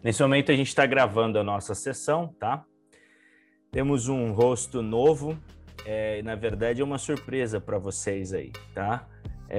Nesse momento a gente está gravando a nossa sessão, tá? Temos um rosto novo, na verdade é uma surpresa para vocês aí, tá?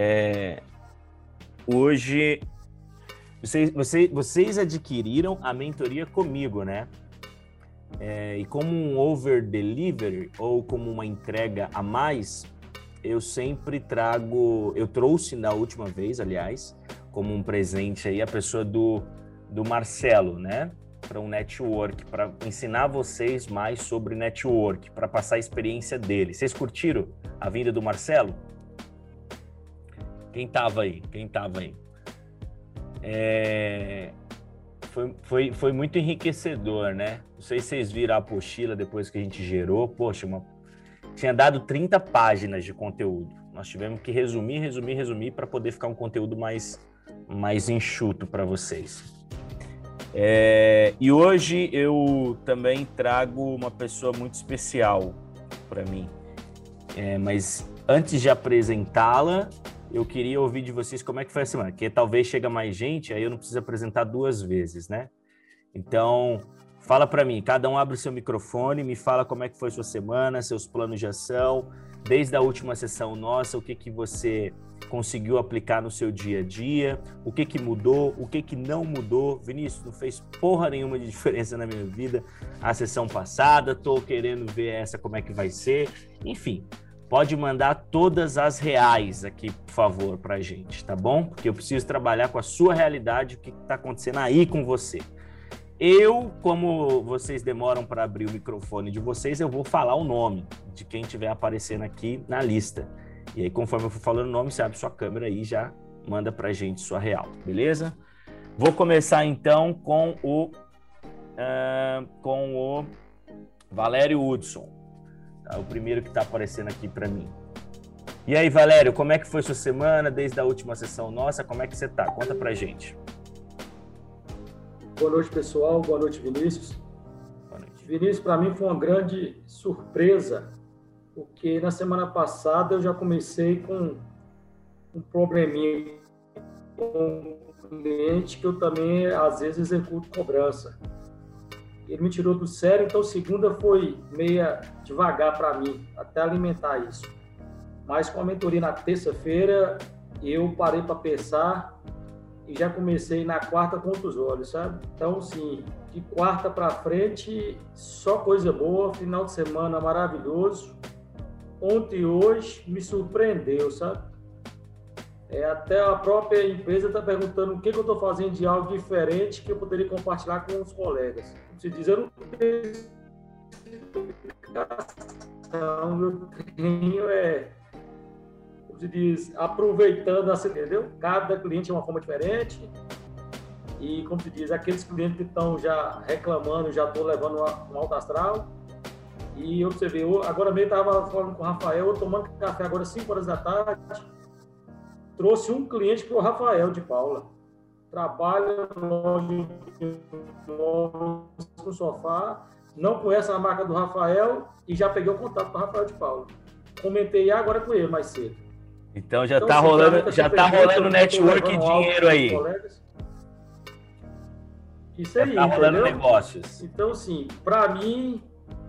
Hoje, vocês adquiriram a mentoria comigo, né? E como um over-delivery ou como uma entrega a mais, eu sempre eu trouxe na última vez, aliás, como um presente aí a pessoa do Marcelo, né? Para um network, para ensinar vocês mais sobre network, para passar a experiência dele. Vocês curtiram a vinda do Marcelo? Quem tava aí? Foi muito enriquecedor, né? Não sei se vocês viram a apostila depois que a gente gerou. Poxa, tinha dado 30 páginas de conteúdo. Nós tivemos que resumir para poder ficar um conteúdo mais enxuto para vocês. E hoje eu também trago uma pessoa muito especial para mim. Mas antes de apresentá-la, eu queria ouvir de vocês como é que foi a semana, porque talvez chega mais gente, aí eu não preciso apresentar duas vezes, né? Então, fala para mim, cada um abre seu microfone, me fala como é que foi sua semana, seus planos de ação, desde a última sessão nossa, o que você conseguiu aplicar no seu dia a dia, o que mudou, o que não mudou. Vinícius, não fez porra nenhuma de diferença na minha vida a sessão passada, tô querendo ver essa como é que vai ser, enfim. Pode mandar todas as reais aqui, por favor, pra gente, tá bom? Porque eu preciso trabalhar com a sua realidade, o que tá acontecendo aí com você. Como vocês demoram para abrir o microfone de vocês, eu vou falar o nome de quem estiver aparecendo aqui na lista. E aí, conforme eu for falando o nome, você abre sua câmera aí e já manda pra gente sua real, beleza? Vou começar, então, com o Valério Hudson. O primeiro que está aparecendo aqui para mim. E aí, Valério, como é que foi sua semana desde a última sessão nossa? Como é que você tá? Conta pra gente. Boa noite, pessoal. Boa noite, Vinícius. Boa noite. Vinícius, para mim foi uma grande surpresa, porque na semana passada eu já comecei com um probleminha com um cliente que eu também, às vezes, executo cobrança. Ele me tirou do sério, então segunda foi meia devagar para mim, até alimentar isso. Mas com a mentoria na terça-feira, eu parei para pensar e já comecei na quarta com outros olhos, sabe? Então, sim, de quarta para frente, só coisa boa, final de semana maravilhoso. Ontem e hoje me surpreendeu, sabe? Até a própria empresa está perguntando o que eu estou fazendo de algo diferente que eu poderia compartilhar com os colegas. Se diz, eu não tenho explicação, eu tenho, como se diz, aproveitando, assim, entendeu? Cada cliente é uma forma diferente e, como se diz, aqueles clientes que estão já reclamando, já estou levando um alto astral. E você vê, agora mesmo estava falando com o Rafael, eu tomando café agora 5 horas da tarde, trouxe um cliente para o Rafael de Paula. Trabalha no sofá, não conhece a marca do Rafael e já peguei o contato do Rafael de Paula. Comentei agora com ele mais cedo. Então já está rolando, network e dinheiro aí. Isso aí, está rolando negócios. Então, assim, para mim,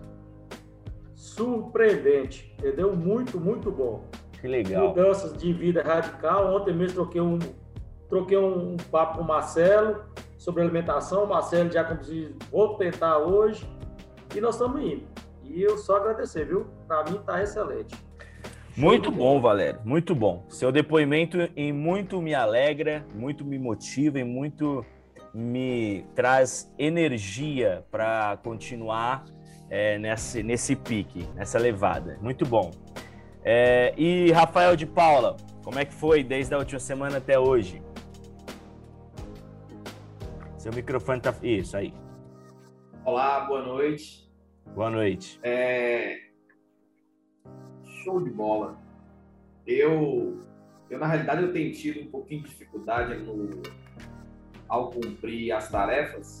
surpreendente, entendeu? Muito, muito bom. Que legal. Mudanças de vida radical. Ontem mesmo troquei um papo com o Marcelo sobre alimentação. O Marcelo já disse, vou tentar hoje. E nós estamos indo. E eu só agradecer, viu? Para mim está excelente. Muito bom, Valério. Muito bom. Seu depoimento muito me alegra, muito me motiva e muito me traz energia para continuar nesse pique, nessa levada. Muito bom. E Rafael de Paula, como é que foi desde a última semana até hoje? Seu microfone tá... Isso, aí. Olá, boa noite. Boa noite. Show de bola. Eu na realidade, eu tenho tido um pouquinho de dificuldade ao cumprir as tarefas,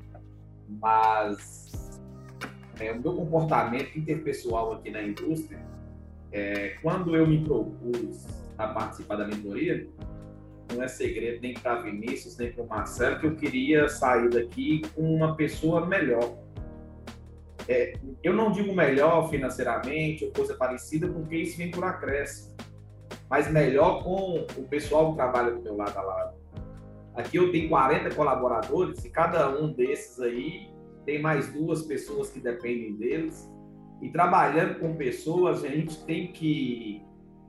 mas o meu comportamento interpessoal aqui na indústria, quando eu me propus a participar da mentoria, não é segredo nem para Vinícius, nem para o Marcelo, que eu queria sair daqui com uma pessoa melhor. Eu não digo melhor financeiramente ou coisa parecida, porque isso vem por acréscimo, mas melhor com o pessoal que trabalha do meu lado a lado. Aqui eu tenho 40 colaboradores e cada um desses aí tem mais 2 pessoas que dependem deles. E trabalhando com pessoas, a gente tem que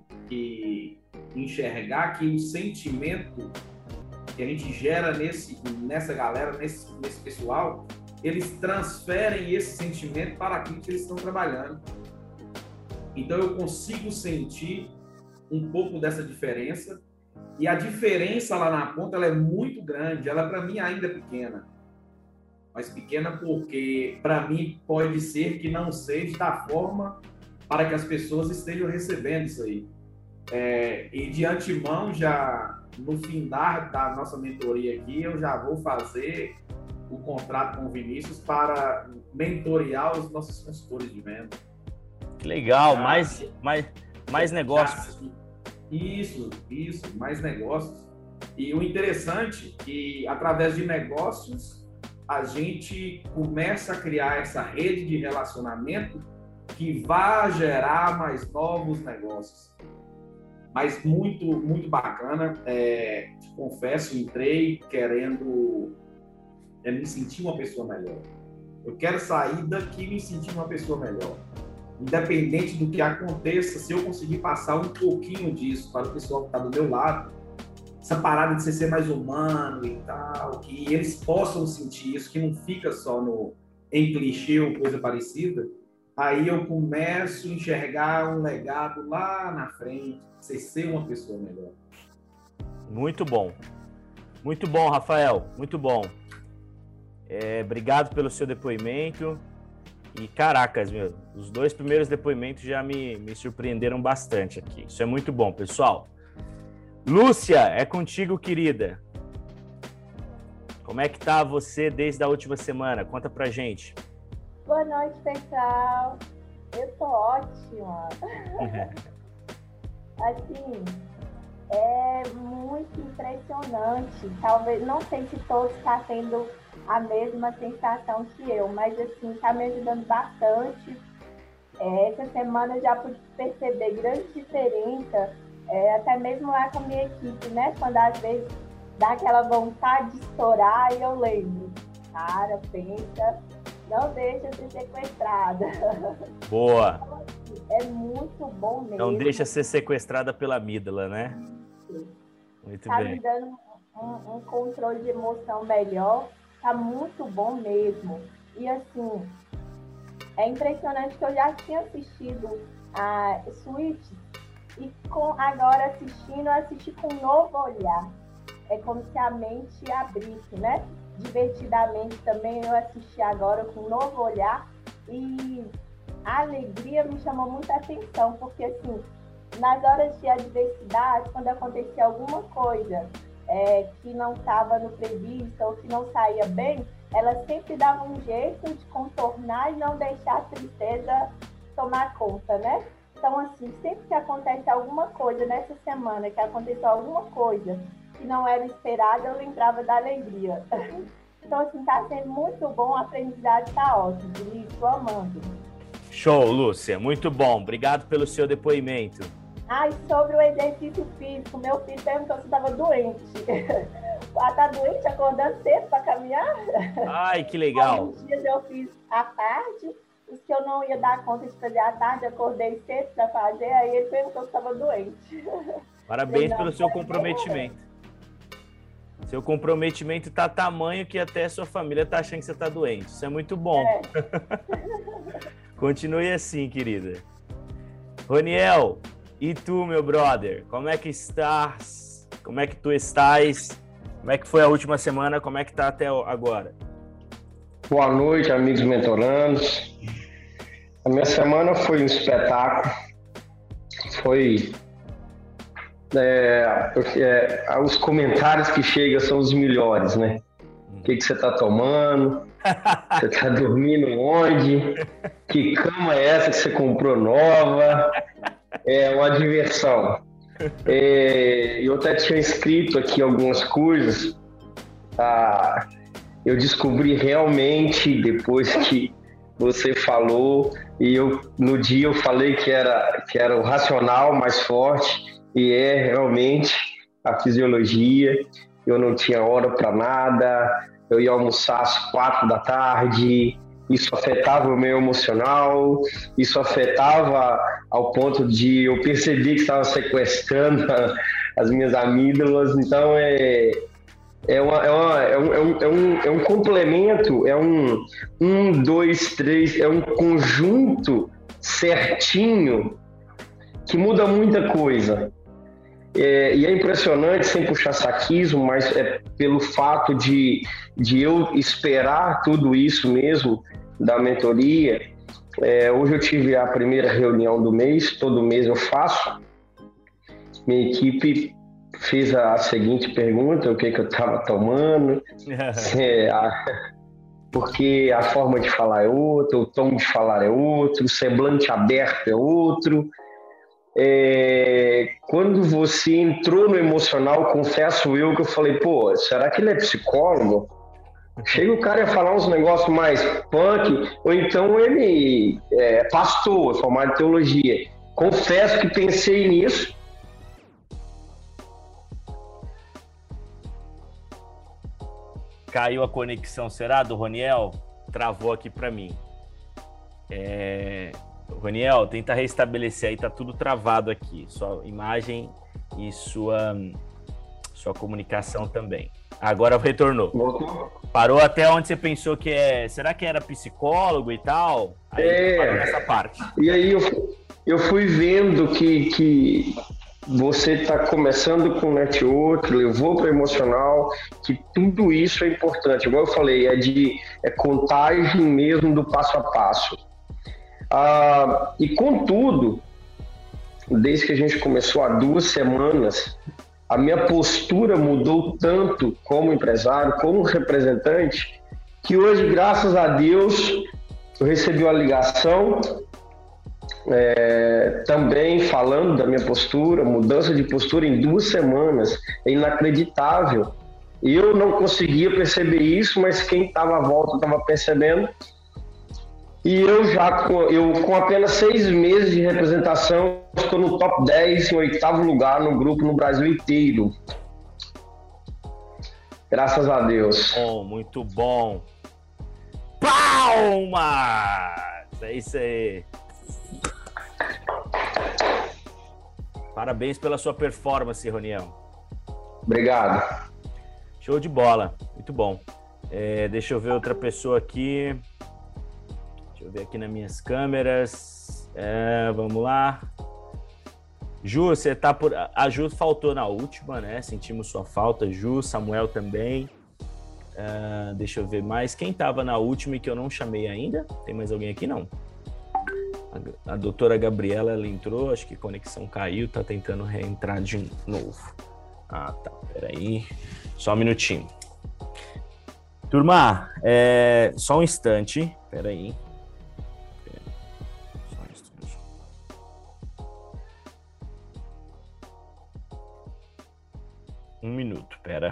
enxergar que o sentimento que a gente gera nessa galera, nesse pessoal, eles transferem esse sentimento para aquilo que eles estão trabalhando. Então eu consigo sentir um pouco dessa diferença, e a diferença lá na ponta ela é muito grande. Ela para mim ainda é pequena, mas pequena porque para mim pode ser que não seja da forma para que as pessoas estejam recebendo isso aí. E de antemão, já no fim da nossa mentoria aqui, eu já vou fazer o contrato com o Vinícius para mentorear os nossos consultores de venda. Que legal, mais negócios. Isso, mais negócios. E o interessante é que, através de negócios, a gente começa a criar essa rede de relacionamento que vai gerar mais novos negócios. Mas muito, muito bacana. Te confesso, entrei querendo me sentir uma pessoa melhor. Eu quero sair daqui e me sentir uma pessoa melhor. Independente do que aconteça, se eu conseguir passar um pouquinho disso para o pessoal que está do meu lado, essa parada de você ser mais humano e tal, que eles possam sentir isso, que não fica só em clichê ou coisa parecida, aí eu começo a enxergar um legado lá na frente, você ser uma pessoa melhor. Muito bom, Rafael, muito bom. Obrigado pelo seu depoimento. E caracas, os 2 primeiros depoimentos já me surpreenderam bastante aqui. Isso é muito bom, pessoal. Lúcia, é contigo, querida. Como é que tá você desde a última semana? Conta pra gente. Boa noite, pessoal. Eu tô ótima. Assim, é muito impressionante. Talvez, não sei se todos estão tendo a mesma sensação que eu, mas assim, tá me ajudando bastante. Essa semana eu já pude perceber grande diferença, até mesmo lá com a minha equipe, né? Quando às vezes dá aquela vontade de estourar, e eu lembro, cara, pensa, não deixa ser sequestrada. Boa! É muito bom mesmo. Não deixa ser sequestrada pela amígdala, né? Muito tá bem. Me dando um controle de emoção melhor. Tá muito bom mesmo. E assim, é impressionante que eu já tinha assistido a Suits e agora assisti com um novo olhar. É como se a mente abrisse, né? Divertidamente também eu assisti agora com um novo olhar e a alegria me chamou muita atenção, porque assim, nas horas de adversidade, quando acontecia alguma coisa que não estava no previsto ou que não saía bem, ela sempre dava um jeito de contornar e não deixar a tristeza tomar conta, né? Então, assim, sempre que acontece alguma coisa nessa semana, que aconteceu alguma coisa que não era esperada, eu lembrava da alegria. Então, assim, tá sendo muito bom, o aprendizado tá ótimo, estou amando. Show, Lúcia, muito bom. Obrigado pelo seu depoimento. E sobre o exercício físico, meu filho perguntou se estava doente. Tá doente, acordando cedo para caminhar? Ai, que legal. Alguns dias eu fiz à tarde, os que eu não ia dar conta de fazer à tarde, acordei cedo para fazer, aí ele perguntou se estava doente. Parabéns pelo seu comprometimento. Seu comprometimento tá tamanho que até a sua família tá achando que você tá doente. Isso é muito bom. Continue assim, querida. Roniel, e tu, meu brother? Como é que estás? Como é que tu estás? Como é que foi a última semana? Como é que tá até agora? Boa noite, amigos mentorandos. A minha semana foi um espetáculo. Foi... os comentários que chegam são os melhores, né? O que você tá tomando? Você tá dormindo onde? Que cama é essa que você comprou nova? É uma diversão. Eu até tinha escrito aqui algumas coisas. Eu descobri realmente, depois que você falou, e no dia eu falei que era o racional mais forte, e realmente a fisiologia. Eu não tinha hora para nada, eu ia almoçar às 4 da tarde, isso afetava o meu emocional, isso afetava ao ponto de eu perceber que estava sequestrando as minhas amígdalas. Então é um complemento, é um, dois, três, é um conjunto certinho que muda muita coisa. E é impressionante, sem puxar saquismo, mas é pelo fato de eu esperar tudo isso mesmo da mentoria. Hoje eu tive a primeira reunião do mês, todo mês eu faço. Minha equipe fez a seguinte pergunta: o que eu estava tomando, porque a forma de falar é outra, o tom de falar é outro, o semblante aberto é outro. Quando você entrou no emocional, confesso eu que eu falei, pô, será que ele é psicólogo? Chega o cara a falar uns negócios mais punk, ou então ele é pastor, formado em teologia. Confesso que pensei nisso. Caiu a conexão, será, do Roniel? Travou aqui para mim. Roniel, tenta restabelecer aí, tá tudo travado aqui. Sua imagem e sua comunicação também. Agora retornou. Parou até onde você pensou que será que era psicólogo e tal? Aí parou nessa parte. E aí eu fui vendo que você está começando com network, levou para emocional, que tudo isso é importante. Igual eu falei, é contagem mesmo do passo a passo. E contudo, desde que a gente começou há 2 semanas, a minha postura mudou tanto como empresário, como representante, que hoje, graças a Deus, eu recebi uma ligação também falando da minha postura, mudança de postura em 2 semanas. É inacreditável. Eu não conseguia perceber isso, mas quem estava à volta estava percebendo. E eu com apenas 6 meses de representação, estou no top 10, em 8º lugar no grupo no Brasil inteiro. Graças a Deus. Bom, muito bom. Palmas! É isso aí. Parabéns pela sua performance, Roniel. Obrigado. Show de bola. Muito bom. Deixa eu ver outra pessoa aqui. Deixa eu ver aqui nas minhas câmeras. Vamos lá. Ju, você tá por... A Ju faltou na última, né? Sentimos sua falta, Ju. Samuel também. Deixa eu ver mais. Quem tava na última e que eu não chamei ainda? Tem mais alguém aqui? Não. A doutora Gabriela, ela entrou. Acho que a conexão caiu. Tá tentando reentrar de novo. Tá. Peraí. Só um minutinho. Turma, só um instante. Peraí. 1 minuto, pera.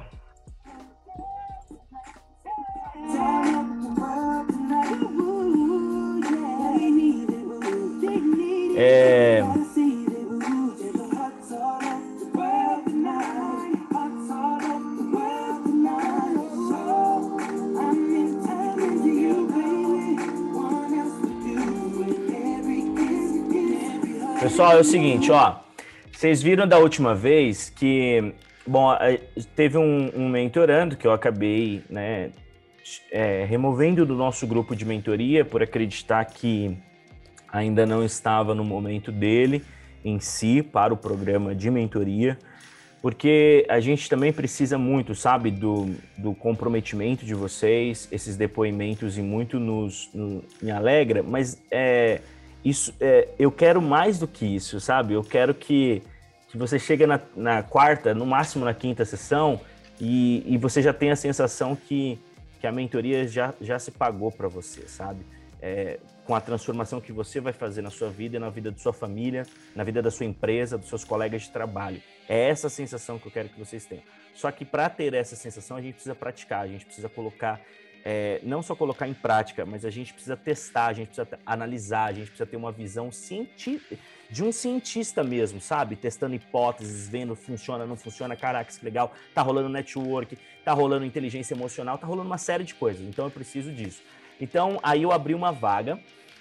Pessoal, é o seguinte, ó. Vocês viram da última vez que... Bom, teve um mentorando que eu acabei, né, removendo do nosso grupo de mentoria por acreditar que ainda não estava no momento dele em si para o programa de mentoria, porque a gente também precisa muito, sabe, do comprometimento de vocês, esses depoimentos e muito me alegra, mas eu quero mais do que isso, sabe? Eu quero que você chegue na 4ª, no máximo na 5ª sessão, e você já tem a sensação que a mentoria já se pagou para você, sabe? com a transformação que você vai fazer na sua vida e na vida da sua família, na vida da sua empresa, dos seus colegas de trabalho. É essa sensação que eu quero que vocês tenham. Só que para ter essa sensação, a gente precisa praticar, a gente precisa colocar, não só colocar em prática, mas a gente precisa testar, a gente precisa analisar, a gente precisa ter uma visão de um cientista mesmo, sabe? Testando hipóteses, vendo funciona, não funciona, caraca, que legal, tá rolando network, tá rolando inteligência emocional, tá rolando uma série de coisas, então eu preciso disso. Então, aí eu abri uma vaga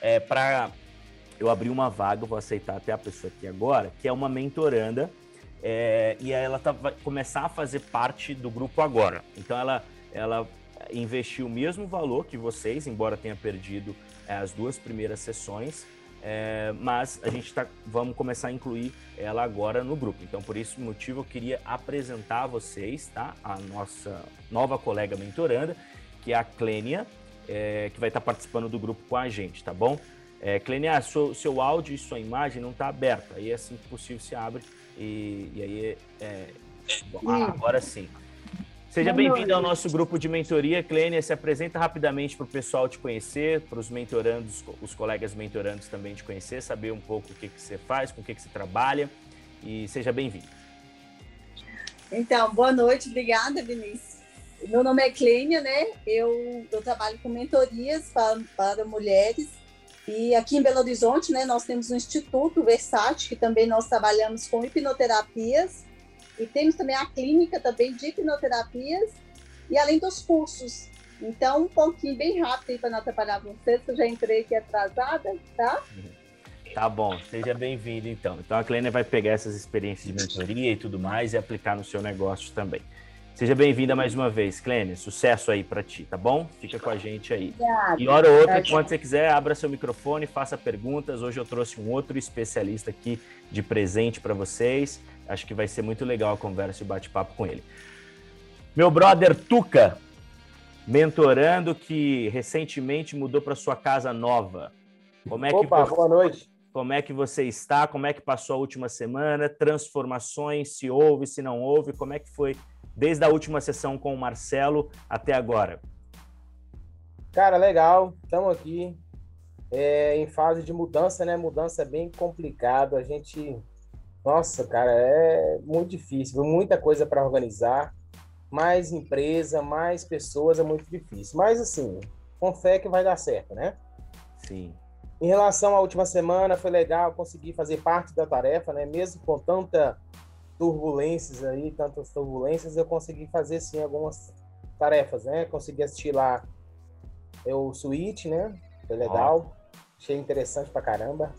vou aceitar até a pessoa aqui agora, que é uma mentoranda, e aí ela vai começar a fazer parte do grupo agora. Então, ela investiu o mesmo valor que vocês, embora tenha perdido as 2 primeiras sessões, mas a gente vamos começar a incluir ela agora no grupo. Então, por esse motivo, eu queria apresentar a vocês, tá? A nossa nova colega mentoranda, que é a Clênia, que vai estar participando do grupo com a gente, tá bom? Clênia, seu áudio e sua imagem não está aberta, aí assim que possível se abre e aí agora sim. Seja bem-vindo ao nosso grupo de mentoria. Clênia, se apresenta rapidamente para o pessoal te conhecer, para os mentorandos, os colegas mentorandos também te conhecer, saber um pouco o que você faz, com o que você trabalha, e seja bem-vindo. Então, boa noite, obrigada, Vinícius. Meu nome é Clênia, né? Eu trabalho com mentorias para mulheres, e aqui em Belo Horizonte, né, nós temos um Instituto Versátil, que também nós trabalhamos com hipnoterapias, e temos também a clínica também de hipnoterapias, e além dos cursos. Então, um pouquinho bem rápido aí para não atrapalhar vocês, que eu já entrei aqui atrasada, tá? Tá bom, seja bem-vindo então. Então a Clênia vai pegar essas experiências de mentoria e tudo mais e aplicar no seu negócio também. Seja bem-vinda mais uma vez, Clênia. Sucesso aí para ti, tá bom? Fica com a gente aí. Obrigada. E hora ou outra, quando você quiser, abra seu microfone, faça perguntas. Hoje eu trouxe um outro especialista aqui de presente para vocês. Acho que vai ser muito legal a conversa e o bate-papo com ele. Meu brother Tuca, mentorando, que recentemente mudou para sua casa nova. Boa noite. Como é que você está? Como é que passou a última semana? Transformações, se houve, se não houve? Como é que foi desde a última sessão com o Marcelo até agora? Cara, legal. Estamos aqui em fase de mudança, né? Mudança é bem complicado. A gente... Nossa, cara, é muito difícil. Muita coisa para organizar. Mais empresa, mais pessoas, é muito difícil. Mas, assim, com fé que vai dar certo, né? Sim. Em relação à última semana, foi legal conseguir fazer parte da tarefa, né? Mesmo com tantas turbulências, eu consegui fazer, sim, algumas tarefas, né? Consegui assistir lá o Switch, né? Foi legal. Achei interessante pra caramba.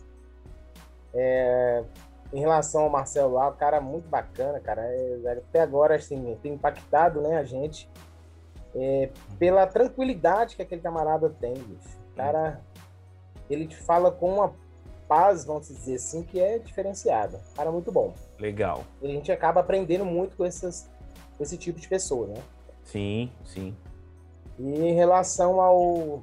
Em relação ao Marcelo lá, o cara é muito bacana, cara. Até agora, assim, tem impactado, né, a gente pela tranquilidade que aquele camarada tem, bicho. O cara, ele te fala com uma paz, vamos dizer assim, que é diferenciada. Cara, muito bom. Legal. E a gente acaba aprendendo muito com esse tipo de pessoa, né? Sim, sim. E em relação ao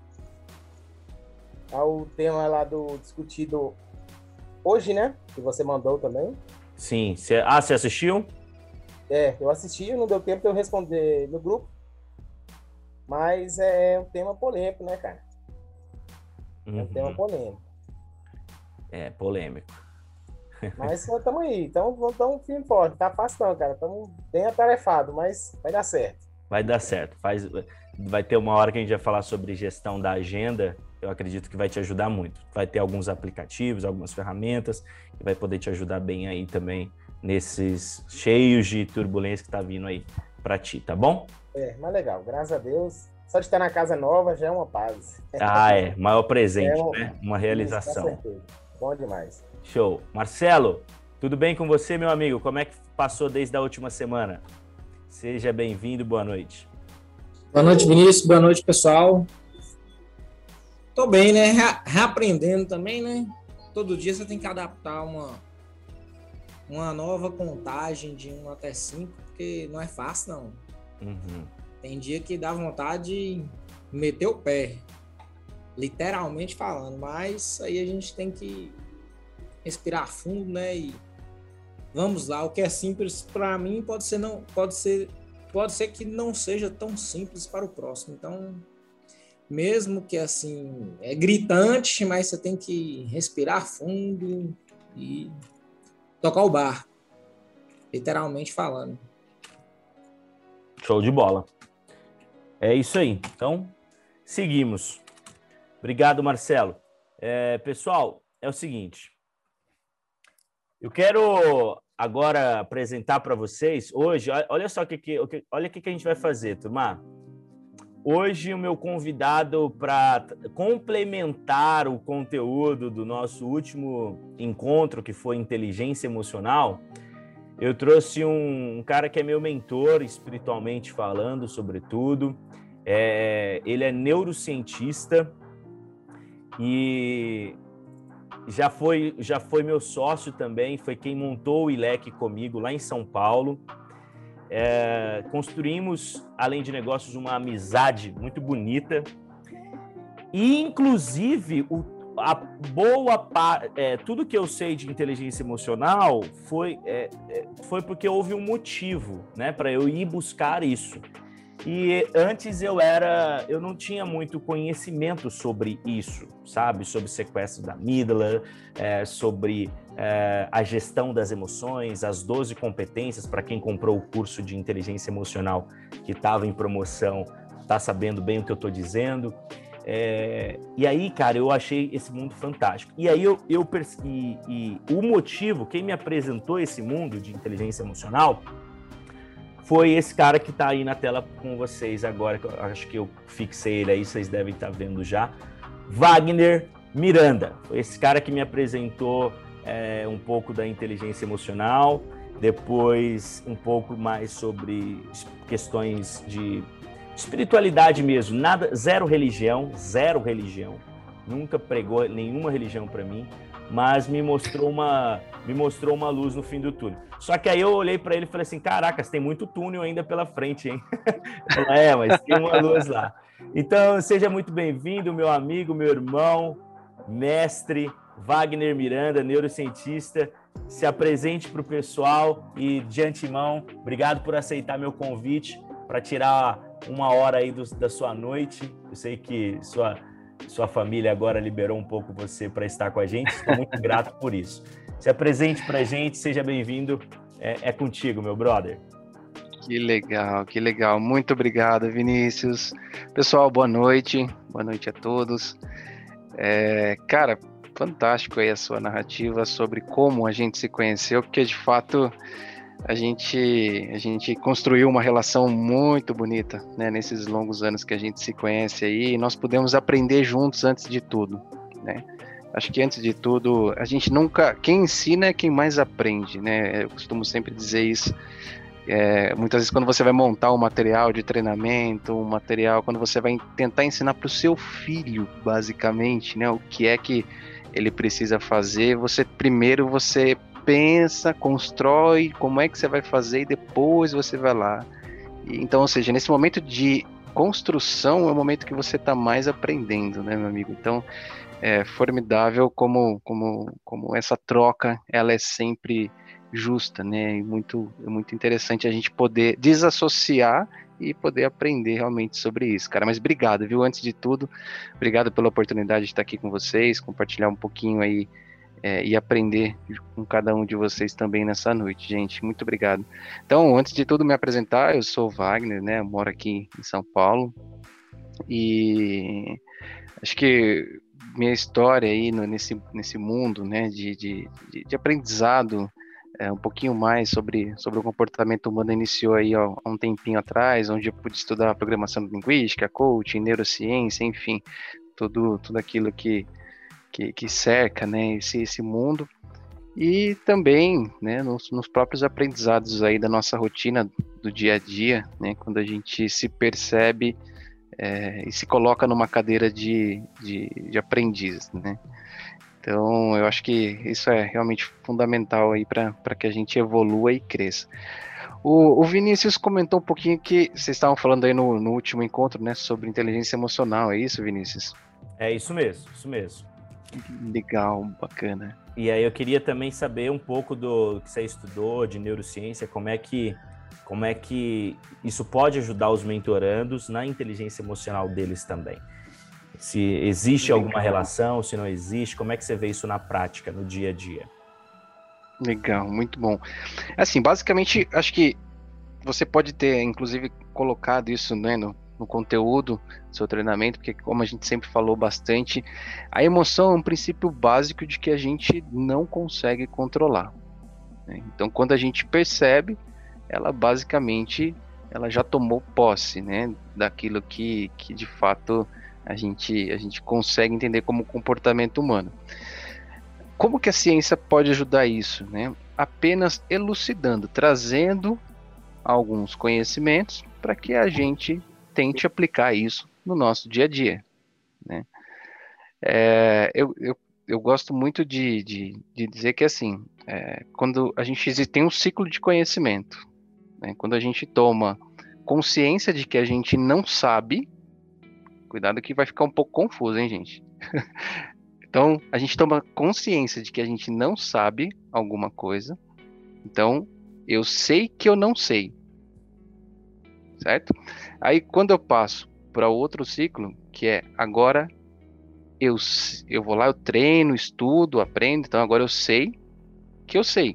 tema lá discutido hoje, né? Que você mandou também. Sim. Você assistiu? Eu assisti, não deu tempo de eu responder no grupo. Mas é um tema polêmico, né, cara? É um tema polêmico. É, polêmico. Mas estamos aí. Então, vamos firme e forte. Tá fácil não, cara. Estamos bem atarefado, mas vai dar certo. Vai dar certo. Vai ter uma hora que a gente vai falar sobre gestão da agenda. Eu acredito que vai te ajudar muito. Vai ter alguns aplicativos, algumas ferramentas que vai poder te ajudar bem aí também nesses cheios de turbulência que tá vindo aí para ti, tá bom? Mas legal. Graças a Deus. Só de estar na casa nova já é uma paz. Maior presente, né? Uma realização. Com certeza. Bom demais. Show. Marcelo, tudo bem com você, meu amigo? Como é que passou desde a última semana? Seja bem-vindo, boa noite. Boa noite, Vinícius. Boa noite, pessoal. Tô bem, né? Reaprendendo também, né? Todo dia você tem que adaptar uma nova contagem de 1 até 5, porque não é fácil, não. Uhum. Tem dia que dá vontade de meter o pé, literalmente falando, mas aí a gente tem que respirar fundo, né? E vamos lá, o que é simples para mim pode ser que não seja tão simples para o próximo. Então, mesmo que assim, é gritante, mas você tem que respirar fundo e tocar o barco, literalmente falando. Show de bola. É isso aí. Então, seguimos. Obrigado, Marcelo. Pessoal, é o seguinte. Eu quero agora apresentar para vocês, hoje, olha só olha o que a gente vai fazer, turma. Hoje, o meu convidado para complementar o conteúdo do nosso último encontro, que foi Inteligência Emocional, eu trouxe um cara que é meu mentor, espiritualmente falando, sobretudo. Ele é neurocientista e já foi meu sócio também, foi quem montou o ILEC comigo lá em São Paulo. Construímos, além de negócios, uma amizade muito bonita. E, inclusive, tudo que eu sei de inteligência emocional foi porque houve um motivo, né, para eu ir buscar isso. E antes eu não tinha muito conhecimento sobre isso, sabe? Sobre sequestro da amígdala, sobre a gestão das emoções, as 12 competências. Para quem comprou o curso de inteligência emocional que estava em promoção, tá sabendo bem o que eu estou dizendo. E aí, cara, eu achei esse mundo fantástico. E aí e o motivo, quem me apresentou esse mundo de inteligência emocional foi esse cara que está aí na tela com vocês agora, que eu acho que eu fixei ele aí, vocês devem estar vendo já. Wagner Miranda. Foi esse cara que me apresentou um pouco da inteligência emocional, depois um pouco mais sobre questões de espiritualidade mesmo, zero religião, nunca pregou nenhuma religião para mim, mas me mostrou uma luz no fim do túnel. Só que aí eu olhei para ele e falei assim, caracas, tem muito túnel ainda pela frente, hein? Mas tem uma luz lá. Então, seja muito bem-vindo, meu amigo, meu irmão, mestre Wagner Miranda, neurocientista. Se apresente para o pessoal e, de antemão, obrigado por aceitar meu convite para tirar uma hora aí da sua noite. Eu sei que sua família agora liberou um pouco você para estar com a gente. Estou muito grato por isso. Se apresente para a gente, seja bem-vindo. É contigo, meu brother. Que legal. Muito obrigado, Vinícius. Pessoal, boa noite a todos. Cara, fantástico aí a sua narrativa sobre como a gente se conheceu, porque de fato a gente construiu uma relação muito bonita, né, nesses longos anos que a gente se conhece aí, e nós pudemos aprender juntos antes de tudo, né? Acho que antes de tudo, a gente nunca... Quem ensina é quem mais aprende, né? Eu costumo sempre dizer isso. Muitas vezes quando você vai montar um material de treinamento, quando você vai tentar ensinar para o seu filho, basicamente, né, o que é que ele precisa fazer, você pensa, constrói, como é que você vai fazer e depois você vai lá. Então, ou seja, nesse momento de construção é o momento que você está mais aprendendo, né, meu amigo? Então, é formidável como essa troca, ela é sempre justa, né? E muito interessante a gente poder desassociar e poder aprender realmente sobre isso, cara. Mas obrigado, viu? Antes de tudo, obrigado pela oportunidade de estar aqui com vocês, compartilhar um pouquinho aí e aprender com cada um de vocês também nessa noite, gente. Muito obrigado. Então, antes de tudo me apresentar, eu sou o Wagner, né? Eu moro aqui em São Paulo e acho que minha história aí nesse mundo, né, de aprendizado, um pouquinho mais sobre o comportamento humano iniciou aí há um tempinho atrás, onde eu pude estudar programação linguística, coaching, neurociência, enfim, tudo aquilo que cerca, né, esse mundo, e também, né, nos próprios aprendizados aí da nossa rotina do dia a dia, né, quando a gente se percebe e se coloca numa cadeira de aprendiz, né. Então, eu acho que isso é realmente fundamental aí para que a gente evolua e cresça. O Vinícius comentou um pouquinho que vocês estavam falando aí no último encontro, né, sobre inteligência emocional, é isso, Vinícius? É isso mesmo, isso mesmo. Legal, bacana. E aí eu queria também saber um pouco do que você estudou de neurociência, como é que isso pode ajudar os mentorandos na inteligência emocional deles também. Se existe alguma relação, se não existe, como é que você vê isso na prática, no dia a dia? Legal, muito bom. Assim, basicamente, acho que você pode ter, inclusive, colocado isso, né, no conteúdo do seu treinamento, porque como a gente sempre falou bastante, a emoção é um princípio básico de que a gente não consegue controlar, né? Então, quando a gente percebe, ela basicamente ela já tomou posse, né, daquilo que de fato a gente consegue entender como comportamento humano. Como que a ciência pode ajudar isso, né? Apenas elucidando, trazendo alguns conhecimentos para que a gente tente aplicar isso no nosso dia a dia, né? Eu gosto muito de dizer que assim, quando a gente tem um ciclo de conhecimento, né? Quando a gente toma consciência de que a gente não sabe, cuidado que vai ficar um pouco confuso, hein, gente? Então, a gente toma consciência de que a gente não sabe alguma coisa. Então, eu sei que eu não sei. Certo? Aí, quando eu passo para outro ciclo, que é agora eu vou lá, eu treino, estudo, aprendo. Então, agora eu sei que eu sei.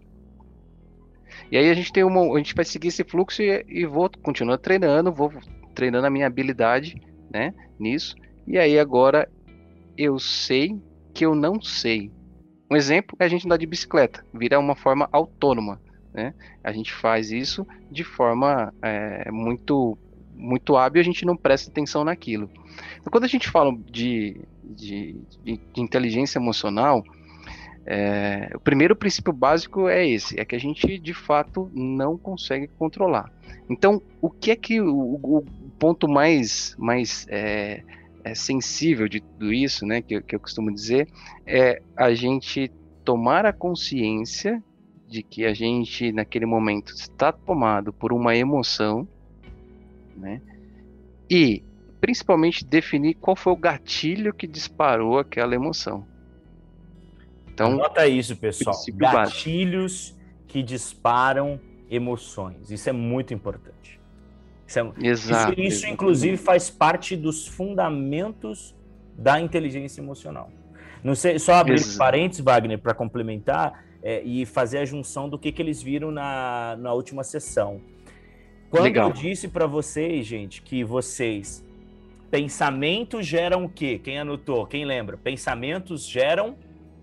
E aí a gente vai seguir esse fluxo e vou continuar treinando, vou treinando a minha habilidade, né, nisso. E aí agora eu sei que eu não sei. Um exemplo é a gente andar de bicicleta, vira uma forma autônoma, né? A gente faz isso de forma muito hábil, a gente não presta atenção naquilo. Então, quando a gente fala de inteligência emocional, o primeiro princípio básico é esse, é que a gente de fato não consegue controlar. Então, o que é que o ponto mais sensível de tudo isso, né, que eu costumo dizer, é a gente tomar a consciência de que a gente naquele momento está tomado por uma emoção, né, e principalmente definir qual foi o gatilho que disparou aquela emoção. Então, anota isso, pessoal. Gatilhos que disparam emoções. Isso é muito importante. Exato. Isso, inclusive, faz parte dos fundamentos da inteligência emocional. Não sei, só abrir parênteses, Wagner, para complementar e fazer a junção do que eles viram na última sessão. Quando eu disse para vocês, gente, que pensamentos geram o quê? Quem anotou? Quem lembra? Pensamentos geram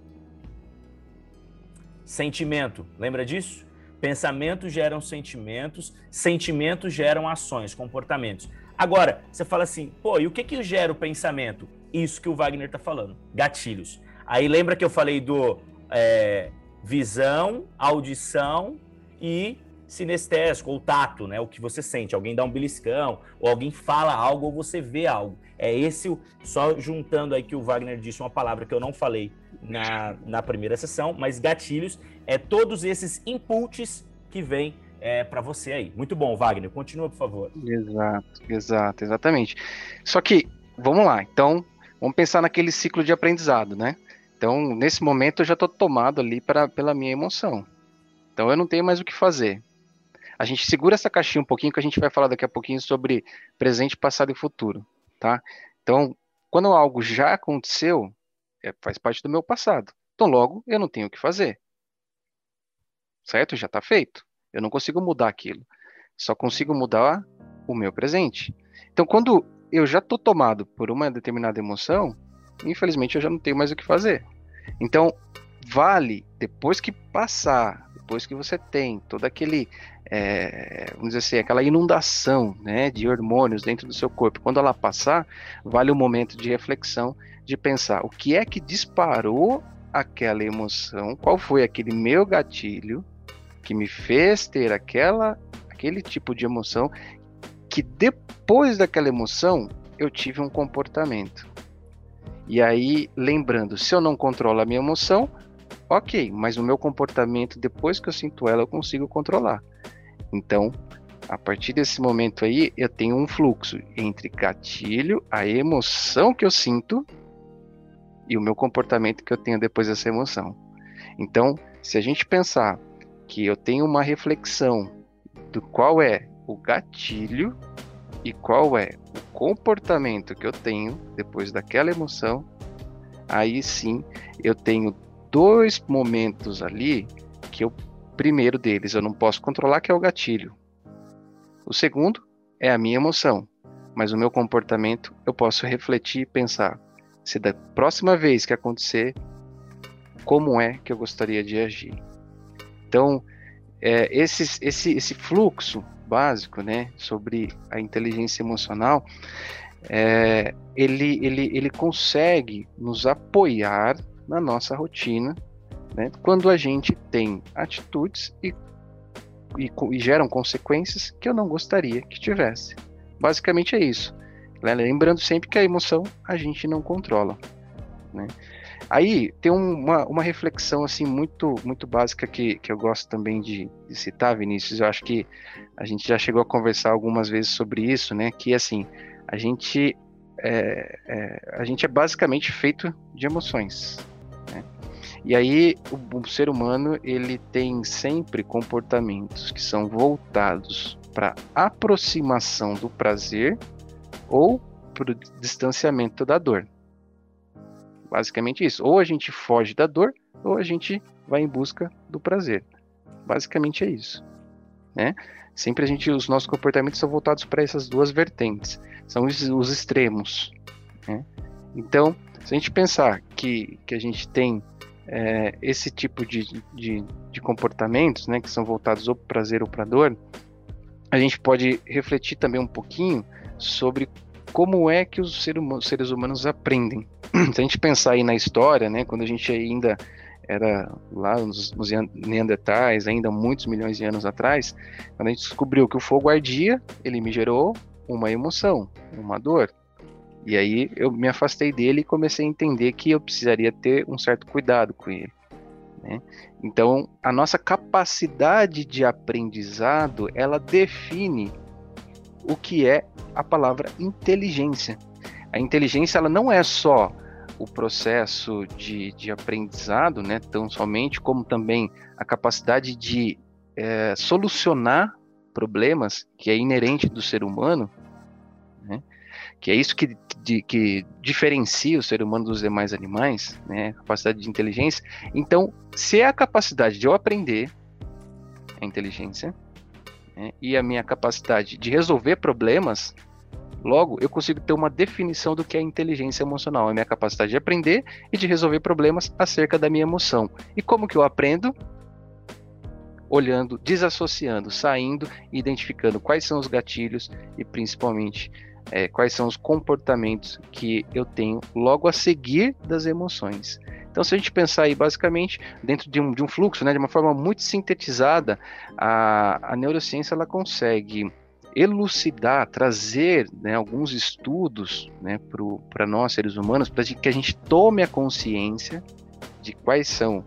sentimento. Lembra disso? Pensamentos geram sentimentos, sentimentos geram ações, comportamentos. Agora, você fala assim, e o que gera o pensamento? Isso que o Wagner está falando, gatilhos. Aí lembra que eu falei do visão, audição e sinestésico, ou tato, né? O que você sente, alguém dá um beliscão, ou alguém fala algo, ou você vê algo. É esse, só juntando aí que o Wagner disse uma palavra que eu não falei na primeira sessão, mas gatilhos é todos esses inputs que vêm para você aí. Muito bom, Wagner. Continua, por favor. Exatamente. Só que, vamos lá. Então, vamos pensar naquele ciclo de aprendizado, né? Então, nesse momento, eu já estou tomado ali pela minha emoção. Então, eu não tenho mais o que fazer. A gente segura essa caixinha um pouquinho, que a gente vai falar daqui a pouquinho sobre presente, passado e futuro, tá? Então, quando algo já aconteceu, faz parte do meu passado. Então, logo, eu não tenho o que fazer. Certo? Já está feito. Eu não consigo mudar aquilo. Só consigo mudar o meu presente. Então, quando eu já estou tomado por uma determinada emoção, infelizmente eu já não tenho mais o que fazer. Então, vale, depois que passar, depois que você tem todo aquele, vamos dizer assim, aquela inundação, né, de hormônios dentro do seu corpo, quando ela passar, vale um momento de reflexão, de pensar o que é que disparou aquela emoção, qual foi aquele meu gatilho que me fez ter aquele tipo de emoção, que depois daquela emoção eu tive um comportamento. E aí, lembrando, se eu não controlo a minha emoção, ok, mas o meu comportamento, depois que eu sinto ela, eu consigo controlar. Então, a partir desse momento aí, eu tenho um fluxo entre gatilho, a emoção que eu sinto e o meu comportamento que eu tenho depois dessa emoção. Então, se a gente pensar que eu tenho uma reflexão do qual é o gatilho e qual é o comportamento que eu tenho depois daquela emoção, aí sim eu tenho 2 momentos ali que o primeiro deles eu não posso controlar, que é o gatilho. O segundo é a minha emoção, mas o meu comportamento eu posso refletir e pensar, se da próxima vez que acontecer, como é que eu gostaria de agir. Então, esse fluxo básico, né, sobre a inteligência emocional, ele consegue nos apoiar na nossa rotina, né, quando a gente tem atitudes e geram consequências que eu não gostaria que tivesse. Basicamente é isso. Lembrando sempre que a emoção a gente não controla, né? Aí tem uma reflexão assim muito básica que eu gosto também de citar, Vinícius. Eu acho que a gente já chegou a conversar algumas vezes sobre isso, né? Que assim, a gente é basicamente feito de emoções, né? E aí o ser humano ele tem sempre comportamentos que são voltados para aproximação do prazer ou para o distanciamento da dor. Basicamente isso. Ou a gente foge da dor, ou a gente vai em busca do prazer. Basicamente é isso, né? Sempre os nossos comportamentos são voltados para essas 2 vertentes. São os extremos, né? Então, se a gente pensar que a gente tem esse tipo de comportamentos, né, que são voltados ou para o prazer ou para a dor, a gente pode refletir também um pouquinho sobre como é que os seres humanos aprendem. Se a gente pensar aí na história, né, quando a gente ainda era lá nos Neandertais, ainda muitos milhões de anos atrás, quando a gente descobriu que o fogo ardia, ele me gerou uma emoção, uma dor. E aí eu me afastei dele e comecei a entender que eu precisaria ter um certo cuidado com ele, né? Então, a nossa capacidade de aprendizado, ela define o que é a palavra inteligência. A inteligência, ela não é só o processo de aprendizado, né, tão somente, como também a capacidade de solucionar problemas, que é inerente do ser humano, né, que é isso que diferencia o ser humano dos demais animais, né, a capacidade de inteligência. Então, se é a capacidade de eu aprender, a inteligência, né, e a minha capacidade de resolver problemas, logo, eu consigo ter uma definição do que é inteligência emocional, a minha capacidade de aprender e de resolver problemas acerca da minha emoção. E como que eu aprendo? Olhando, desassociando, saindo e identificando quais são os gatilhos e principalmente quais são os comportamentos que eu tenho logo a seguir das emoções. Então, se a gente pensar aí basicamente dentro de um fluxo, né, de uma forma muito sintetizada, a neurociência ela consegue elucidar, trazer, né, alguns estudos, né, para nós seres humanos, para que a gente tome a consciência de quais são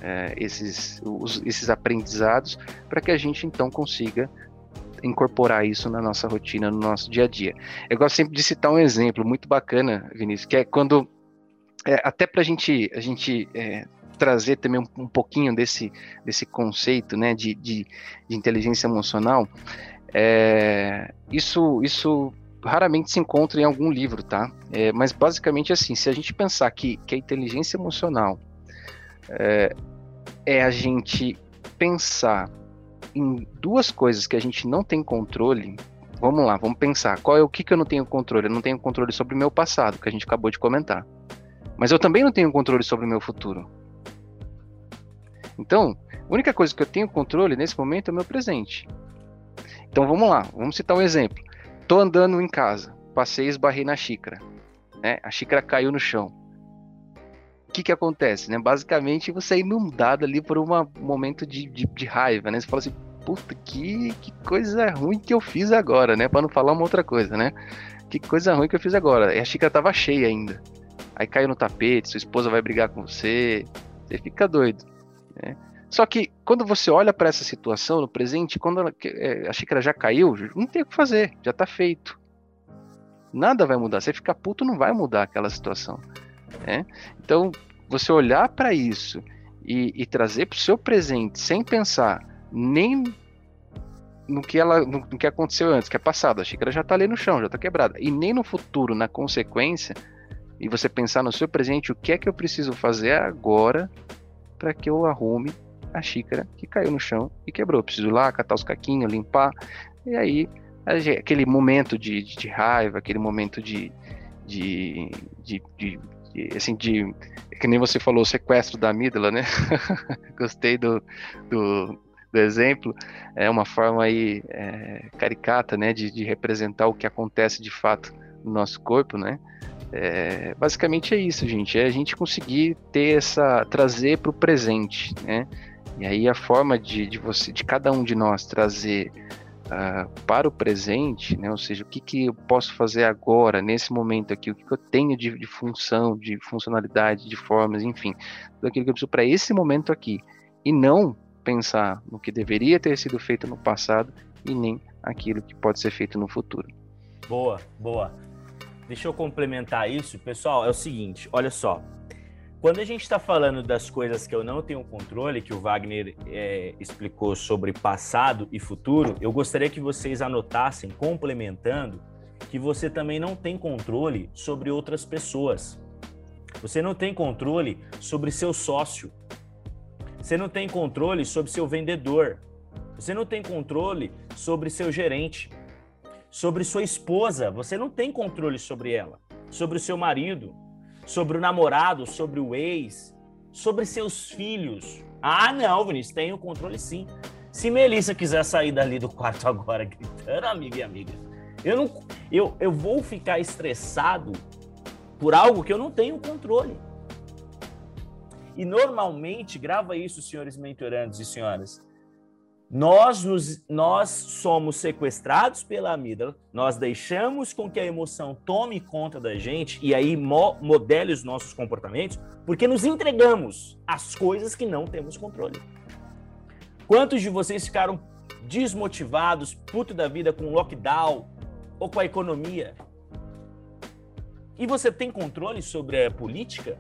esses aprendizados, para que a gente então consiga incorporar isso na nossa rotina, no nosso dia a dia. Eu gosto sempre de citar um exemplo muito bacana, Vinícius, que é quando, até para a gente trazer também um pouquinho desse conceito, né, de inteligência emocional. Isso raramente se encontra em algum livro, tá? Mas basicamente assim, se a gente pensar que a inteligência emocional é a gente pensar em 2 coisas que a gente não tem controle. Vamos lá, vamos pensar. O que eu não tenho controle? Eu não tenho controle sobre o meu passado, que a gente acabou de comentar. Mas eu também não tenho controle sobre o meu futuro. Então, a única coisa que eu tenho controle nesse momento é o meu presente. Então vamos lá, vamos citar um exemplo. Tô andando em casa, passei e esbarrei na xícara, né? A xícara caiu no chão. O que acontece, né? Basicamente você é inundado ali por um momento de raiva, né? Você fala assim, puta, que coisa ruim que eu fiz agora, né? Para não falar uma outra coisa, né? Que coisa ruim que eu fiz agora. E a xícara tava cheia ainda. Aí caiu no tapete, sua esposa vai brigar com você, você fica doido, né? Só que quando você olha para essa situação no presente, quando a xícara já caiu, não tem o que fazer, já tá feito. Nada vai mudar. Você ficar puto não vai mudar aquela situação, né? Então, você olhar para isso e trazer para o seu presente sem pensar nem no que aconteceu antes, que é passado. A xícara já tá ali no chão, já tá quebrada. E nem no futuro, na consequência, e você pensar no seu presente, o que é que eu preciso fazer agora para que eu arrume a xícara que caiu no chão e quebrou. Eu preciso ir lá, catar os caquinhos, limpar. E aí, aquele momento de raiva, aquele momento assim, que nem você falou, o sequestro da amígdala, né? Gostei do exemplo. É uma forma aí caricata, né, de representar o que acontece de fato no nosso corpo, né? Basicamente é isso, gente. É a gente conseguir trazer para o presente, né? E aí a forma de cada um de nós trazer para o presente, né? Ou seja, o que eu posso fazer agora, nesse momento aqui, o que eu tenho de função, de funcionalidade, de formas, enfim, tudo aquilo que eu preciso para esse momento aqui, e não pensar no que deveria ter sido feito no passado e nem aquilo que pode ser feito no futuro. Boa. Deixa eu complementar isso, pessoal. É o seguinte, olha só. Quando a gente está falando das coisas que eu não tenho controle, que o Wagner explicou sobre passado e futuro, eu gostaria que vocês anotassem, complementando, que você também não tem controle sobre outras pessoas. Você não tem controle sobre seu sócio. Você não tem controle sobre seu vendedor. Você não tem controle sobre seu gerente. Sobre sua esposa, você não tem controle sobre ela. Sobre o seu marido, sobre o namorado, sobre o ex, sobre seus filhos. Ah, não, Vinícius, tenho controle sim. Se Melissa quiser sair dali do quarto agora gritando, amiga e amiga, eu vou ficar estressado por algo que eu não tenho controle. E normalmente, grava isso, senhores mentorandos e senhoras, nós somos sequestrados pela amígdala, nós deixamos com que a emoção tome conta da gente e aí modele os nossos comportamentos, porque nos entregamos às coisas que não temos controle. Quantos de vocês ficaram desmotivados, puto da vida com o lockdown ou com a economia? E você tem controle sobre a política?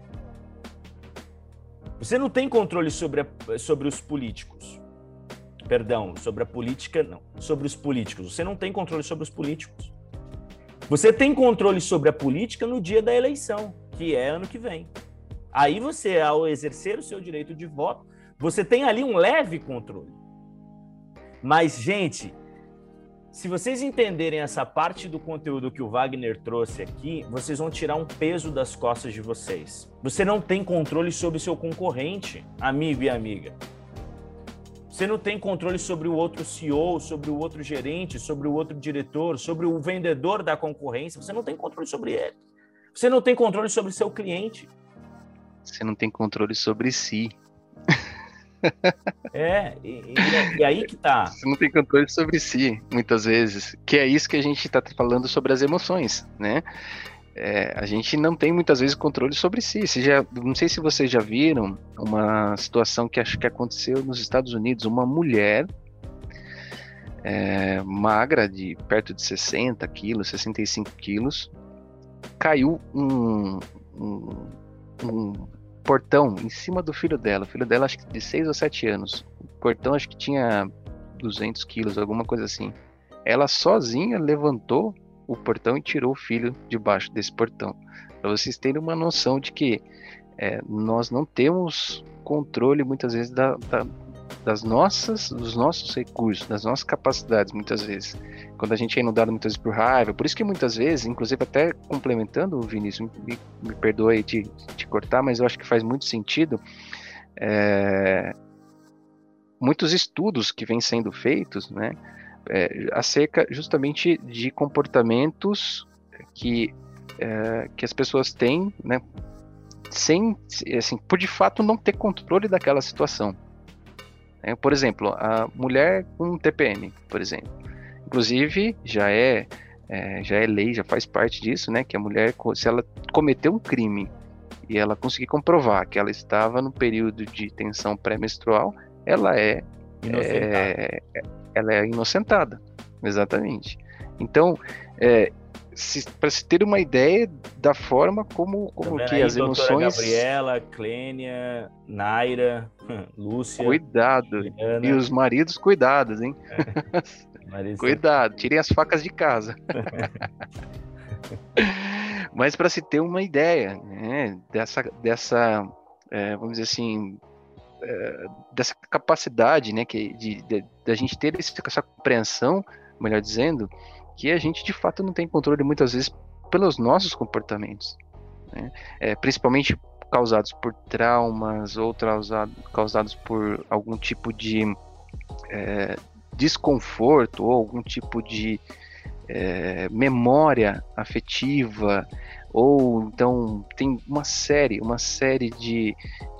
Você não tem controle sobre os políticos. Perdão, sobre a política, não. Sobre os políticos. Você não tem controle sobre os políticos. Você tem controle sobre a política no dia da eleição, que é ano que vem. Aí você, ao exercer o seu direito de voto, você tem ali um leve controle. Mas, gente, se vocês entenderem essa parte do conteúdo que o Wagner trouxe aqui, vocês vão tirar um peso das costas de vocês. Você não tem controle sobre o seu concorrente, amigo e amiga. Você não tem controle sobre o outro CEO, sobre o outro gerente, sobre o outro diretor, sobre o vendedor da concorrência. Você não tem controle sobre ele. Você não tem controle sobre seu cliente. Você não tem controle sobre si. E aí que tá. Você não tem controle sobre si, muitas vezes. Que é isso que a gente está falando sobre as emoções, né? A gente não tem muitas vezes controle sobre si. Não sei se vocês já viram uma situação que acho que aconteceu nos Estados Unidos. Uma mulher magra, de perto de 60 quilos, 65 quilos, caiu um portão em cima do filho dela. O filho dela acho que de 6 ou 7 anos. O portão acho que tinha 200 quilos, alguma coisa assim. Ela sozinha levantou o portão e tirou o filho debaixo desse portão. Para vocês terem uma noção de que nós não temos controle muitas vezes dos nossos recursos, das nossas capacidades, muitas vezes. Quando a gente é inundado muitas vezes por raiva, por isso que muitas vezes, inclusive até complementando, Vinícius, me perdoe de cortar, mas eu acho que faz muito sentido, muitos estudos que vêm sendo feitos, né, acerca justamente de comportamentos que as pessoas têm, né, sem, assim, por de fato não ter controle daquela situação. Por exemplo, a mulher com TPM, por exemplo. Inclusive, já é lei, já faz parte disso, né, que a mulher, se ela cometeu um crime e ela conseguir comprovar que ela estava no período de tensão pré-menstrual, ela é inocentada, exatamente. Então, para se ter uma ideia da forma como que aí, as emoções... Gabriela, Clênia, Naira, Lúcia... Cuidado, Juliana. E os maridos, cuidados, hein? Cuidado, tirem as facas de casa. Mas para se ter uma ideia, né, dessa vamos dizer assim, dessa capacidade, né, da gente ter essa compreensão, melhor dizendo, que a gente de fato não tem controle muitas vezes pelos nossos comportamentos, né? Principalmente causados por traumas ou causados por algum tipo de desconforto ou algum tipo de memória afetiva, ou então tem uma série de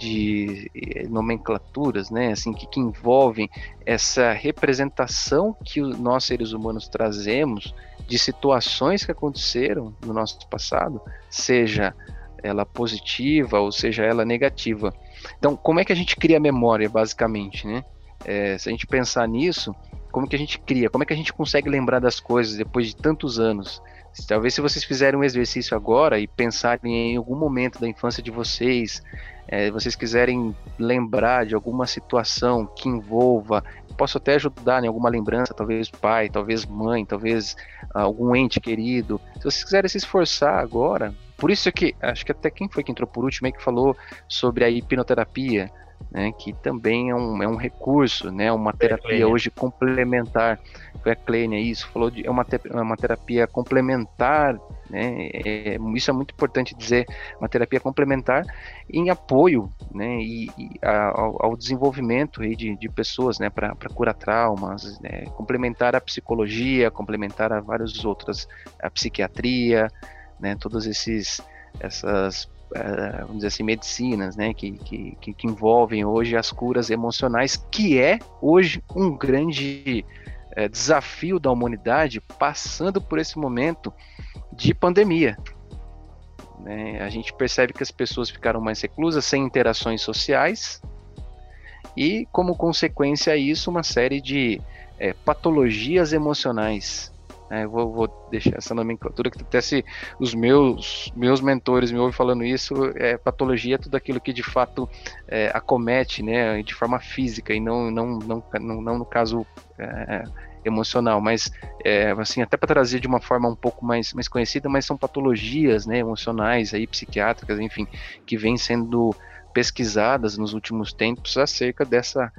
nomenclaturas, né, assim, que envolvem essa representação que nós seres humanos trazemos de situações que aconteceram no nosso passado, seja ela positiva ou seja ela negativa. Então, como é que a gente cria memória, basicamente, né? Se a gente pensar nisso, como que a gente cria? Como é que a gente consegue lembrar das coisas depois de tantos anos? Talvez se vocês fizerem um exercício agora e pensarem em algum momento da infância de vocês, vocês quiserem lembrar de alguma situação que envolva, posso até ajudar em alguma lembrança, talvez pai, talvez mãe, talvez algum ente querido. Se vocês quiserem se esforçar agora, por isso que, acho que até quem foi que entrou por último aí que falou sobre a hipnoterapia, né, que também é um recurso, né, uma terapia hoje complementar. Foi a Clênia, isso, falou de uma terapia complementar, né, isso é muito importante dizer, uma terapia complementar em apoio, né, ao desenvolvimento aí de pessoas, né, para curar traumas, né, complementar a psicologia, complementar a várias outras, a psiquiatria, né, todas essas vamos dizer assim, medicinas, né, que envolvem hoje as curas emocionais, que é hoje um grande desafio da humanidade, passando por esse momento de pandemia, né? A gente percebe que as pessoas ficaram mais reclusas, sem interações sociais, e como consequência a isso, uma série de patologias emocionais. Eu vou deixar essa nomenclatura, que até se os meus mentores me ouvem falando isso, patologia é tudo aquilo que de fato acomete, né, de forma física e não no caso emocional, mas assim, até para trazer de uma forma um pouco mais conhecida, mas são patologias, né, emocionais, aí, psiquiátricas, enfim, que vêm sendo pesquisadas nos últimos tempos acerca dessa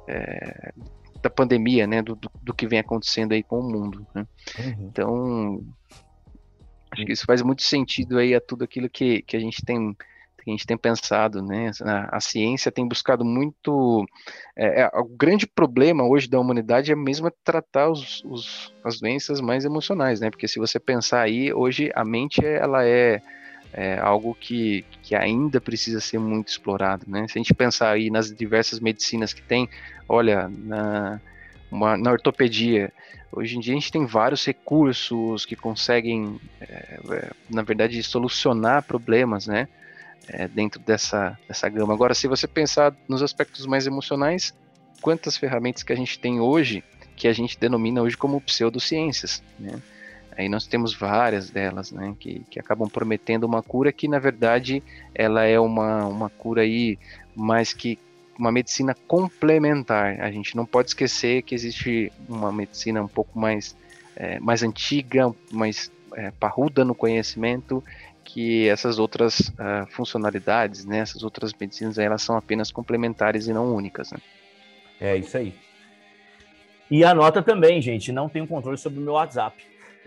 da pandemia, né, do que vem acontecendo aí com o mundo, né? Então, acho que isso faz muito sentido aí a tudo aquilo que a gente tem pensado, né? A ciência tem buscado muito. O grande problema hoje da humanidade é mesmo tratar as doenças mais emocionais, né? Porque se você pensar aí, hoje a mente ela é algo que ainda precisa ser muito explorado, né? Se a gente pensar aí nas diversas medicinas que tem, olha, na ortopedia, hoje em dia a gente tem vários recursos que conseguem, na verdade, solucionar problemas, né? Dentro dessa gama. Agora, se você pensar nos aspectos mais emocionais, quantas ferramentas que a gente tem hoje, que a gente denomina hoje como pseudociências, né? Aí nós temos várias delas, né, que acabam prometendo uma cura que, na verdade, ela é uma cura aí, mais que uma medicina complementar. A gente não pode esquecer que existe uma medicina um pouco mais antiga, mais parruda no conhecimento, que essas outras funcionalidades, né, essas outras medicinas, elas são apenas complementares e não únicas, né? É isso aí. E anota também, gente, não tenho controle sobre o meu WhatsApp.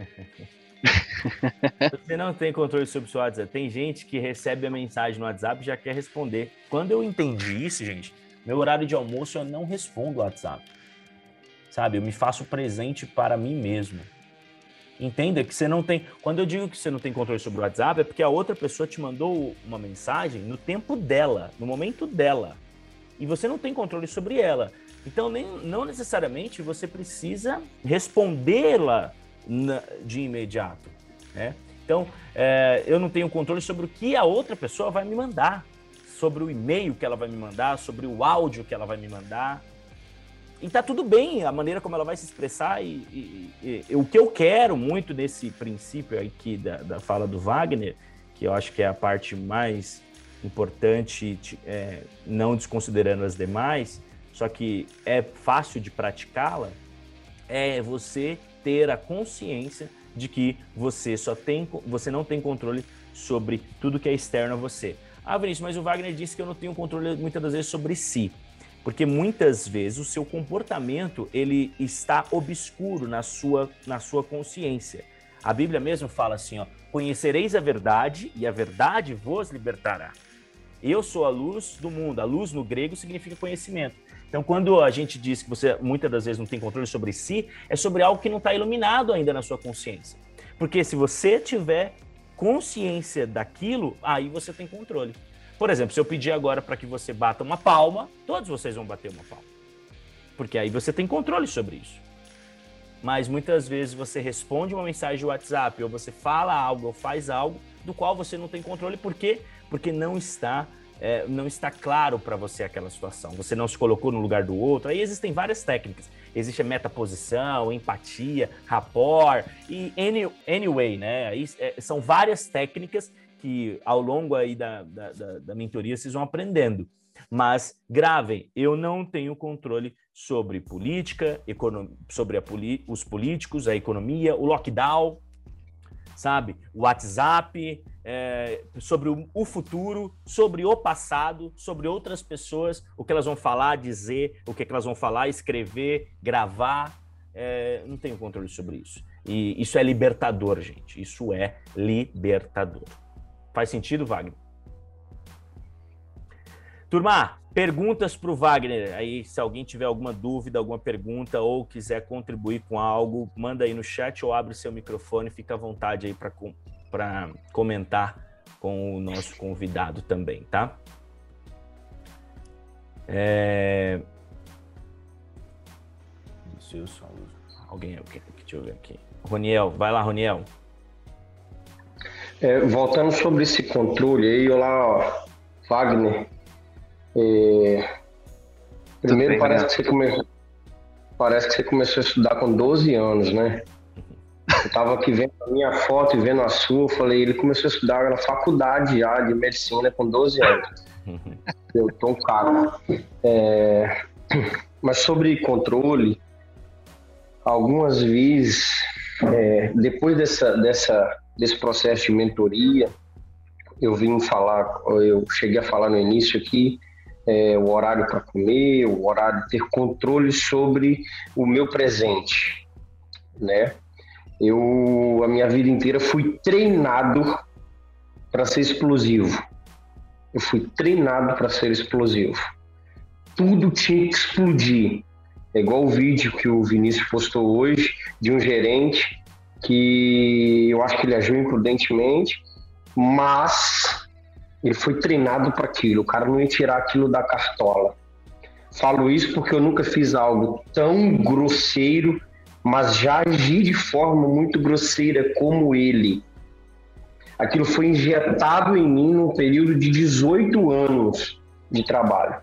Você não tem controle sobre o seu WhatsApp. Tem gente que recebe a mensagem no WhatsApp e já quer responder. Quando eu entendi isso, gente, meu horário de almoço eu não respondo o WhatsApp. Sabe? Eu me faço presente para mim mesmo. Entenda que você não tem... Quando eu digo que você não tem controle sobre o WhatsApp, é porque a outra pessoa te mandou uma mensagem no tempo dela, no momento dela. E você não tem controle sobre ela. Então, não necessariamente você precisa respondê-la de imediato, né? Então, eu não tenho controle sobre o que a outra pessoa vai me mandar, sobre o e-mail que ela vai me mandar, sobre o áudio que ela vai me mandar. E tá tudo bem a maneira como ela vai se expressar e o que eu quero muito nesse princípio aqui da fala do Wagner, que eu acho que é a parte mais importante, não desconsiderando as demais, só que é fácil de praticá-la, é você ter a consciência de que você não tem controle sobre tudo que é externo a você. Ah, Vinícius, mas o Wagner disse que eu não tenho controle muitas das vezes sobre si. Porque muitas vezes o seu comportamento ele está obscuro na sua consciência. A Bíblia mesmo fala assim, ó, conhecereis a verdade e a verdade vos libertará. Eu sou a luz do mundo. A luz no grego significa conhecimento. Então, quando a gente diz que você muitas das vezes não tem controle sobre si, é sobre algo que não está iluminado ainda na sua consciência. Porque se você tiver consciência daquilo, aí você tem controle. Por exemplo, se eu pedir agora para que você bata uma palma, todos vocês vão bater uma palma. Porque aí você tem controle sobre isso. Mas muitas vezes você responde uma mensagem de WhatsApp, ou você fala algo, ou faz algo, do qual você não tem controle. Por quê? Porque não está claro para você aquela situação. Você não se colocou no lugar do outro. Aí existem várias técnicas. Existe a metaposição, empatia, rapport e anyway, né? Aí, são várias técnicas que ao longo aí da mentoria vocês vão aprendendo. Mas gravem, eu não tenho controle sobre política, sobre os políticos, a economia, o lockdown, sabe? O WhatsApp, sobre o futuro, sobre o passado, sobre outras pessoas, o que elas vão falar, dizer, o que elas vão falar, escrever, gravar. Não tenho controle sobre isso. E isso é libertador, gente. Isso é libertador. Faz sentido, Wagner? Turma, perguntas para o Wagner. Aí, se alguém tiver alguma dúvida, alguma pergunta ou quiser contribuir com algo, manda aí no chat ou abre seu microfone. Fica à vontade aí para comentar com o nosso convidado também, tá? Alguém, deixa eu ver aqui. Roniel, vai lá, Roniel. Voltando sobre esse controle aí, olá, ó, Wagner. Primeiro, bem, parece que você começou a estudar com 12 anos, né? Eu estava aqui vendo a minha foto e vendo a sua, eu falei, ele começou a estudar na faculdade já de medicina com 12 anos. Eu tô um cara. Mas sobre controle, algumas vezes, depois desse processo de mentoria, eu cheguei a falar no início aqui, o horário para comer, o horário de ter controle sobre o meu presente, né? A minha vida inteira fui treinado para ser explosivo. Eu fui treinado para ser explosivo. Tudo tinha que explodir. É igual o vídeo que o Vinícius postou hoje de um gerente que eu acho que ele agiu imprudentemente, mas ele foi treinado para aquilo. O cara não ia tirar aquilo da cartola. Falo isso porque eu nunca fiz algo tão grosseiro, mas já agi de forma muito grosseira como ele. Aquilo foi injetado em mim num período de 18 anos de trabalho.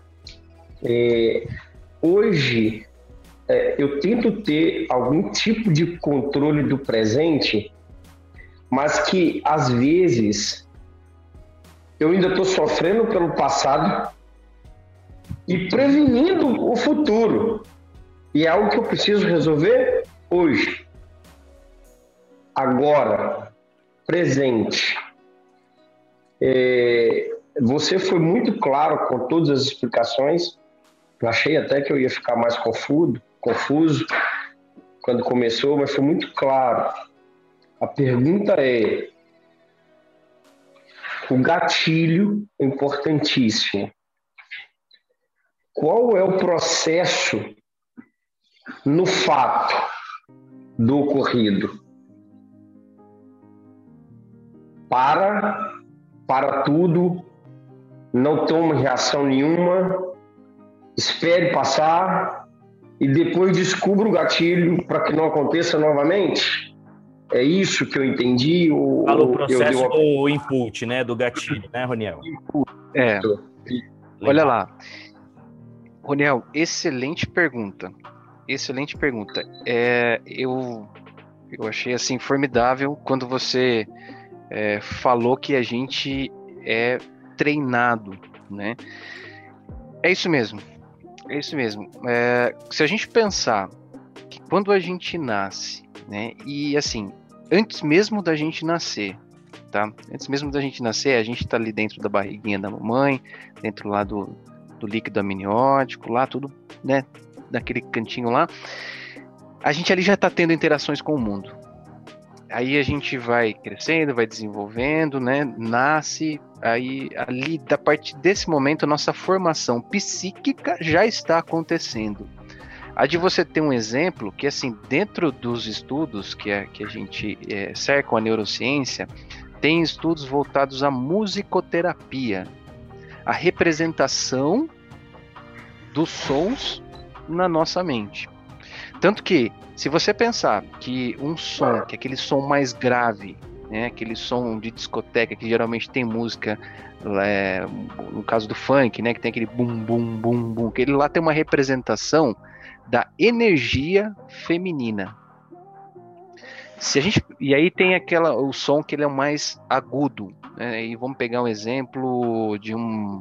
Hoje, eu tento ter algum tipo de controle do presente, mas que, às vezes, eu ainda estou sofrendo pelo passado e prevenindo o futuro. E é algo que eu preciso resolver hoje. Agora, presente. Você foi muito claro com todas as explicações. Eu achei até que eu ia ficar mais confuso quando começou, mas foi muito claro. A pergunta é: o gatilho é importantíssimo. Qual é o processo no fato do ocorrido? Para tudo, não tome reação nenhuma, espere passar e depois descubra o gatilho para que não aconteça novamente? É isso que eu entendi? Fala o processo do input, né? Do gatilho, né, Roniel? Olha lá. Roniel, excelente pergunta. Excelente pergunta. Eu achei assim formidável quando você falou que a gente é treinado, né? É isso mesmo. É isso mesmo. Se a gente pensar que quando a gente nasce, né? E assim, antes mesmo da gente nascer, tá? Antes mesmo da gente nascer, a gente está ali dentro da barriguinha da mamãe, dentro lá do líquido amniótico, lá tudo, né? Naquele cantinho lá. A gente ali já está tendo interações com o mundo. Aí a gente vai crescendo, vai desenvolvendo, né? Nasce, aí ali, a partir desse momento, a nossa formação psíquica já está acontecendo. Há de você ter um exemplo que, assim, dentro dos estudos que a gente cercam a neurociência, tem estudos voltados à musicoterapia, a representação dos sons na nossa mente. Tanto que, se você pensar que um som, que é aquele som mais grave, né, aquele som de discoteca que geralmente tem música, no caso do funk, né, que tem aquele bum, bum, bum, bum, que ele lá tem uma representação da energia feminina. E aí tem o som que ele é o mais agudo, né, e vamos pegar um exemplo de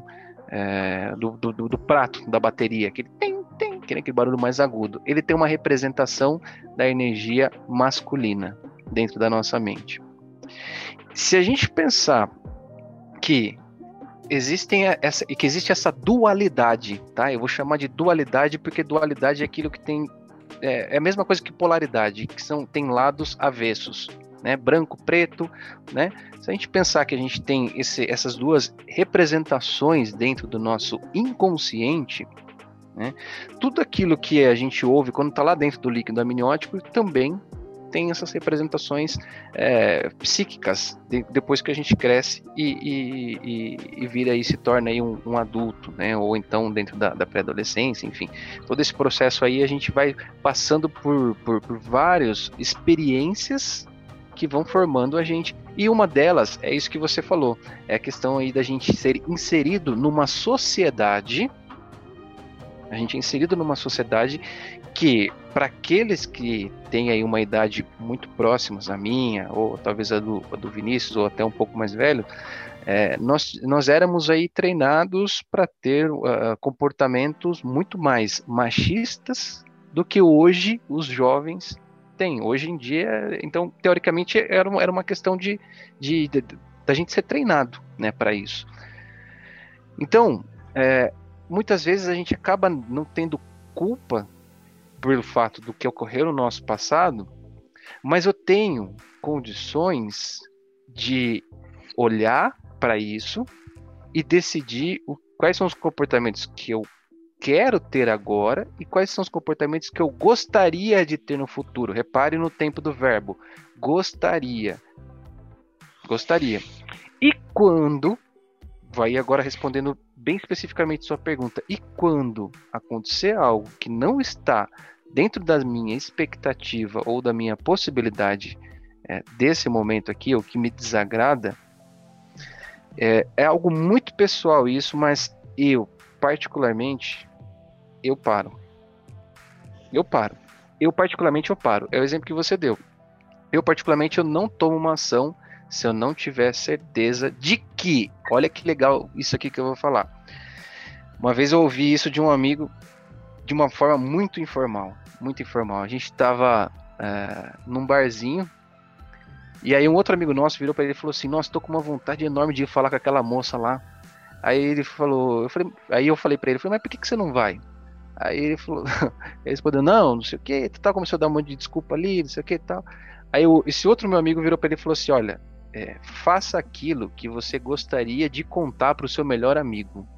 do prato da bateria, que ele tem aquele barulho mais agudo. Ele tem uma representação da energia masculina dentro da nossa mente. Se a gente pensar que existe essa dualidade, tá? Eu vou chamar de dualidade porque dualidade é aquilo que tem é a mesma coisa que polaridade, que tem lados avessos, né? Branco, preto, né? Se a gente pensar que a gente tem essas duas representações dentro do nosso inconsciente, né? Tudo aquilo que a gente ouve quando está lá dentro do líquido amniótico também tem essas representações psíquicas depois que a gente cresce e vira e se torna aí um adulto, né? Ou então dentro da pré-adolescência, enfim. Todo esse processo aí a gente vai passando por várias experiências que vão formando a gente. E uma delas é isso que você falou, é a questão aí da gente ser inserido numa sociedade. A gente é inserido numa sociedade que, para aqueles que têm aí uma idade muito próxima à minha, ou talvez a do Vinícius, ou até um pouco mais velho, nós éramos aí treinados para ter comportamentos muito mais machistas do que hoje os jovens têm. Hoje em dia, então, teoricamente, era uma questão da gente ser treinado, né, para isso. Então, muitas vezes a gente acaba não tendo culpa pelo fato do que ocorreu no nosso passado, mas eu tenho condições de olhar para isso e decidir quais são os comportamentos que eu quero ter agora e quais são os comportamentos que eu gostaria de ter no futuro. Repare no tempo do verbo, gostaria. E quando, vai agora respondendo bem especificamente sua pergunta, e quando acontecer algo que não está dentro da minha expectativa ou da minha possibilidade desse momento aqui, ou que me desagrada, é algo muito pessoal isso, mas eu, particularmente, eu paro. Eu paro. É o exemplo que você deu. Eu, particularmente, eu não tomo uma ação se eu não tiver certeza de que, olha que legal isso aqui que eu vou falar. Uma vez eu ouvi isso de um amigo de uma forma muito informal. A gente estava num barzinho e aí um outro amigo nosso virou para ele e falou assim: nossa, tô com uma vontade enorme de ir falar com aquela moça lá. Aí ele falou, aí eu falei para ele, mas por que você não vai? Aí ele falou, ele respondeu, não sei o que, tal, começou a dar um monte de desculpa ali, não sei o que e tal. Aí esse outro meu amigo virou para ele e falou assim: olha, faça aquilo que você gostaria de contar para o seu melhor amigo.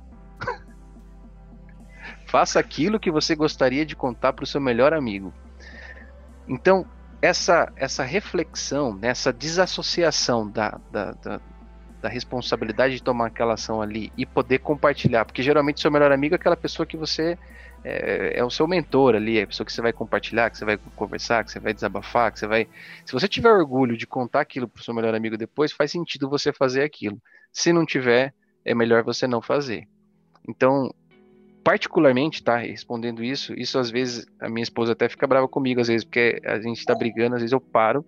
Faça aquilo que você gostaria de contar para o seu melhor amigo. Então, essa reflexão, essa desassociação da responsabilidade de tomar aquela ação ali e poder compartilhar, porque geralmente o seu melhor amigo é aquela pessoa que você é o seu mentor ali, é a pessoa que você vai compartilhar, que você vai conversar, que você vai desabafar, que você vai... Se você tiver orgulho de contar aquilo para o seu melhor amigo depois, faz sentido você fazer aquilo. Se não tiver, é melhor você não fazer. Então, particularmente, tá, respondendo isso às vezes a minha esposa até fica brava comigo, às vezes, porque a gente tá brigando, às vezes eu paro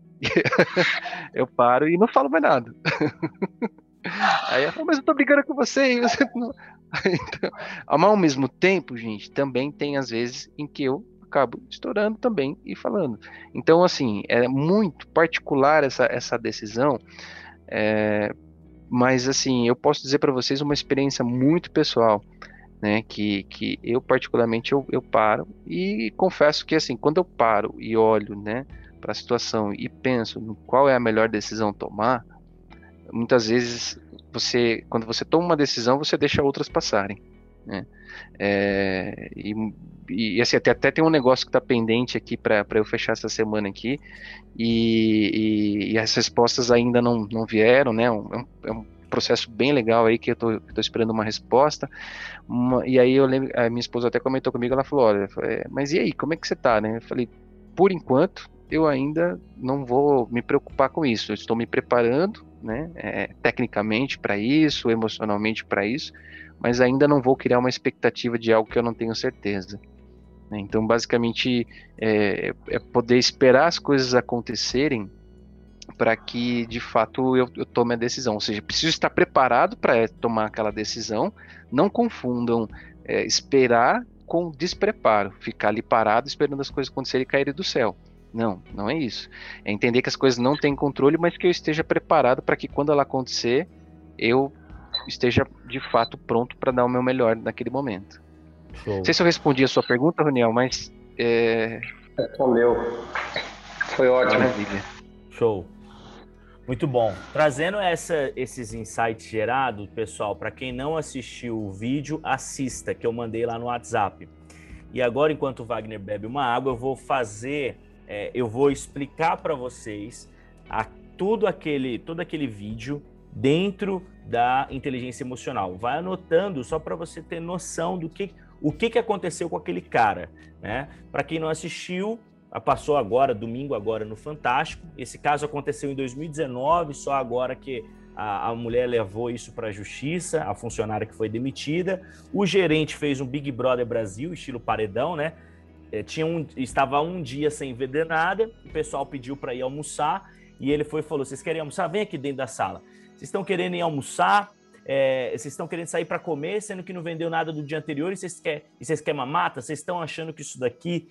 e não falo mais nada. Aí ela fala, mas eu tô brigando com você e você não... Então, mas ao mesmo tempo, gente, também tem às vezes em que eu acabo estourando também e falando. Então, assim, é muito particular essa decisão, mas, assim, eu posso dizer para vocês uma experiência muito pessoal, né, que eu particularmente eu paro e confesso que, assim, quando eu paro e olho, né, para a situação e penso no qual é a melhor decisão a tomar, muitas vezes quando você toma uma decisão, você deixa outras passarem, né? E assim, até tem um negócio que está pendente aqui para eu fechar essa semana aqui, e as respostas ainda não vieram, né? É um processo bem legal aí que eu tô esperando uma resposta. E aí eu lembro, a minha esposa até comentou comigo, ela falou, olha, mas e aí, como é que você tá, né? Eu falei, por enquanto, eu ainda não vou me preocupar com isso, eu estou me preparando, né, tecnicamente para isso, emocionalmente para isso, mas ainda não vou criar uma expectativa de algo que eu não tenho certeza. Então, basicamente, é poder esperar as coisas acontecerem para que, de fato, eu tome a decisão. Ou seja, preciso estar preparado para tomar aquela decisão. Não confundam esperar com despreparo, ficar ali parado esperando as coisas acontecerem e caírem do céu. Não é isso. É entender que as coisas não têm controle, mas que eu esteja preparado para que quando ela acontecer, eu esteja de fato pronto para dar o meu melhor naquele momento. Show. Não sei se eu respondi a sua pergunta, Roniel, mas... Respondeu. Foi ótimo. Maravilha. Show. Muito bom. Trazendo esses insights gerados, pessoal, para quem não assistiu o vídeo, assista, que eu mandei lá no WhatsApp. E agora, enquanto o Wagner bebe uma água, eu vou eu vou explicar para vocês todo aquele vídeo dentro da inteligência emocional. Vai anotando só para você ter noção do o que aconteceu com aquele cara, né? Para quem não assistiu, passou agora, domingo agora no Fantástico. Esse caso aconteceu em 2019, só agora que a mulher levou isso para a justiça, a funcionária que foi demitida. O gerente fez um Big Brother Brasil, estilo paredão, né? Estava um dia sem vender nada, o pessoal pediu para ir almoçar e ele falou, vocês querem almoçar? Vem aqui dentro da sala. Vocês estão querendo ir almoçar, vocês estão querendo sair para comer, sendo que não vendeu nada do dia anterior e vocês querem mamata? Vocês estão achando que isso daqui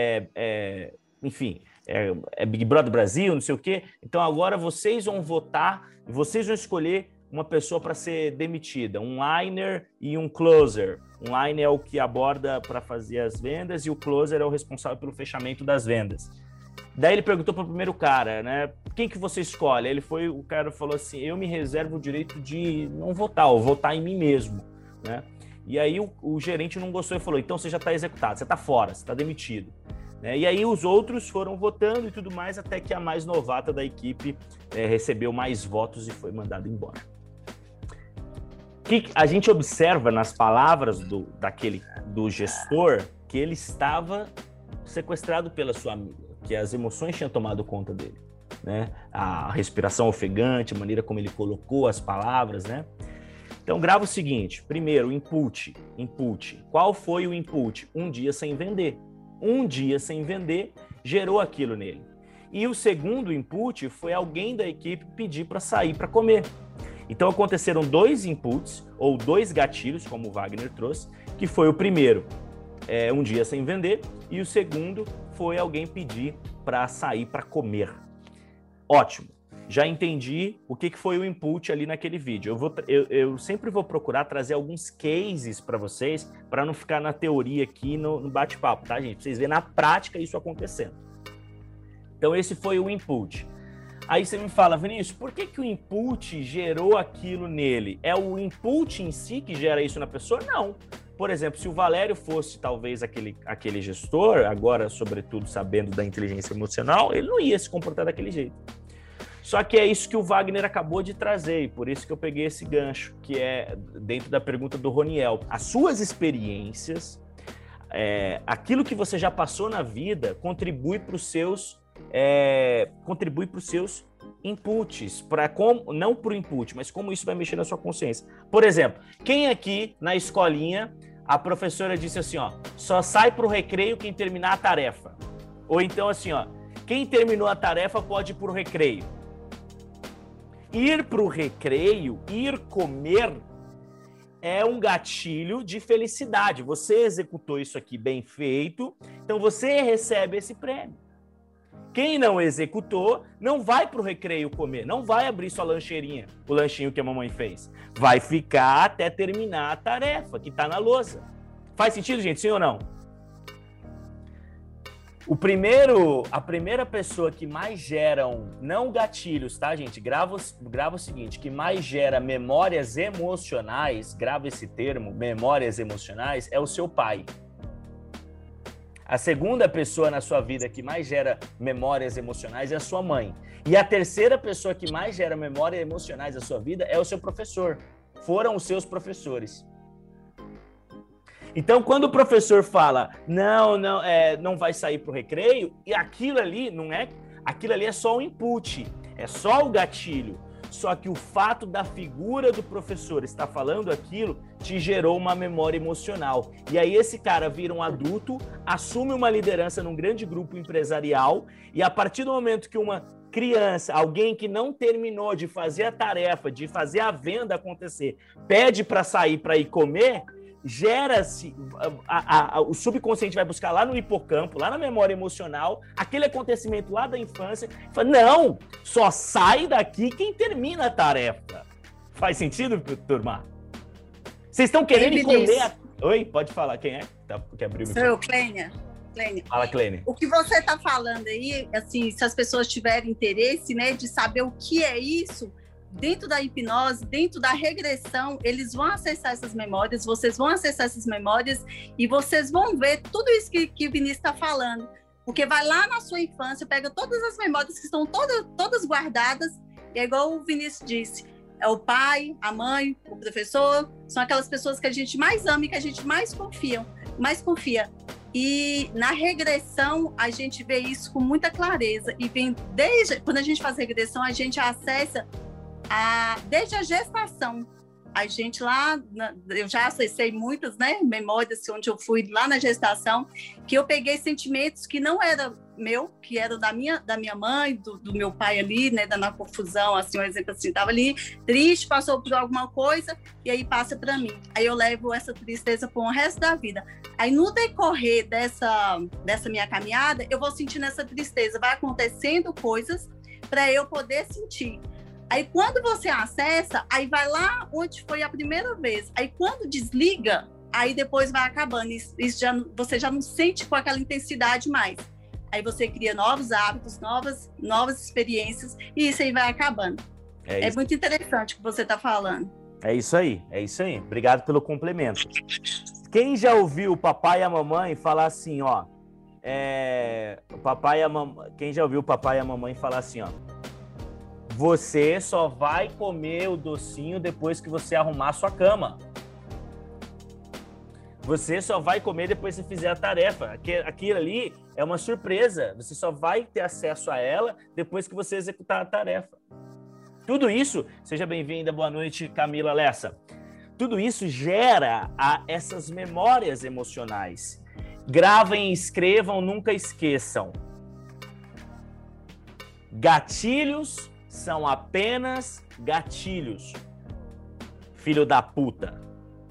enfim, é Big Brother Brasil, não sei o quê? Então agora vocês vão votar, vocês vão escolher uma pessoa para ser demitida, um liner e um closer. Um liner é o que aborda para fazer as vendas e o closer é o responsável pelo fechamento das vendas. Daí ele perguntou para o primeiro cara, né? Quem que você escolhe? O cara falou assim, eu me reservo o direito de não votar, ou votar em mim mesmo, né? E aí o gerente não gostou e falou, então você já está executado, você está fora, você está demitido. E aí os outros foram votando e tudo mais, até que a mais novata da equipe recebeu mais votos e foi mandada embora. Que a gente observa nas palavras do gestor que ele estava sequestrado pela sua amiga, que as emoções tinham tomado conta dele, né? A respiração ofegante, a maneira como ele colocou as palavras, né? Então grava o seguinte, primeiro, input. Qual foi o input? Um dia sem vender. Um dia sem vender gerou aquilo nele. E o segundo input foi alguém da equipe pedir para sair para comer. Então aconteceram 2 inputs, ou 2 gatilhos, como o Wagner trouxe, que foi o primeiro, um dia sem vender, e o segundo foi alguém pedir para sair para comer. Ótimo, já entendi o que foi o input ali naquele vídeo. Eu sempre vou procurar trazer alguns cases para vocês, para não ficar na teoria aqui no bate-papo, tá, gente? Pra vocês verem na prática isso acontecendo. Então esse foi o input. Aí você me fala, Vinícius, por que o input gerou aquilo nele? É o input em si que gera isso na pessoa? Não. Por exemplo, se o Valério fosse talvez aquele gestor, agora sobretudo sabendo da inteligência emocional, ele não ia se comportar daquele jeito. Só que é isso que o Wagner acabou de trazer, e por isso que eu peguei esse gancho, que é dentro da pergunta do Roniel. As suas experiências, aquilo que você já passou na vida, contribui para os seus inputs, não para o input, mas como isso vai mexer na sua consciência. Por exemplo, quem aqui na escolinha, a professora disse assim, ó, só sai para o recreio quem terminar a tarefa. Ou então assim, ó, quem terminou a tarefa pode ir para o recreio. Ir para o recreio, ir comer, é um gatilho de felicidade. Você executou isso aqui bem feito, então você recebe esse prêmio. Quem não executou, não vai para o recreio comer, não vai abrir sua lancheirinha, o lanchinho que a mamãe fez. Vai ficar até terminar a tarefa que está na lousa. Faz sentido, gente? Sim ou não? A primeira pessoa que mais geram, não gatilhos, tá, gente? Grava o seguinte, que mais gera memórias emocionais, grava esse termo, memórias emocionais, é o seu pai. A segunda pessoa na sua vida que mais gera memórias emocionais é a sua mãe. E a terceira pessoa que mais gera memórias emocionais na sua vida é o seu professor. Foram os seus professores. Então, quando o professor fala, não vai sair para o recreio, e aquilo ali é só um input, é só o gatilho. Só que o fato da figura do professor estar falando aquilo te gerou uma memória emocional. E aí esse cara vira um adulto, assume uma liderança num grande grupo empresarial, e a partir do momento que uma criança, alguém que não terminou de fazer a tarefa, de fazer a venda acontecer, pede para sair para ir comer, gera-se, o subconsciente vai buscar lá no hipocampo, lá na memória emocional, aquele acontecimento lá da infância, e fala, não, só sai daqui quem termina a tarefa. Faz sentido, turma? Vocês estão querendo comer... Oi, pode falar, quem é? Que abriu o microfone. Sou eu, Clênia. Fala, Clênia. O que você está falando aí, assim, se as pessoas tiverem interesse, né, de saber o que é isso, dentro da hipnose, dentro da regressão, eles vão acessar essas memórias, vocês vão acessar essas memórias e vocês vão ver tudo isso que o Vinícius está falando. Porque vai lá na sua infância, pega todas as memórias que estão todas guardadas, e é igual o Vinícius disse, é o pai, a mãe, o professor, são aquelas pessoas que a gente mais ama e que a gente mais confia. E na regressão, a gente vê isso com muita clareza. E vem quando a gente faz regressão, a gente acessa desde a gestação. A gente lá, eu já acessei muitas, né, memórias onde eu fui lá na gestação, que eu peguei sentimentos que não era meu, que era da minha mãe, do meu pai ali, né, na confusão, assim, um exemplo assim, estava ali triste, passou por alguma coisa e aí passa para mim. Aí eu levo essa tristeza por o resto da vida. Aí no decorrer dessa minha caminhada, eu vou sentindo essa tristeza, vai acontecendo coisas para eu poder sentir. Aí quando você acessa, aí vai lá onde foi a primeira vez. Aí quando desliga, aí depois vai acabando. Isso você já não sente com aquela intensidade mais. Aí você cria novos hábitos, novas experiências, e isso aí vai acabando. É muito interessante o que você está falando. É isso aí. Obrigado pelo complemento. Quem já ouviu o papai e a mamãe falar assim, ó? Quem já ouviu o papai e a mamãe falar assim, ó? Você só vai comer o docinho depois que você arrumar a sua cama. Você só vai comer depois que você fizer a tarefa. Aquilo ali é uma surpresa. Você só vai ter acesso a ela depois que você executar a tarefa. Tudo isso, seja bem-vinda, boa noite, Camila Lessa. Tudo isso gera essas memórias emocionais. Gravem, escrevam, nunca esqueçam. Gatilhos são apenas gatilhos. Filho da puta.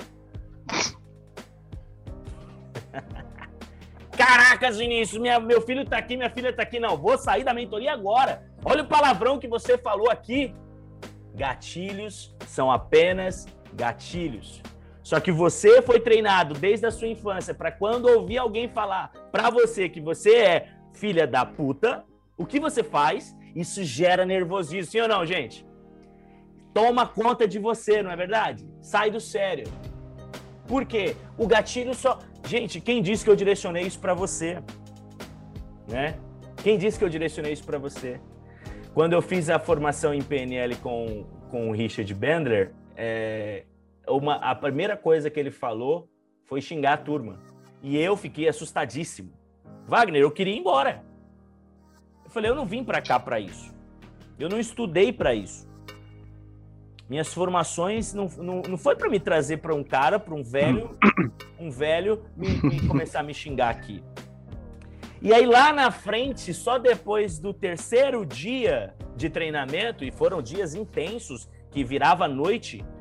Caracas, Vinícius, meu filho tá aqui, minha filha tá aqui. Não, vou sair da mentoria agora. Olha o palavrão que você falou aqui. Gatilhos são apenas gatilhos. Só que você foi treinado desde a sua infância para quando ouvir alguém falar para você que você é filha da puta, o que você faz? Isso gera nervosismo, sim ou não, gente? Toma conta de você, não é verdade? Sai do sério. Por quê? O gatilho só... Gente, quem disse que eu direcionei isso para você? Né? Quem disse que eu direcionei isso para você? Quando eu fiz a formação em PNL com o Richard Bandler, a primeira coisa que ele falou foi xingar a turma. E eu fiquei assustadíssimo. Wagner, eu queria ir embora. Eu falei, eu não vim para cá para isso. Eu não estudei para isso. Minhas formações não foi para me trazer para um cara, para um velho me começar a me xingar aqui. E aí lá na frente, só depois do terceiro dia de treinamento, e foram dias intensos, que virava noite,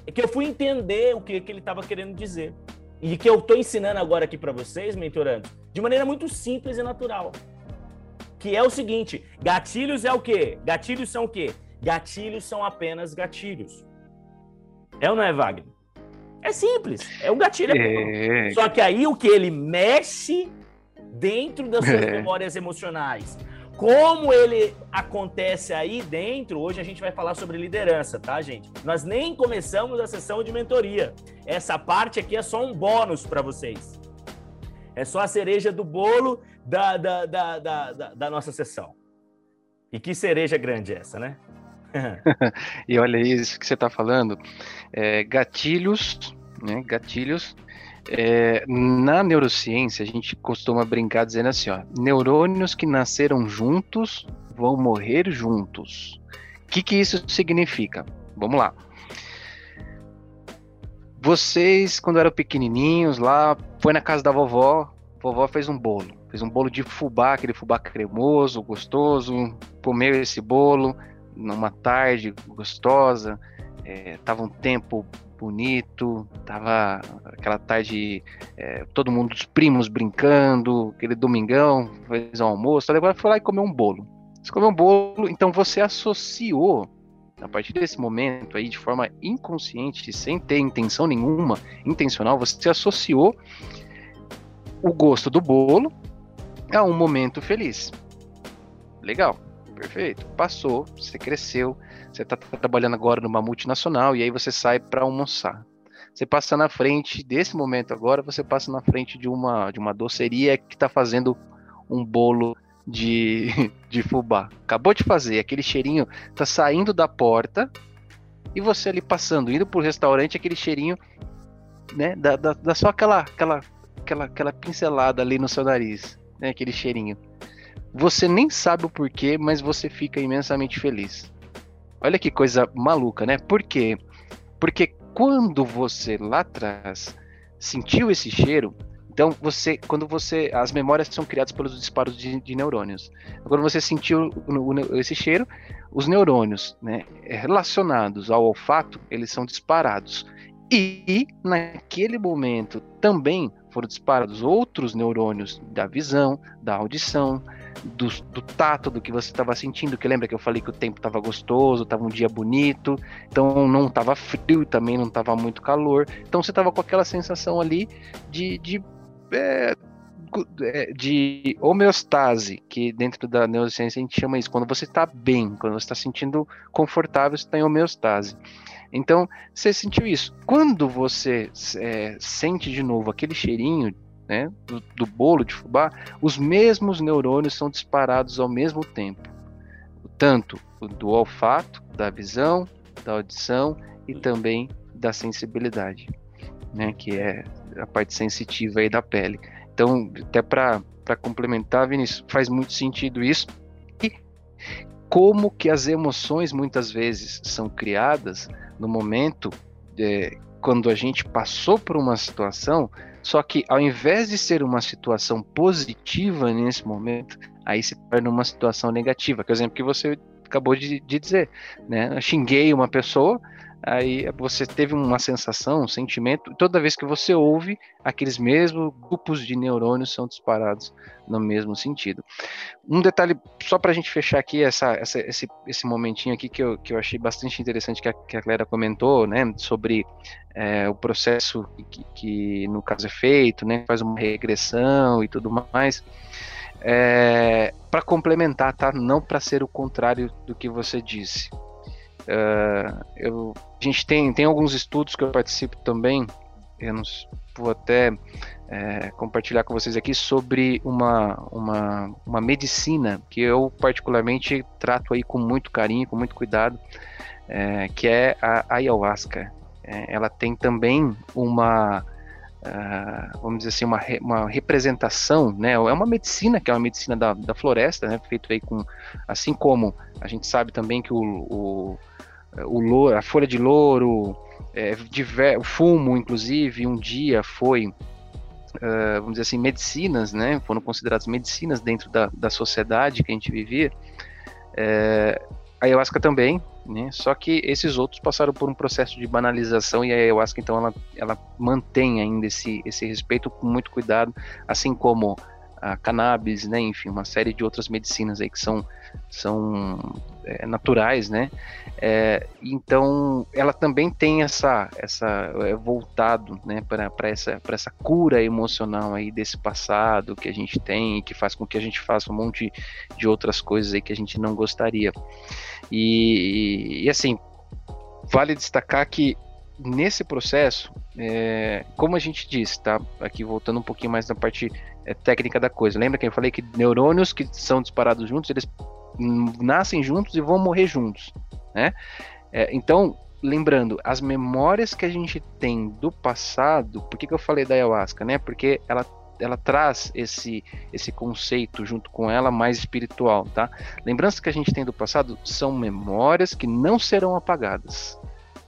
é que eu fui entender o que ele estava querendo dizer. E que eu estou ensinando agora aqui para vocês, mentorandos, de maneira muito simples e natural. Que é o seguinte, gatilhos é o quê? Gatilhos são o quê? Gatilhos são apenas gatilhos. É ou não é, Wagner? É simples, é um gatilho. Só que aí o que ele mexe dentro das suas memórias emocionais. Como ele acontece aí dentro, hoje a gente vai falar sobre liderança, tá, gente? Nós nem começamos a sessão de mentoria. Essa parte aqui é só um bônus para vocês. É só a cereja do bolo da nossa sessão. E que cereja grande essa, né? E olha isso que você está falando. Gatilhos, né? Gatilhos. Na neurociência, a gente costuma brincar dizendo assim, ó, neurônios que nasceram juntos vão morrer juntos. O que isso significa? Vamos lá. Vocês, quando eram pequenininhos lá, foi na casa da vovó fez um bolo de fubá, aquele fubá cremoso, gostoso, comeu esse bolo numa tarde gostosa, tava um tempo bonito, tava aquela tarde, todo mundo, os primos brincando, aquele domingão, fez um almoço, agora foi lá e comeu um bolo. Você comeu um bolo, então você associou, a partir desse momento aí, de forma inconsciente, sem ter intenção nenhuma, intencional, você associou o gosto do bolo a um momento feliz. Legal, perfeito. Passou, você cresceu, você está trabalhando agora numa multinacional e aí você sai para almoçar. Você passa na frente desse momento agora, você passa na frente de uma doceria que está fazendo um bolo de fubá. Acabou de fazer, aquele cheirinho tá saindo da porta e você ali passando, indo pro restaurante, aquele cheirinho, né, dá só aquela pincelada ali no seu nariz, né, aquele cheirinho. Você nem sabe o porquê, mas você fica imensamente feliz. Olha que coisa maluca, né? Por quê? Porque quando você lá atrás sentiu esse cheiro, então as memórias são criadas pelos disparos de neurônios. Quando você sentiu esse cheiro, os neurônios, né, relacionados ao olfato, eles são disparados. E naquele momento também foram disparados outros neurônios da visão, da audição, do tato, do que você estava sentindo, que lembra que eu falei que o tempo estava gostoso, estava um dia bonito, então não estava frio, também não estava muito calor, então você estava com aquela sensação ali de homeostase, que dentro da neurociência a gente chama isso, quando você está bem, quando você está sentindo confortável, você está em homeostase. Então, você sentiu isso. Quando você sente de novo aquele cheirinho, né, do bolo de fubá, os mesmos neurônios são disparados ao mesmo tempo. Tanto do olfato, da visão, da audição e também da sensibilidade, né, que é a parte sensitiva aí da pele. Então, até para complementar, Vinícius, faz muito sentido isso. E como que as emoções muitas vezes são criadas no momento quando a gente passou por uma situação, só que ao invés de ser uma situação positiva nesse momento, aí se torna uma situação negativa, que é o exemplo que você acabou de dizer, né? Eu xinguei uma pessoa, aí você teve uma sensação, um sentimento, toda vez que você ouve, aqueles mesmos grupos de neurônios são disparados no mesmo sentido. Um detalhe, só para a gente fechar aqui esse momentinho aqui que eu achei bastante interessante, que a Clara comentou, né, sobre o processo que no caso é feito, né, faz uma regressão e tudo mais, para complementar, tá? Não para ser o contrário do que você disse. A gente tem alguns estudos que eu participo também, eu não vou até compartilhar com vocês aqui sobre uma medicina que eu particularmente trato aí com muito carinho, com muito cuidado, que é a ayahuasca. Ela tem também vamos dizer assim, uma representação, né? É uma medicina que é uma medicina da floresta, né? Feito aí assim como a gente sabe também que o louro, a folha de louro, o fumo, inclusive, um dia foi, vamos dizer assim, medicinas, né? Foram consideradas medicinas dentro da sociedade que a gente vivia. A ayahuasca também, né? Só que esses outros passaram por um processo de banalização e a ayahuasca, então, ela mantém ainda esse respeito com muito cuidado, assim como a cannabis, né? Enfim, uma série de outras medicinas aí que são naturais, né? Então, ela também tem essa voltado, né, para essa cura emocional aí desse passado que a gente tem e que faz com que a gente faça um monte de outras coisas aí que a gente não gostaria. E assim, vale destacar que nesse processo, como a gente disse, tá? Aqui voltando um pouquinho mais na parte técnica da coisa. Lembra que eu falei que neurônios que são disparados juntos, eles nascem juntos e vão morrer juntos, né? Então, lembrando, as memórias que a gente tem do passado, por que eu falei da ayahuasca, né? Porque ela traz esse conceito junto com ela mais espiritual, tá? Lembranças que a gente tem do passado são memórias que não serão apagadas.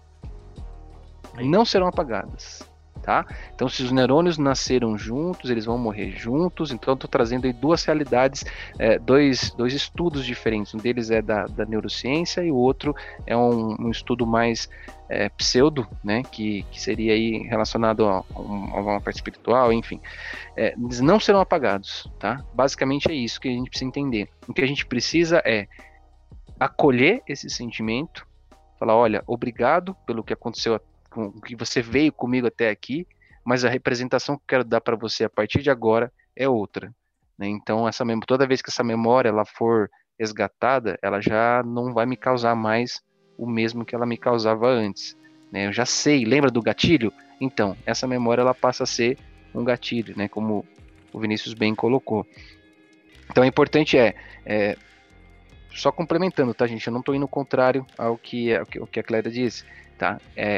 Não serão apagadas, tá? Então, se os neurônios nasceram juntos, eles vão morrer juntos. Então, eu estou trazendo aí duas realidades, dois estudos diferentes. Um deles é da neurociência e o outro é um estudo mais pseudo, né? Que seria aí relacionado a uma parte espiritual, enfim. Eles não serão apagados, tá? Basicamente é isso que a gente precisa entender. O que a gente precisa é acolher esse sentimento, falar, olha, obrigado pelo que aconteceu, com que você veio comigo até aqui, mas a representação que eu quero dar para você a partir de agora é outra, né? Então, toda vez que essa memória ela for resgatada, ela já não vai me causar mais o mesmo que ela me causava antes, né? Eu já sei, lembra do gatilho? Então, essa memória ela passa a ser um gatilho, né? Como o Vinícius bem colocou. Então, o importante só complementando, tá, gente? Eu não estou indo contrário ao que a Clélia disse, tá?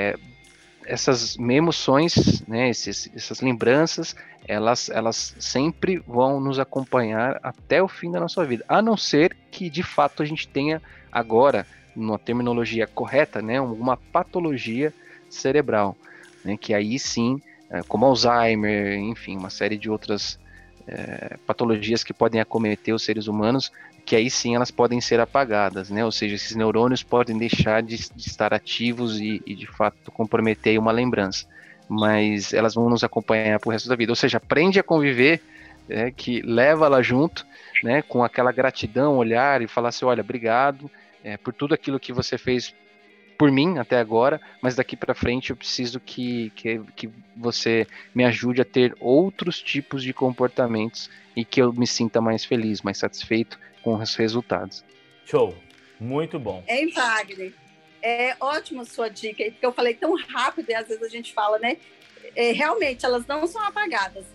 Essas emoções, né, essas lembranças, elas sempre vão nos acompanhar até o fim da nossa vida, a não ser que de fato a gente tenha agora, numa terminologia correta, né, uma patologia cerebral, né, que aí sim, como Alzheimer, enfim, uma série de outras patologias que podem acometer os seres humanos, que aí sim elas podem ser apagadas, né? Ou seja, esses neurônios podem deixar de estar ativos e de fato comprometer uma lembrança, mas elas vão nos acompanhar pro resto da vida. Ou seja, aprende a conviver, que leva ela junto, né? Com aquela gratidão, olhar e falar assim, olha, obrigado por tudo aquilo que você fez por mim até agora, mas daqui para frente eu preciso que você me ajude a ter outros tipos de comportamentos e que eu me sinta mais feliz, mais satisfeito com os resultados. Show, muito bom. Hein, Wagner? É ótima sua dica aí, porque eu falei tão rápido e às vezes a gente fala, né? Realmente, elas não são apagadas.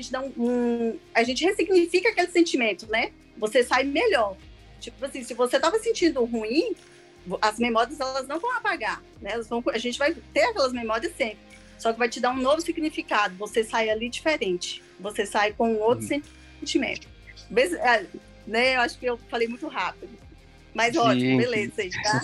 A gente ressignifica aquele sentimento, né? Você sai melhor. Tipo assim, se você estava sentindo ruim, as memórias elas não vão apagar, né? A gente vai ter aquelas memórias sempre, só que vai te dar um novo significado. Você sai ali diferente, você sai com um outro sentimento. Né? Eu acho que eu falei muito rápido, mas ótimo, beleza aí, tá?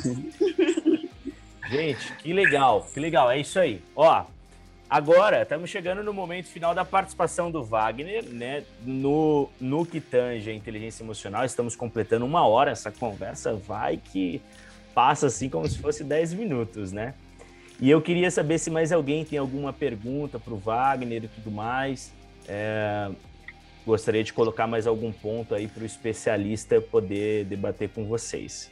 Gente, que legal, é isso aí. Ó, agora estamos chegando no momento final da participação do Wagner, né? No que tange a inteligência emocional, estamos completando 1 hora, essa conversa vai que passa assim como se fosse 10 minutos, né? E eu queria saber se mais alguém tem alguma pergunta para o Wagner e tudo mais. Gostaria de colocar mais algum ponto aí para o especialista poder debater com vocês.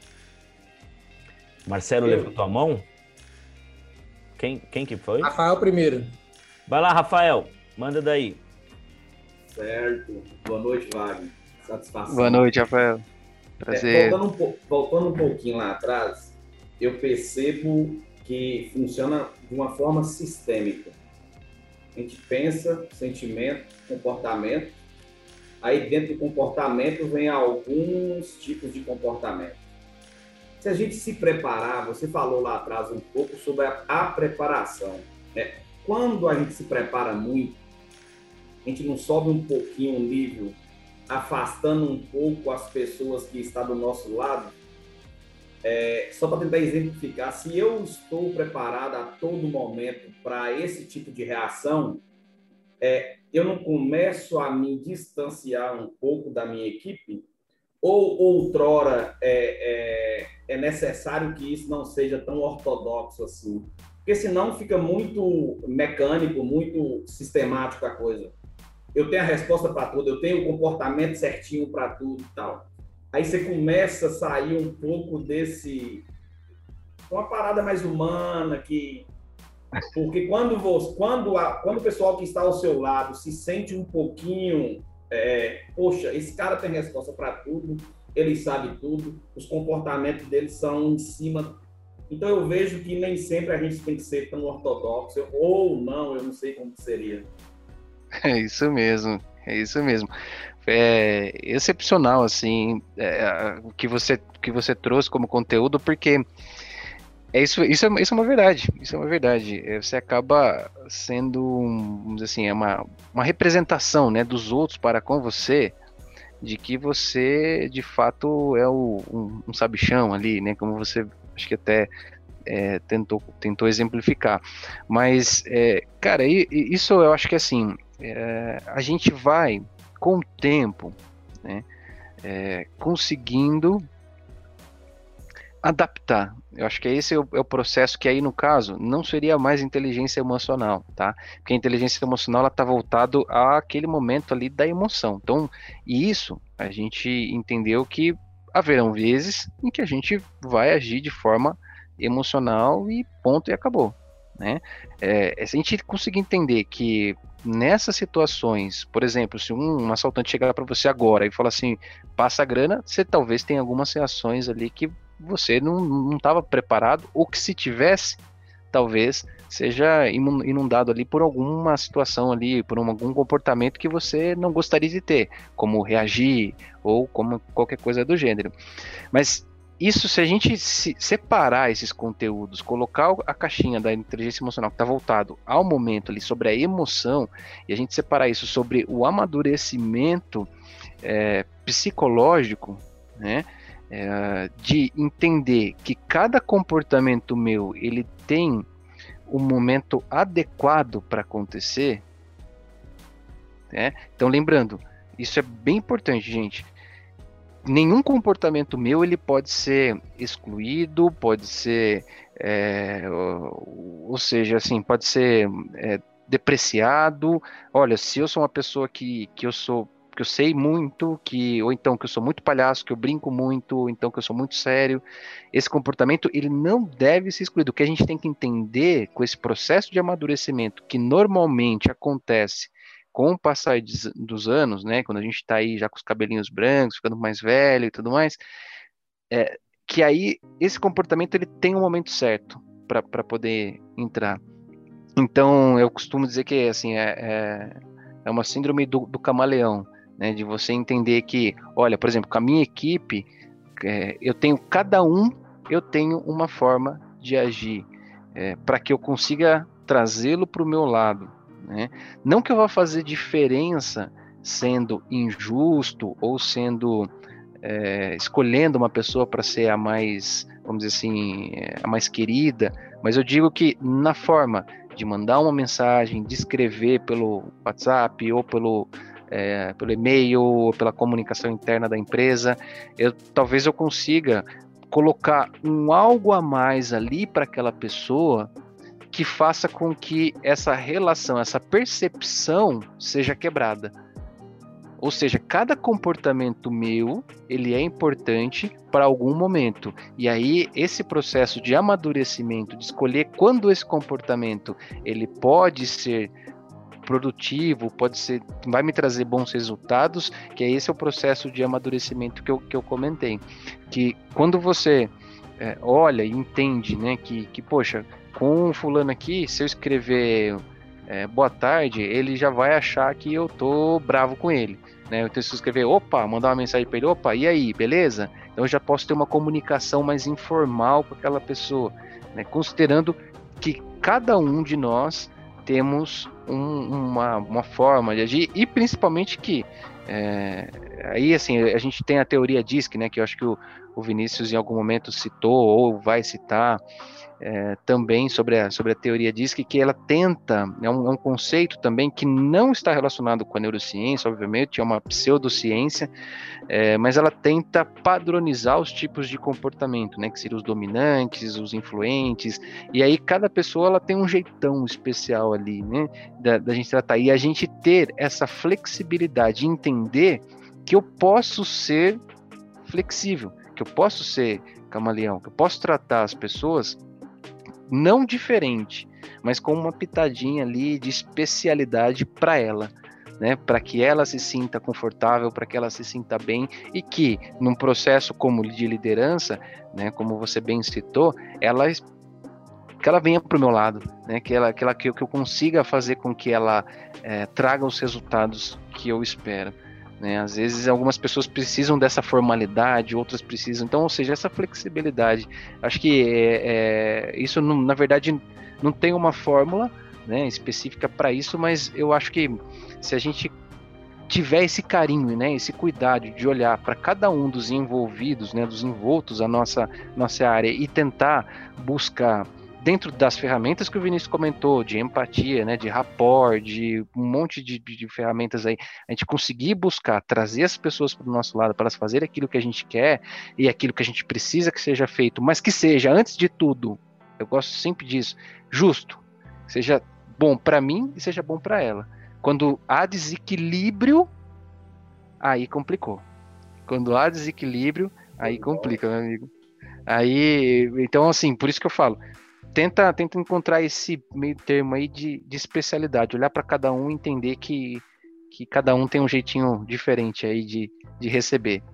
Marcelo levantou a mão? Quem que foi? Rafael primeiro. Vai lá, Rafael. Manda daí. Certo. Boa noite, Wagner. Satisfação. Boa noite, Rafael. Prazer. Voltando um pouquinho lá atrás, eu percebo que funciona de uma forma sistêmica. A gente pensa, sentimento, comportamento. Aí dentro do comportamento vem alguns tipos de comportamento. Se a gente se preparar, você falou lá atrás um pouco sobre a preparação. Quando a gente se prepara muito, a gente não sobe um pouquinho o nível, afastando um pouco as pessoas que estão do nosso lado, só para tentar exemplificar, se eu estou preparado a todo momento para esse tipo de reação, eu não começo a me distanciar um pouco da minha equipe, ou outrora é necessário que isso não seja tão ortodoxo assim? Porque senão fica muito mecânico, muito sistemático a coisa. Eu tenho a resposta para tudo, eu tenho o comportamento certinho para tudo e tal. Aí você começa a sair um pouco desse... uma parada mais humana, porque quando o pessoal que está ao seu lado se sente um pouquinho... poxa, esse cara tem resposta para tudo, ele sabe tudo, os comportamentos dele são em cima. Então eu vejo que nem sempre a gente tem que ser tão ortodoxo, ou não, eu não sei como seria. É isso mesmo, é isso mesmo. É excepcional, assim, o que você trouxe como conteúdo, porque isso é uma verdade, isso é uma verdade. Você acaba sendo, vamos dizer assim, uma representação, né, dos outros para com você, de que você, de fato, é um sabichão ali, né, como você, acho que até tentou exemplificar. Mas, cara, isso eu acho que, assim, a gente vai, com o tempo, né, conseguindo adaptar. Eu acho que esse é o processo que aí, no caso, não seria mais inteligência emocional, tá? Porque a inteligência emocional, ela tá voltado àquele momento ali da emoção. Então, e isso, a gente entendeu que haverão vezes em que a gente vai agir de forma emocional e ponto, e acabou, né? Se a gente conseguir entender que nessas situações, por exemplo, se um assaltante chegar para você agora e falar assim, passa a grana, você talvez tenha algumas reações ali que você não estava preparado, ou que se tivesse, talvez seja inundado ali por alguma situação ali, por algum comportamento que você não gostaria de ter, como reagir, ou como qualquer coisa do gênero. Mas isso, se a gente separar esses conteúdos, colocar a caixinha da inteligência emocional que está voltado ao momento ali sobre a emoção, e a gente separar isso sobre o amadurecimento psicológico, né? De entender que cada comportamento meu, ele tem um momento adequado para acontecer, né? Então, lembrando, isso é bem importante, gente. Nenhum comportamento meu, ele pode ser excluído, pode ser, ou seja, assim, pode ser depreciado. Olha, se eu sou uma pessoa que eu sei muito, ou então que eu sou muito palhaço, que eu brinco muito, ou então que eu sou muito sério, esse comportamento, ele não deve ser excluído. O que a gente tem que entender com esse processo de amadurecimento, que normalmente acontece com o passar dos anos, né, quando a gente está aí já com os cabelinhos brancos, ficando mais velho e tudo mais, que aí esse comportamento, ele tem um momento certo para poder entrar. Então, eu costumo dizer que assim, é uma síndrome do camaleão, né, de você entender que, olha, por exemplo, com a minha equipe, cada um eu tenho uma forma de agir, para que eu consiga trazê-lo para o meu lado, né? Não que eu vá fazer diferença sendo injusto ou sendo escolhendo uma pessoa para ser a mais, vamos dizer assim, a mais querida, mas eu digo que na forma de mandar uma mensagem, de escrever pelo WhatsApp ou pelo e-mail, ou pela comunicação interna da empresa, talvez eu consiga colocar algo a mais ali para aquela pessoa que faça com que essa relação, essa percepção seja quebrada. Ou seja, cada comportamento meu, ele é importante para algum momento. E aí, esse processo de amadurecimento, de escolher quando esse comportamento ele pode ser produtivo, vai me trazer bons resultados, que esse é o processo de amadurecimento que eu comentei. Que quando você olha e entende, né, que poxa, com o fulano aqui, se eu escrever boa tarde, ele já vai achar que eu tô bravo com ele, né? Então, se eu escrever, mandar uma mensagem para ele, e aí, beleza? Então eu já posso ter uma comunicação mais informal com aquela pessoa, né? Considerando que cada um de nós temos uma forma de agir, e principalmente que aí assim, a gente tem a teoria DISC, né, que eu acho que o Vinícius em algum momento citou ou vai citar também sobre a teoria DISC, que ela tenta, é um conceito também que não está relacionado com a neurociência, obviamente, é uma pseudociência, mas ela tenta padronizar os tipos de comportamento, né, que seriam os dominantes, os influentes, e aí cada pessoa ela tem um jeitão especial ali, né, da gente tratar, e a gente ter essa flexibilidade, entender que eu posso ser flexível, que eu posso ser camaleão, que eu posso tratar as pessoas não diferente, mas com uma pitadinha ali de especialidade para ela, né, para que ela se sinta confortável, para que ela se sinta bem, e que num processo como de liderança, né, como você bem citou, que ela venha para o meu lado, né, que eu consiga fazer com que ela traga os resultados que eu espero. Né? Às vezes algumas pessoas precisam dessa formalidade, outras precisam, então, ou seja, essa flexibilidade, acho que isso na verdade não tem uma fórmula, né, específica para isso, mas eu acho que se a gente tiver esse carinho, né, esse cuidado de olhar para cada um dos envolvidos, né, dos envoltos à nossa área, e tentar buscar dentro das ferramentas que o Vinícius comentou, de empatia, né, de rapport, de um monte de ferramentas aí, a gente conseguir buscar, trazer as pessoas para o nosso lado, para elas fazerem aquilo que a gente quer e aquilo que a gente precisa que seja feito, mas que seja, antes de tudo, eu gosto sempre disso, justo, seja bom para mim e seja bom para ela. Quando há desequilíbrio, aí complicou. Quando há desequilíbrio, aí complica, meu amigo. Aí, então, assim, por isso que eu falo, tenta encontrar esse meio termo aí de especialidade, olhar para cada um e entender que cada um tem um jeitinho diferente aí de receber.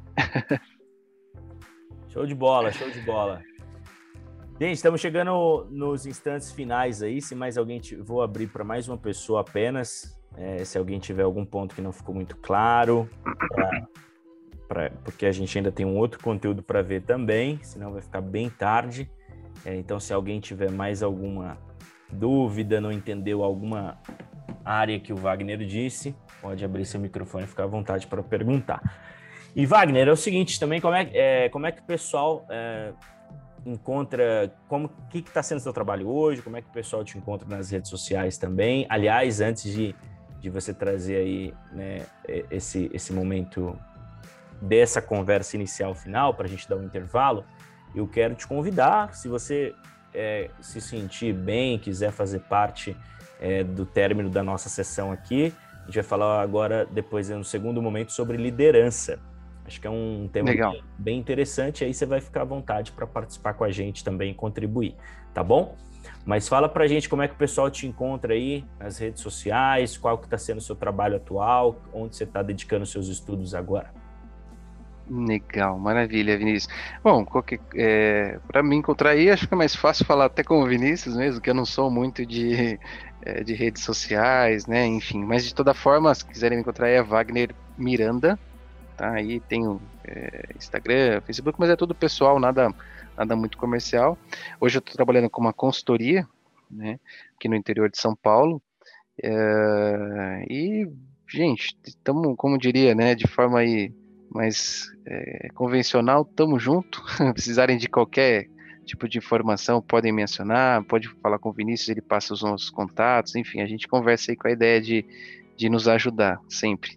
Show de bola, show de bola. Gente, estamos chegando nos instantes finais aí, se mais alguém... Vou abrir para mais uma pessoa apenas, se alguém tiver algum ponto que não ficou muito claro, porque a gente ainda tem um outro conteúdo para ver também, senão vai ficar bem tarde. Então, se alguém tiver mais alguma dúvida, não entendeu alguma área que o Wagner disse, pode abrir seu microfone e ficar à vontade para perguntar. E, Wagner, é o seguinte também, como é que o pessoal encontra, o que está sendo o seu trabalho hoje, como é que o pessoal te encontra nas redes sociais também? Aliás, antes de você trazer aí, né, esse momento dessa conversa inicial final, para a gente dar um intervalo, eu quero te convidar, se você se sentir bem, quiser fazer parte do término da nossa sessão aqui, a gente vai falar agora, depois, no segundo momento, sobre liderança. Acho que é um tema bem interessante, aí você vai ficar à vontade para participar com a gente também e contribuir, tá bom? Mas fala pra gente como é que o pessoal te encontra aí nas redes sociais, qual que está sendo o seu trabalho atual, onde você está dedicando seus estudos agora. Legal, maravilha, Vinícius. Bom, para me encontrar aí, acho que é mais fácil falar até com o Vinícius mesmo, que eu não sou muito de redes sociais, né, enfim, mas de toda forma, se quiserem me encontrar é Wagner Miranda, tá, aí tenho Instagram, Facebook, mas é tudo pessoal, nada muito comercial. Hoje eu estou trabalhando com uma consultoria, né, aqui no interior de São Paulo, e, gente, estamos, como diria, né, de forma aí mais convencional, estamos junto. Precisarem de qualquer tipo de informação, podem mencionar, pode falar com o Vinícius, ele passa os nossos contatos, enfim, a gente conversa aí com a ideia de nos ajudar sempre.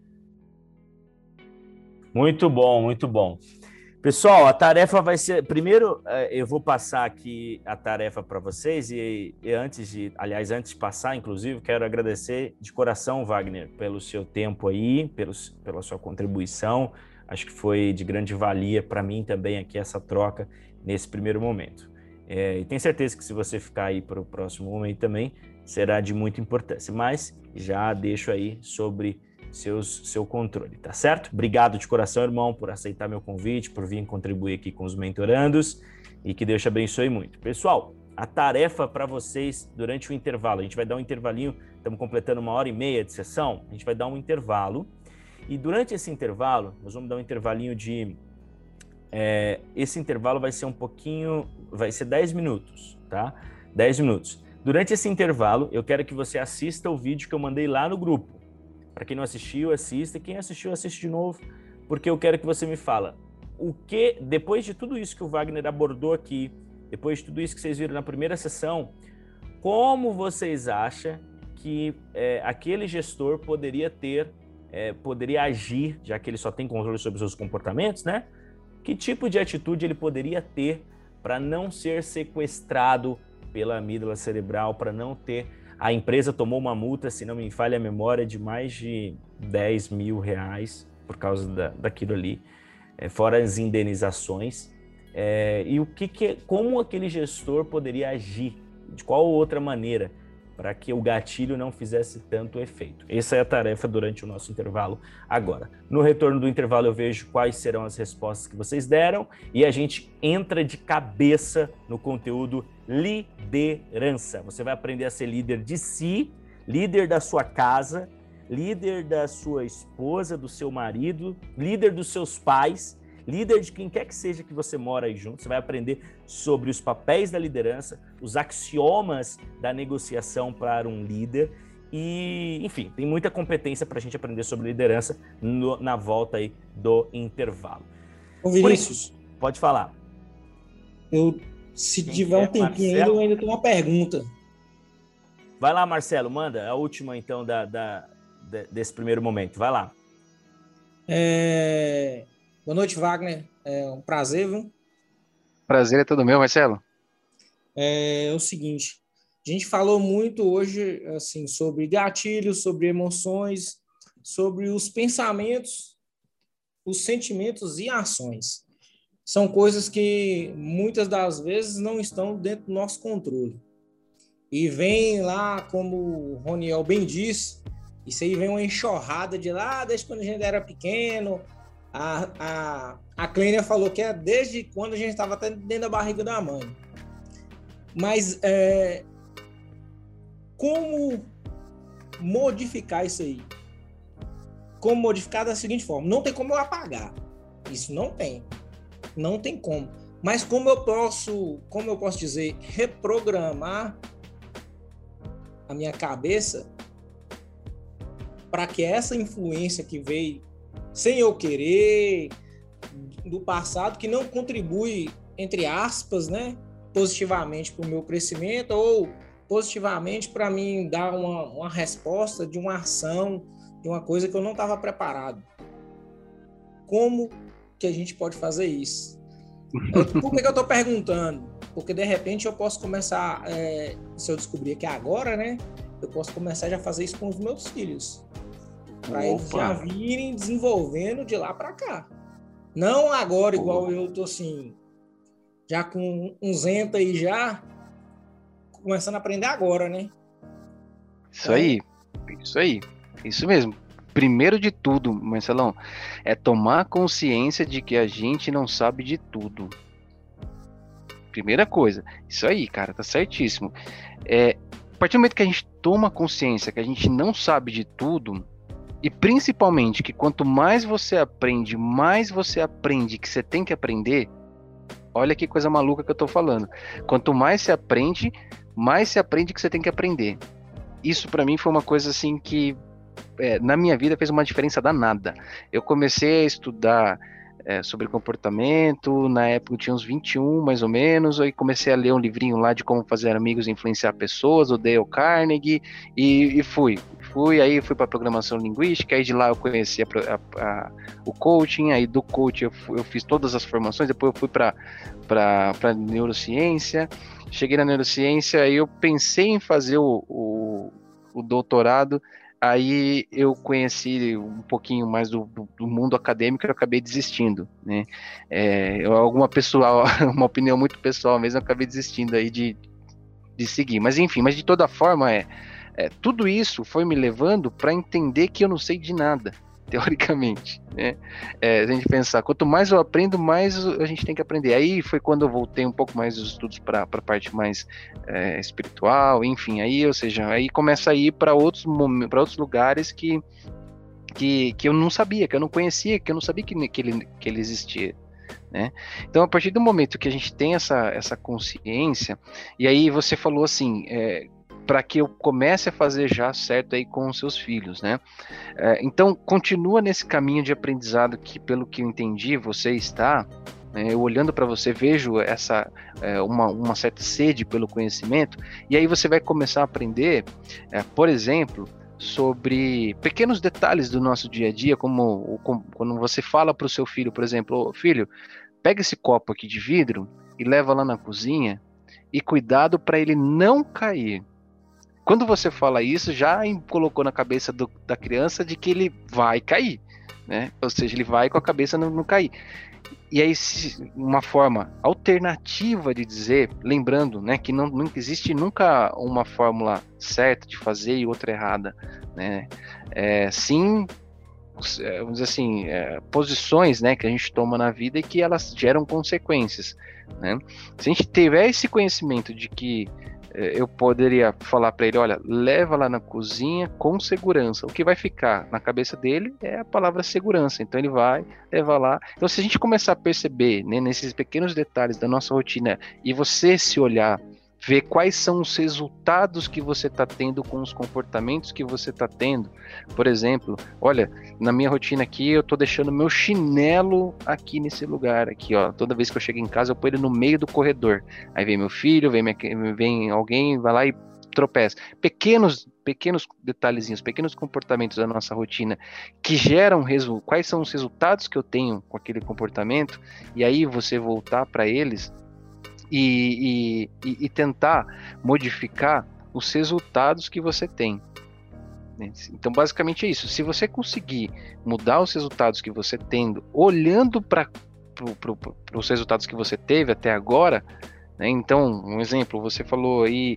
Muito bom, muito bom. Pessoal, a tarefa vai ser... Primeiro, eu vou passar aqui a tarefa para vocês e antes de passar, inclusive, quero agradecer de coração, Wagner, pelo seu tempo aí, pela sua contribuição. Acho que foi de grande valia para mim também aqui essa troca nesse primeiro momento. E tenho certeza que se você ficar aí para o próximo momento também, será de muita importância. Mas já deixo aí sobre seu controle, tá certo? Obrigado de coração, irmão, por aceitar meu convite, por vir contribuir aqui com os mentorandos e que Deus te abençoe muito. Pessoal, a tarefa para vocês durante o intervalo, a gente vai dar um intervalinho, estamos completando 1h30 de sessão, a gente vai dar um intervalo e durante esse intervalo, nós vamos dar um intervalinho esse intervalo vai ser vai ser 10 minutos, tá? 10 minutos. Durante esse intervalo, eu quero que você assista o vídeo que eu mandei lá no grupo. Para quem não assistiu, assista. Quem assistiu, assiste de novo, porque eu quero que você me fala depois de tudo isso que o Wagner abordou aqui, depois de tudo isso que vocês viram na primeira sessão, como vocês acham que aquele gestor poderia agir, já que ele só tem controle sobre os seus comportamentos, né? Que tipo de atitude ele poderia ter para não ser sequestrado pela amígdala cerebral, para não ter... A empresa tomou uma multa, se não me falha a memória, de mais de 10 mil reais por causa daquilo ali, fora as indenizações. E como aquele gestor poderia agir, de qual outra maneira, para que o gatilho não fizesse tanto efeito. Essa é a tarefa durante o nosso intervalo agora. No retorno do intervalo eu vejo quais serão as respostas que vocês deram e a gente entra de cabeça no conteúdo liderança. Você vai aprender a ser líder de si, líder da sua casa, líder da sua esposa, do seu marido, líder dos seus pais, líder de quem quer que seja que você mora aí junto. Você vai aprender sobre os papéis da liderança, os axiomas da negociação para um líder e, enfim, tem muita competência para a gente aprender sobre liderança na volta aí do intervalo. Ô Vinícius, pode falar. Se tiver um tempinho ainda, eu ainda tenho uma pergunta. Vai lá, Marcelo, manda a última então desse primeiro momento. Vai lá. Boa noite, Wagner. É um prazer, viu? Prazer é todo meu, Marcelo. É o seguinte, a gente falou muito hoje assim, sobre gatilhos, sobre emoções, sobre os pensamentos, os sentimentos e ações. São coisas que muitas das vezes não estão dentro do nosso controle. E vem lá, como o Roniel bem disse, isso aí vem uma enxurrada de lá, desde quando a gente era pequeno. A Clênia falou que é desde quando a gente estava até dentro da barriga da mãe. Mas como modificar isso aí? Como modificar da seguinte forma: não tem como eu apagar. Isso não tem. Não tem como. Mas como eu posso dizer, reprogramar a minha cabeça para que essa influência que veio sem eu querer, do passado, que não contribui, entre aspas, né, positivamente para o meu crescimento ou positivamente para mim dar uma resposta de uma ação, de uma coisa que eu não estava preparado. Como que a gente pode fazer isso? Por que eu estou perguntando? Porque, de repente, eu posso começar, se eu descobrir que é agora, né, eu posso começar já a fazer isso com os meus filhos. Para eles já virem desenvolvendo de lá para cá. Não agora, igual eu tô assim, já com uns enta e já começando a aprender agora, né? Isso aí. Isso mesmo. Primeiro de tudo, Marcelão, é tomar consciência de que a gente não sabe de tudo. Primeira coisa. Isso aí, cara, tá certíssimo. A partir do momento que a gente toma consciência que a gente não sabe de tudo, e principalmente que quanto mais você aprende que você tem que aprender. Olha que coisa maluca que eu tô falando. Quanto mais você aprende que você tem que aprender. Isso para mim foi uma coisa assim que na minha vida fez uma diferença danada. Eu comecei a estudar sobre comportamento, na época eu tinha uns 21 mais ou menos, aí comecei a ler um livrinho lá de como fazer amigos e influenciar pessoas, o Dale Carnegie, e fui para programação linguística, aí de lá eu conheci o coaching, aí do coaching eu fiz todas as formações, depois eu fui para neurociência, cheguei na neurociência, aí eu pensei em fazer o doutorado. Aí eu conheci um pouquinho mais do mundo acadêmico e eu acabei desistindo, né? Uma opinião muito pessoal mesmo, eu acabei desistindo aí de seguir. Mas enfim, de toda forma, tudo isso foi me levando para entender que eu não sei de nada, teoricamente, né? A gente pensar, quanto mais eu aprendo, mais a gente tem que aprender. Aí foi quando eu voltei um pouco mais dos estudos para a parte mais espiritual, enfim, aí começa a ir para outros lugares que eu não sabia, que eu não conhecia, que eu não sabia que ele existia, né? Então, a partir do momento que a gente tem essa consciência, e aí você falou assim, para que eu comece a fazer já certo aí com os seus filhos, né? Então, continua nesse caminho de aprendizado que, pelo que eu entendi, você está... Eu olhando para você, vejo uma certa sede pelo conhecimento, e aí você vai começar a aprender, por exemplo, sobre pequenos detalhes do nosso dia a dia, como quando você fala para o seu filho, por exemplo, filho, pega esse copo aqui de vidro e leva lá na cozinha, e cuidado para ele não cair. Quando você fala isso, já colocou na cabeça da criança de que ele vai cair, né? Ou seja, ele vai com a cabeça não cair. E aí, uma forma alternativa de dizer, lembrando, né, que não existe nunca uma fórmula certa de fazer e outra errada, né? Sim, vamos dizer assim, posições, né, que a gente toma na vida e que elas geram consequências, né? Se a gente tiver esse conhecimento de que eu poderia falar para ele, olha, leva lá na cozinha com segurança. O que vai ficar na cabeça dele é a palavra segurança. Então ele vai levar lá. Então se a gente começar a perceber, né, nesses pequenos detalhes da nossa rotina e você se olhar, ver quais são os resultados que você está tendo com os comportamentos que você está tendo. Por exemplo, olha, na minha rotina aqui eu estou deixando meu chinelo aqui nesse lugar aqui, ó. Toda vez que eu chego em casa eu ponho ele no meio do corredor. Aí vem meu filho, vem alguém, vai lá e tropeça. Pequenos detalhezinhos, pequenos comportamentos da nossa rotina que geram quais são os resultados que eu tenho com aquele comportamento, e aí você voltar para eles e tentar modificar os resultados que você tem. Então, basicamente é isso. Se você conseguir mudar os resultados que você tem, olhando para os resultados que você teve até agora, né? Então, um exemplo, você falou aí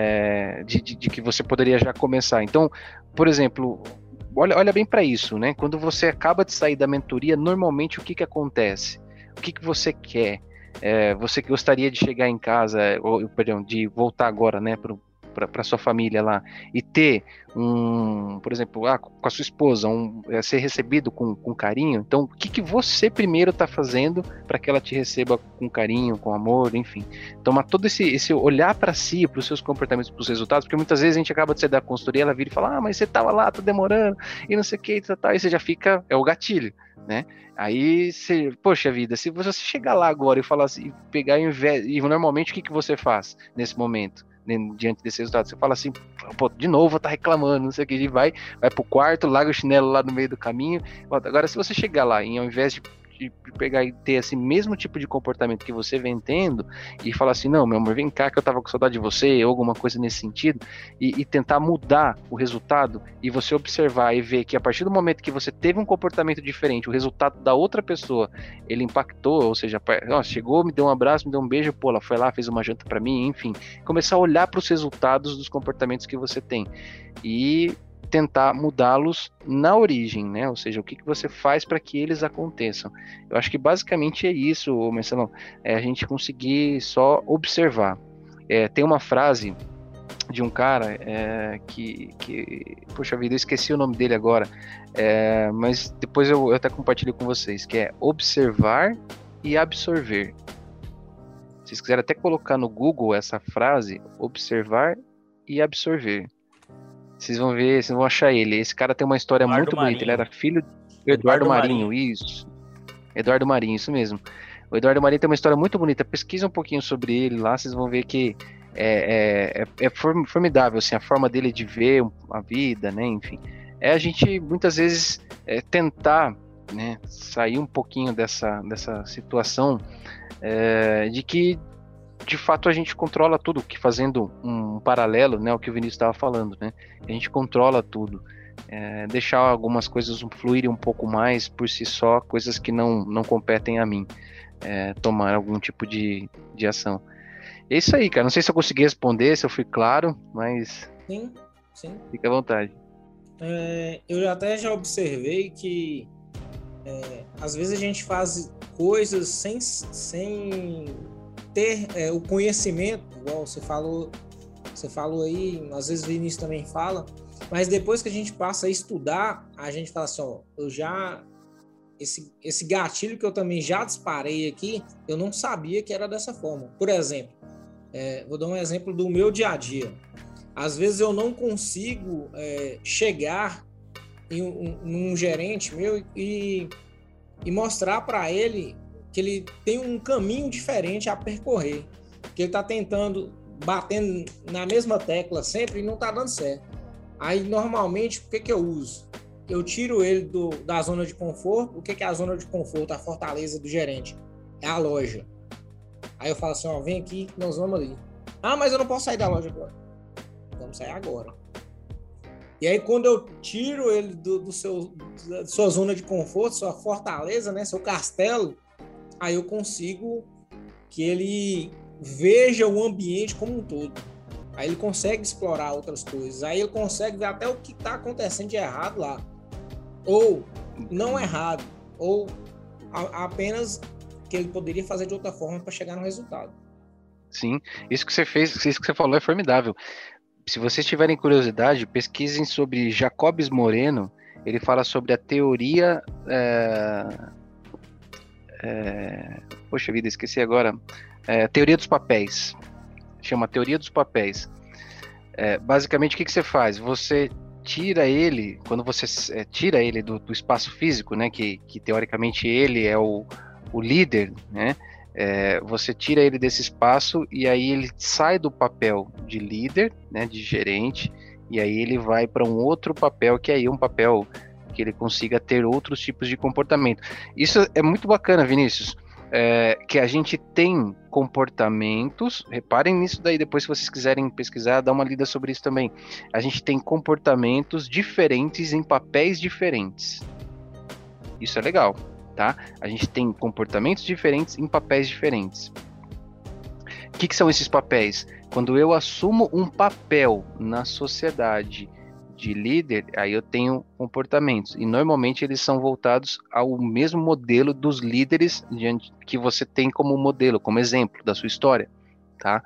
de que você poderia já começar. Então, por exemplo, olha bem para isso, né? Quando você acaba de sair da mentoria, normalmente o que acontece? O que você quer? Você gostaria de chegar em casa, de voltar agora, né, para sua família lá e ter por exemplo, com a sua esposa, ser recebido com carinho. Então, o que você primeiro está fazendo para que ela te receba com carinho, com amor, enfim. Tomar todo esse olhar para si, para os seus comportamentos, para os resultados, porque muitas vezes a gente acaba de sair da consultoria, ela vira e fala, mas você estava lá, tá demorando, e não sei o que, e você já fica, o gatilho, né? Aí, poxa vida, se você chegar lá agora e falar assim, pegar e normalmente o que você faz nesse momento, né, diante desse resultado? Você fala assim, pô, de novo, tá reclamando, não sei o que, vai pro quarto, larga o chinelo lá no meio do caminho. Agora, se você chegar lá e ao invés de pegar e ter esse mesmo tipo de comportamento que você vem tendo e falar assim, não, meu amor, vem cá que eu tava com saudade de você, ou alguma coisa nesse sentido, e tentar mudar o resultado, e você observar e ver que a partir do momento que você teve um comportamento diferente, o resultado da outra pessoa, ele impactou, ou seja, chegou, me deu um abraço, me deu um beijo, pô, ela foi lá, fez uma janta para mim, enfim, começar a olhar para os resultados dos comportamentos que você tem e tentar mudá-los na origem, né? Ou seja, o que você faz para que eles aconteçam. Eu acho que basicamente é isso, Marcelão, a gente conseguir só observar. Tem uma frase de um cara que poxa vida, eu esqueci o nome dele agora, mas depois eu até compartilho com vocês, que é observar e absorver. Se vocês quiserem até colocar no Google essa frase, observar e absorver, vocês vão ver, vocês vão achar ele. Esse cara tem uma história Eduardo muito Marinho. bonita. Ele era filho de Eduardo Marinho, isso. Eduardo Marinho, isso mesmo. O Eduardo Marinho tem uma história muito bonita. Pesquisa um pouquinho sobre ele lá, vocês vão ver que é formidável, assim, a forma dele de ver a vida, né? Enfim, a gente muitas vezes tentar, né, sair um pouquinho dessa situação de que de fato a gente controla tudo, que fazendo um paralelo, né, o que o Vinícius estava falando, né, a gente controla tudo, deixar algumas coisas fluírem um pouco mais por si só, coisas que não competem a mim, tomar algum tipo de ação. É isso aí, cara, não sei se eu consegui responder, se eu fui claro, mas Sim. fica à vontade. Eu até já observei que às vezes a gente faz coisas sem ter o conhecimento, igual você falou aí, às vezes o Vinícius também fala, mas depois que a gente passa a estudar, a gente fala assim, ó, eu já esse gatilho que eu também já disparei aqui, eu não sabia que era dessa forma. Por exemplo, vou dar um exemplo do meu dia a dia. Às vezes eu não consigo chegar em um gerente meu e mostrar para ele que ele tem um caminho diferente a percorrer, que ele está tentando, batendo na mesma tecla sempre e não está dando certo. Aí, normalmente, o que eu uso? Eu tiro ele da zona de conforto. O que é a zona de conforto? A fortaleza do gerente. É a loja. Aí eu falo assim, ó, vem aqui, nós vamos ali. Ah, mas eu não posso sair da loja agora. Vamos sair agora. E aí, quando eu tiro ele da sua zona de conforto, sua fortaleza, né, seu castelo, aí eu consigo que ele veja o ambiente como um todo. Aí ele consegue explorar outras coisas. Aí ele consegue ver até o que está acontecendo de errado lá. Ou não errado. Ou apenas que ele poderia fazer de outra forma para chegar no resultado. Sim, isso que você fez, isso que você falou é formidável. Se vocês tiverem curiosidade, pesquisem sobre Jacobs Moreno. Ele fala sobre a teoria... Poxa vida, esqueci agora. Teoria dos papéis. Chama Teoria dos Papéis. Basicamente, o que você faz? Você tira ele, quando você tira ele do espaço físico, né, que teoricamente ele é o líder, né, você tira ele desse espaço e aí ele sai do papel de líder, né, de gerente, e aí ele vai para um outro papel, que aí é um papel que ele consiga ter outros tipos de comportamento. Isso é muito bacana, Vinícius. Que a gente tem comportamentos, reparem nisso daí, depois se vocês quiserem pesquisar, dá uma lida sobre isso também. A gente tem comportamentos diferentes em papéis diferentes. Isso é legal, tá? A gente tem comportamentos diferentes em papéis diferentes. O que são esses papéis? Quando eu assumo um papel na sociedade de líder, aí eu tenho comportamentos, e normalmente eles são voltados ao mesmo modelo dos líderes que você tem como modelo, como exemplo da sua história, tá?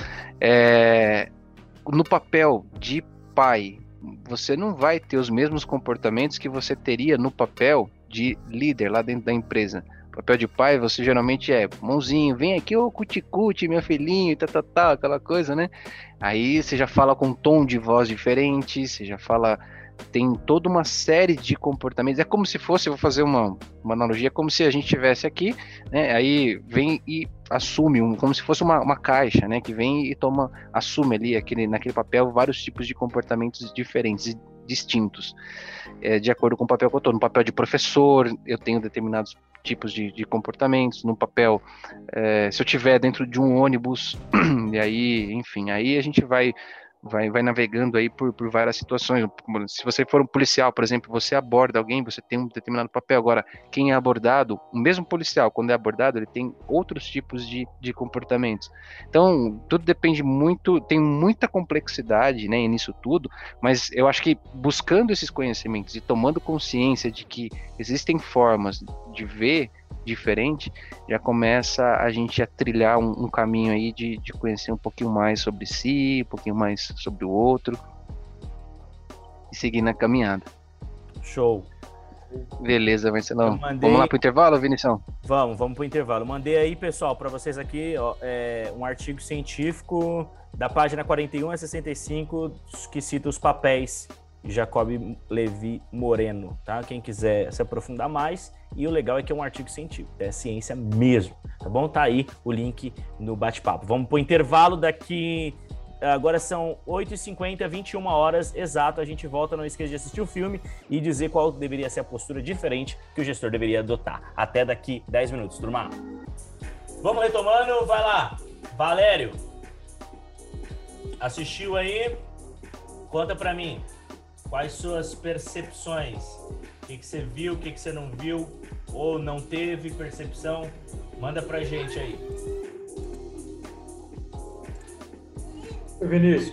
No papel de pai, você não vai ter os mesmos comportamentos que você teria no papel de líder lá dentro da empresa. Papel de pai, você geralmente mãozinho, vem aqui, ô cuticute, minha filhinha, e tal, aquela coisa, né? Aí você já fala com um tom de voz diferente, você já fala, tem toda uma série de comportamentos. É como se fosse, vou fazer uma analogia, como se a gente estivesse aqui, né? Aí vem e assume, como se fosse uma caixa, né? Que vem e assume ali, naquele papel, vários tipos de comportamentos diferentes e distintos, de acordo com o papel que eu estou. No papel de professor, eu tenho determinados tipos de comportamentos. No papel, se eu estiver dentro de um ônibus, e aí, enfim, aí a gente vai navegando aí por várias situações. Se você for um policial, por exemplo, você aborda alguém, você tem um determinado papel. Agora, quem é abordado, o mesmo policial, quando é abordado, ele tem outros tipos de comportamentos. Então, tudo depende muito, tem muita complexidade, né, nisso tudo, mas eu acho que buscando esses conhecimentos e tomando consciência de que existem formas de ver diferente, já começa a gente a trilhar um caminho aí de conhecer um pouquinho mais sobre si, um pouquinho mais sobre o outro e seguir na caminhada. Show. Beleza, Marcelão. Vamos lá pro intervalo, Vinição? Vamos pro intervalo. Mandei aí, pessoal, para vocês aqui, ó, um artigo científico da página 41 a 65 que cita os papéis Jacob Levi Moreno, tá? Quem quiser se aprofundar mais, e o legal é que é um artigo científico, é ciência mesmo, tá bom? Tá aí o link no bate-papo. Vamos pro intervalo daqui, agora são 8h50, 21 horas exato, a gente volta, não esqueça de assistir o filme e dizer qual deveria ser a postura diferente que o gestor deveria adotar. Até daqui 10 minutos, turma. Vamos retomando, vai lá. Valério, assistiu aí? Conta pra mim. Quais suas percepções? O que você viu, o que você não viu? Ou não teve percepção? Manda pra gente aí. Oi, Vinícius.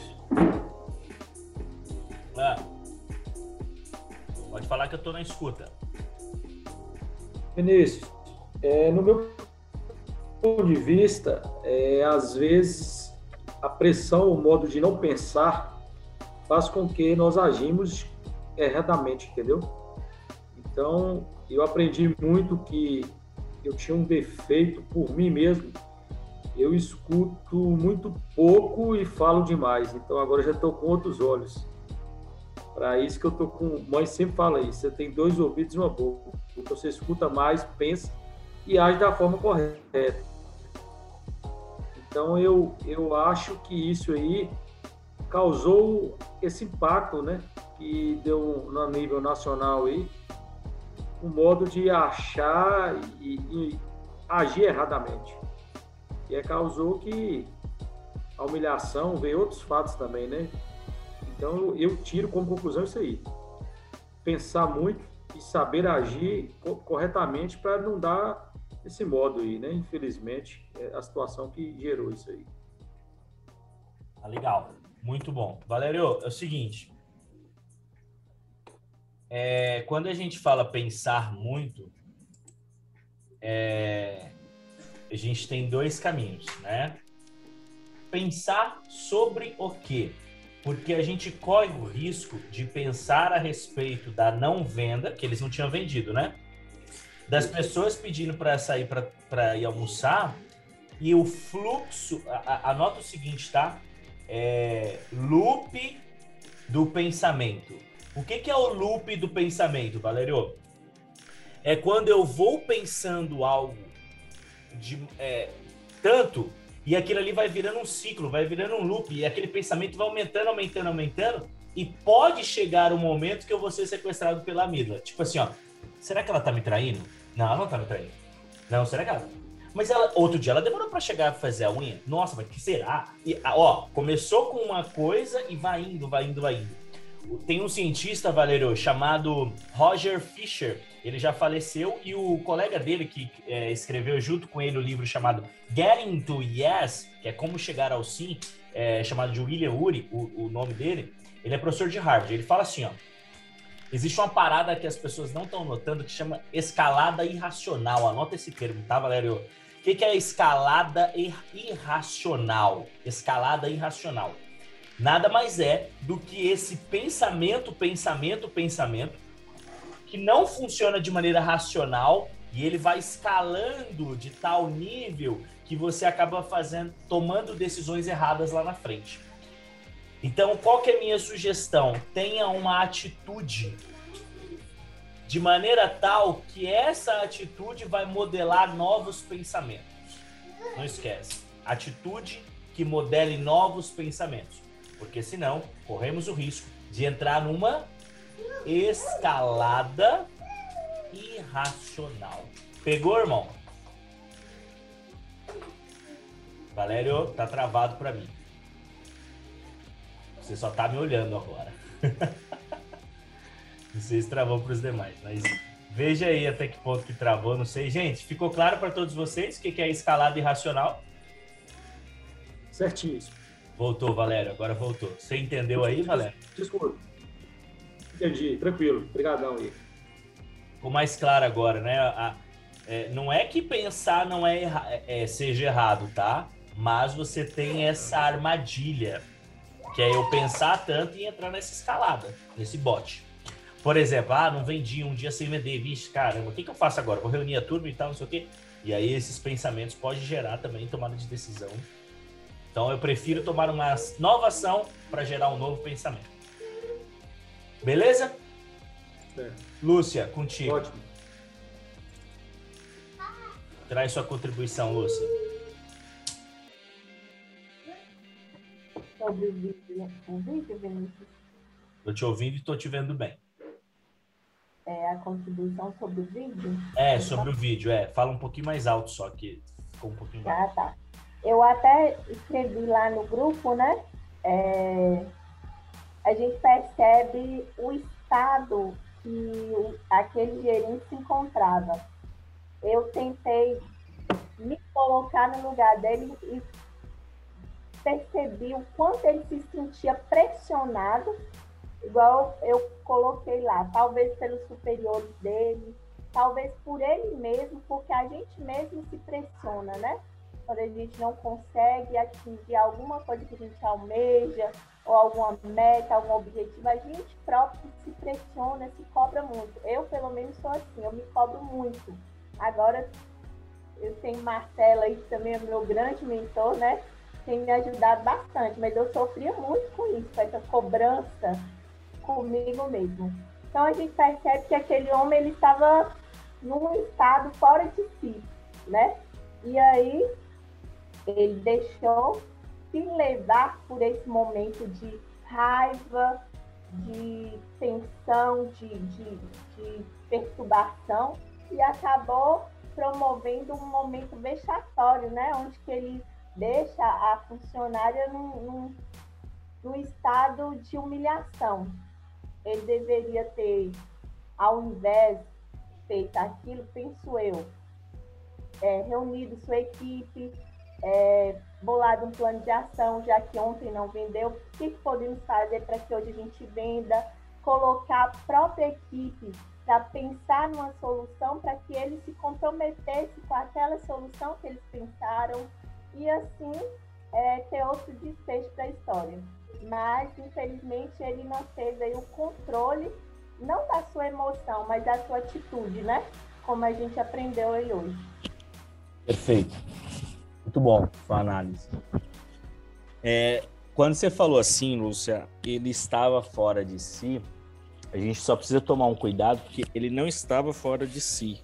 Pode falar que eu tô na escuta. Vinícius, no meu ponto de vista, às vezes a pressão, o modo de não pensar faz com que nós agimos erradamente, entendeu? Então, eu aprendi muito que eu tinha um defeito por mim mesmo. Eu escuto muito pouco e falo demais. Então agora eu já estou com outros olhos. Para isso que eu estou com... Mãe sempre fala isso. Você tem 2 ouvidos e uma boca. Então você escuta mais, pensa e age da forma correta. Então eu acho que isso aí causou esse impacto, né? Que deu no nível nacional aí, um modo de achar e agir erradamente. E causou que a humilhação, veio outros fatos também, né? Então eu tiro como conclusão isso aí. Pensar muito e saber agir corretamente para não dar esse modo aí, né? Infelizmente, é a situação que gerou isso aí. Tá legal. Muito bom. Valério, é o seguinte. Quando a gente fala pensar muito, a gente tem 2 caminhos, né? Pensar sobre o quê? Porque a gente corre o risco de pensar a respeito da não venda, que eles não tinham vendido, né? Das pessoas pedindo para sair para ir almoçar, e o fluxo, anota o seguinte, tá? Loop do pensamento. O que é o loop do pensamento, Valério? É quando eu vou pensando algo tanto, e aquilo ali vai virando um ciclo, vai virando um loop, e aquele pensamento vai aumentando, e pode chegar um momento que eu vou ser sequestrado pela amígdala. Tipo assim, ó, será que ela tá me traindo? Não, ela não tá me traindo. Não, será que ela... Mas outro dia ela demorou pra chegar a fazer a unha. Nossa, mas que será? E, começou com uma coisa e vai indo. Tem um cientista, Valério, chamado Roger Fisher. Ele já faleceu e o colega dele que escreveu junto com ele o livro chamado Getting to Yes, que é Como Chegar ao Sim, chamado de William Ury, o nome dele. Ele é professor de Harvard. Ele fala assim, ó, existe uma parada que as pessoas não estão notando que chama escalada irracional. Anota esse termo, tá, Valério? O que é escalada irracional? Escalada irracional. Nada mais é do que esse pensamento, que não funciona de maneira racional e ele vai escalando de tal nível que você acaba tomando decisões erradas lá na frente. Então, qual que é a minha sugestão? Tenha uma atitude de maneira tal que essa atitude vai modelar novos pensamentos. Não esquece. Atitude que modele novos pensamentos. Porque senão, corremos o risco de entrar numa escalada irracional. Pegou, irmão? Valério, tá travado pra mim. Você só tá me olhando agora. Não sei se travou para os demais, mas veja aí até que ponto que travou, não sei. Gente, ficou claro para todos vocês o que é escalada irracional? Certíssimo. Voltou, Valério, agora voltou. Você entendeu aí, Valério? Desculpa. Entendi, tranquilo. Obrigadão aí. Ficou mais claro agora, né? Não é que pensar não seja errado, tá? Mas você tem essa armadilha, que é eu pensar tanto e entrar nessa escalada, nesse bote. Por exemplo, não vendi um dia sem vender, vixe, caramba, o que eu faço agora? Vou reunir a turma e tal, não sei o quê. E aí esses pensamentos podem gerar também tomada de decisão. Então eu prefiro tomar uma nova ação para gerar um novo pensamento. Beleza? Lúcia, contigo. Ótimo. Traz sua contribuição, Lúcia. Sobre o vídeo, Vinícius? Tô te ouvindo e tô te vendo bem. A contribuição sobre o vídeo? Sobre o vídeo, Fala um pouquinho mais alto só, que ficou um pouquinho baixo. Tá. Eu até escrevi lá no grupo, né? A gente percebe o estado que aquele gerente se encontrava. Eu tentei me colocar no lugar dele e percebi o quanto ele se sentia pressionado, igual eu coloquei lá, talvez pelos superiores dele, talvez por ele mesmo, porque a gente mesmo se pressiona, né? Quando a gente não consegue atingir alguma coisa que a gente almeja, ou alguma meta, algum objetivo, a gente próprio se pressiona, se cobra muito. Eu, pelo menos, sou assim, eu me cobro muito. Agora, eu tenho Marcela aí, que também é meu grande mentor, né? Tem me ajudado bastante, mas eu sofria muito com isso, com essa cobrança comigo mesmo. Então, a gente percebe que aquele homem, ele estava num estado fora de si, né? E aí, ele deixou se levar por esse momento de raiva, de tensão, de perturbação, e acabou promovendo um momento vexatório, né? Onde que ele deixa a funcionária num estado de humilhação. Ele deveria ter, ao invés de feito aquilo, penso eu, reunido sua equipe, bolado um plano de ação, já que ontem não vendeu, o que podemos fazer para que hoje a gente venda, colocar a própria equipe para pensar numa solução, para que eles se comprometessem com aquela solução que eles pensaram e assim ter outro desfecho para a história. Mas, infelizmente, ele não teve aí o controle, não da sua emoção, mas da sua atitude, né? Como a gente aprendeu aí hoje. Perfeito. Muito bom sua análise. Quando você falou assim, Lúcia, ele estava fora de si, a gente só precisa tomar um cuidado, porque ele não estava fora de si.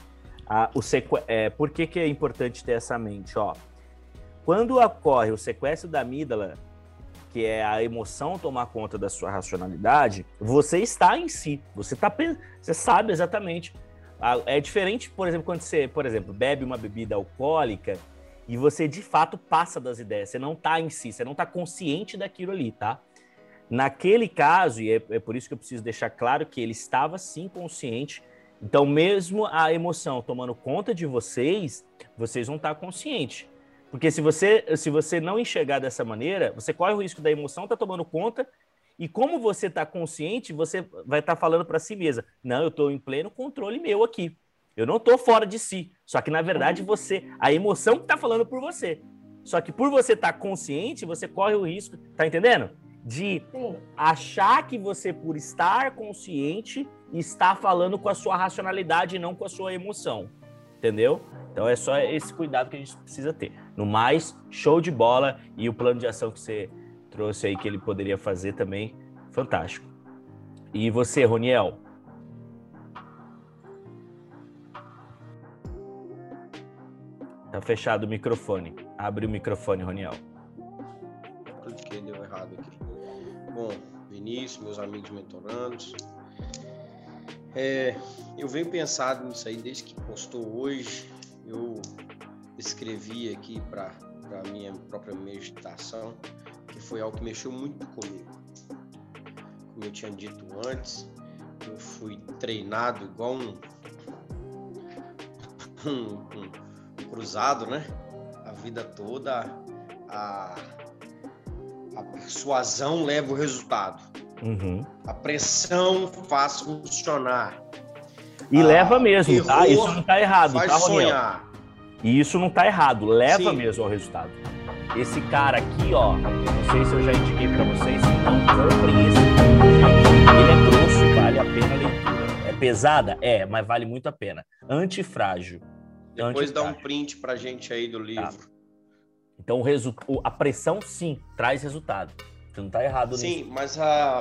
Por que é importante ter essa mente? Quando ocorre o sequestro da amígdala, que é a emoção tomar conta da sua racionalidade, você está em si, você sabe exatamente. É diferente, por exemplo, quando você, bebe uma bebida alcoólica e você, de fato, passa das ideias, você não está em si, você não está consciente daquilo ali, tá? Naquele caso, e é por isso que eu preciso deixar claro que ele estava, sim, consciente, então mesmo a emoção tomando conta de vocês vão estar conscientes. Porque se você não enxergar dessa maneira, você corre o risco da emoção estar tomando conta, e como você está consciente, você vai estar falando para si mesma, não, eu estou em pleno controle meu aqui, eu não estou fora de si, só que na verdade a emoção que está falando por você, só que por você estar consciente, você corre o risco, tá entendendo? De achar que você, por estar consciente, está falando com a sua racionalidade e não com a sua emoção, entendeu? Então é só esse cuidado que a gente precisa ter. No mais, show de bola, e o plano de ação que você trouxe aí que ele poderia fazer também, fantástico. E você, Roniel? Tá fechado o microfone. Abre o microfone, Roniel. Cliquei, deu errado aqui. Bom, Vinícius, meus amigos mentorandos, eu venho pensando nisso aí desde que postou hoje. Eu escrevi aqui para a minha própria meditação, que foi algo que mexeu muito comigo. Como eu tinha dito antes, eu fui treinado igual um cruzado, né? A vida toda, a persuasão leva o resultado. Uhum. A pressão faz funcionar. E leva mesmo, tá? Isso não tá errado, faz tá, Roniel? sonhar. E isso não tá errado, leva Sim. mesmo ao resultado. Esse cara aqui, não sei se eu já indiquei pra vocês, não comprem esse livro, ele é grosso e vale a pena a leitura. É pesada? Mas vale muito a pena. Antifrágil. Depois dá um print pra gente aí do livro. Tá. Então, a pressão, sim, traz resultado. Você não tá errado nisso. Sim, mas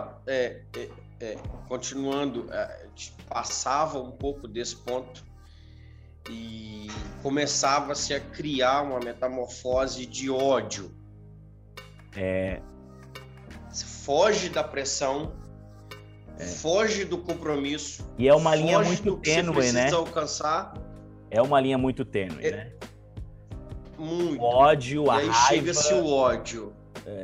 continuando, passava um pouco desse ponto e começava-se a criar uma metamorfose de ódio. Você foge da pressão, foge do compromisso. E é uma linha muito do que tênue, você né? precisa alcançar. É uma linha muito tênue, né? Muito. O ódio, a raiva. E aí chega-se o ódio.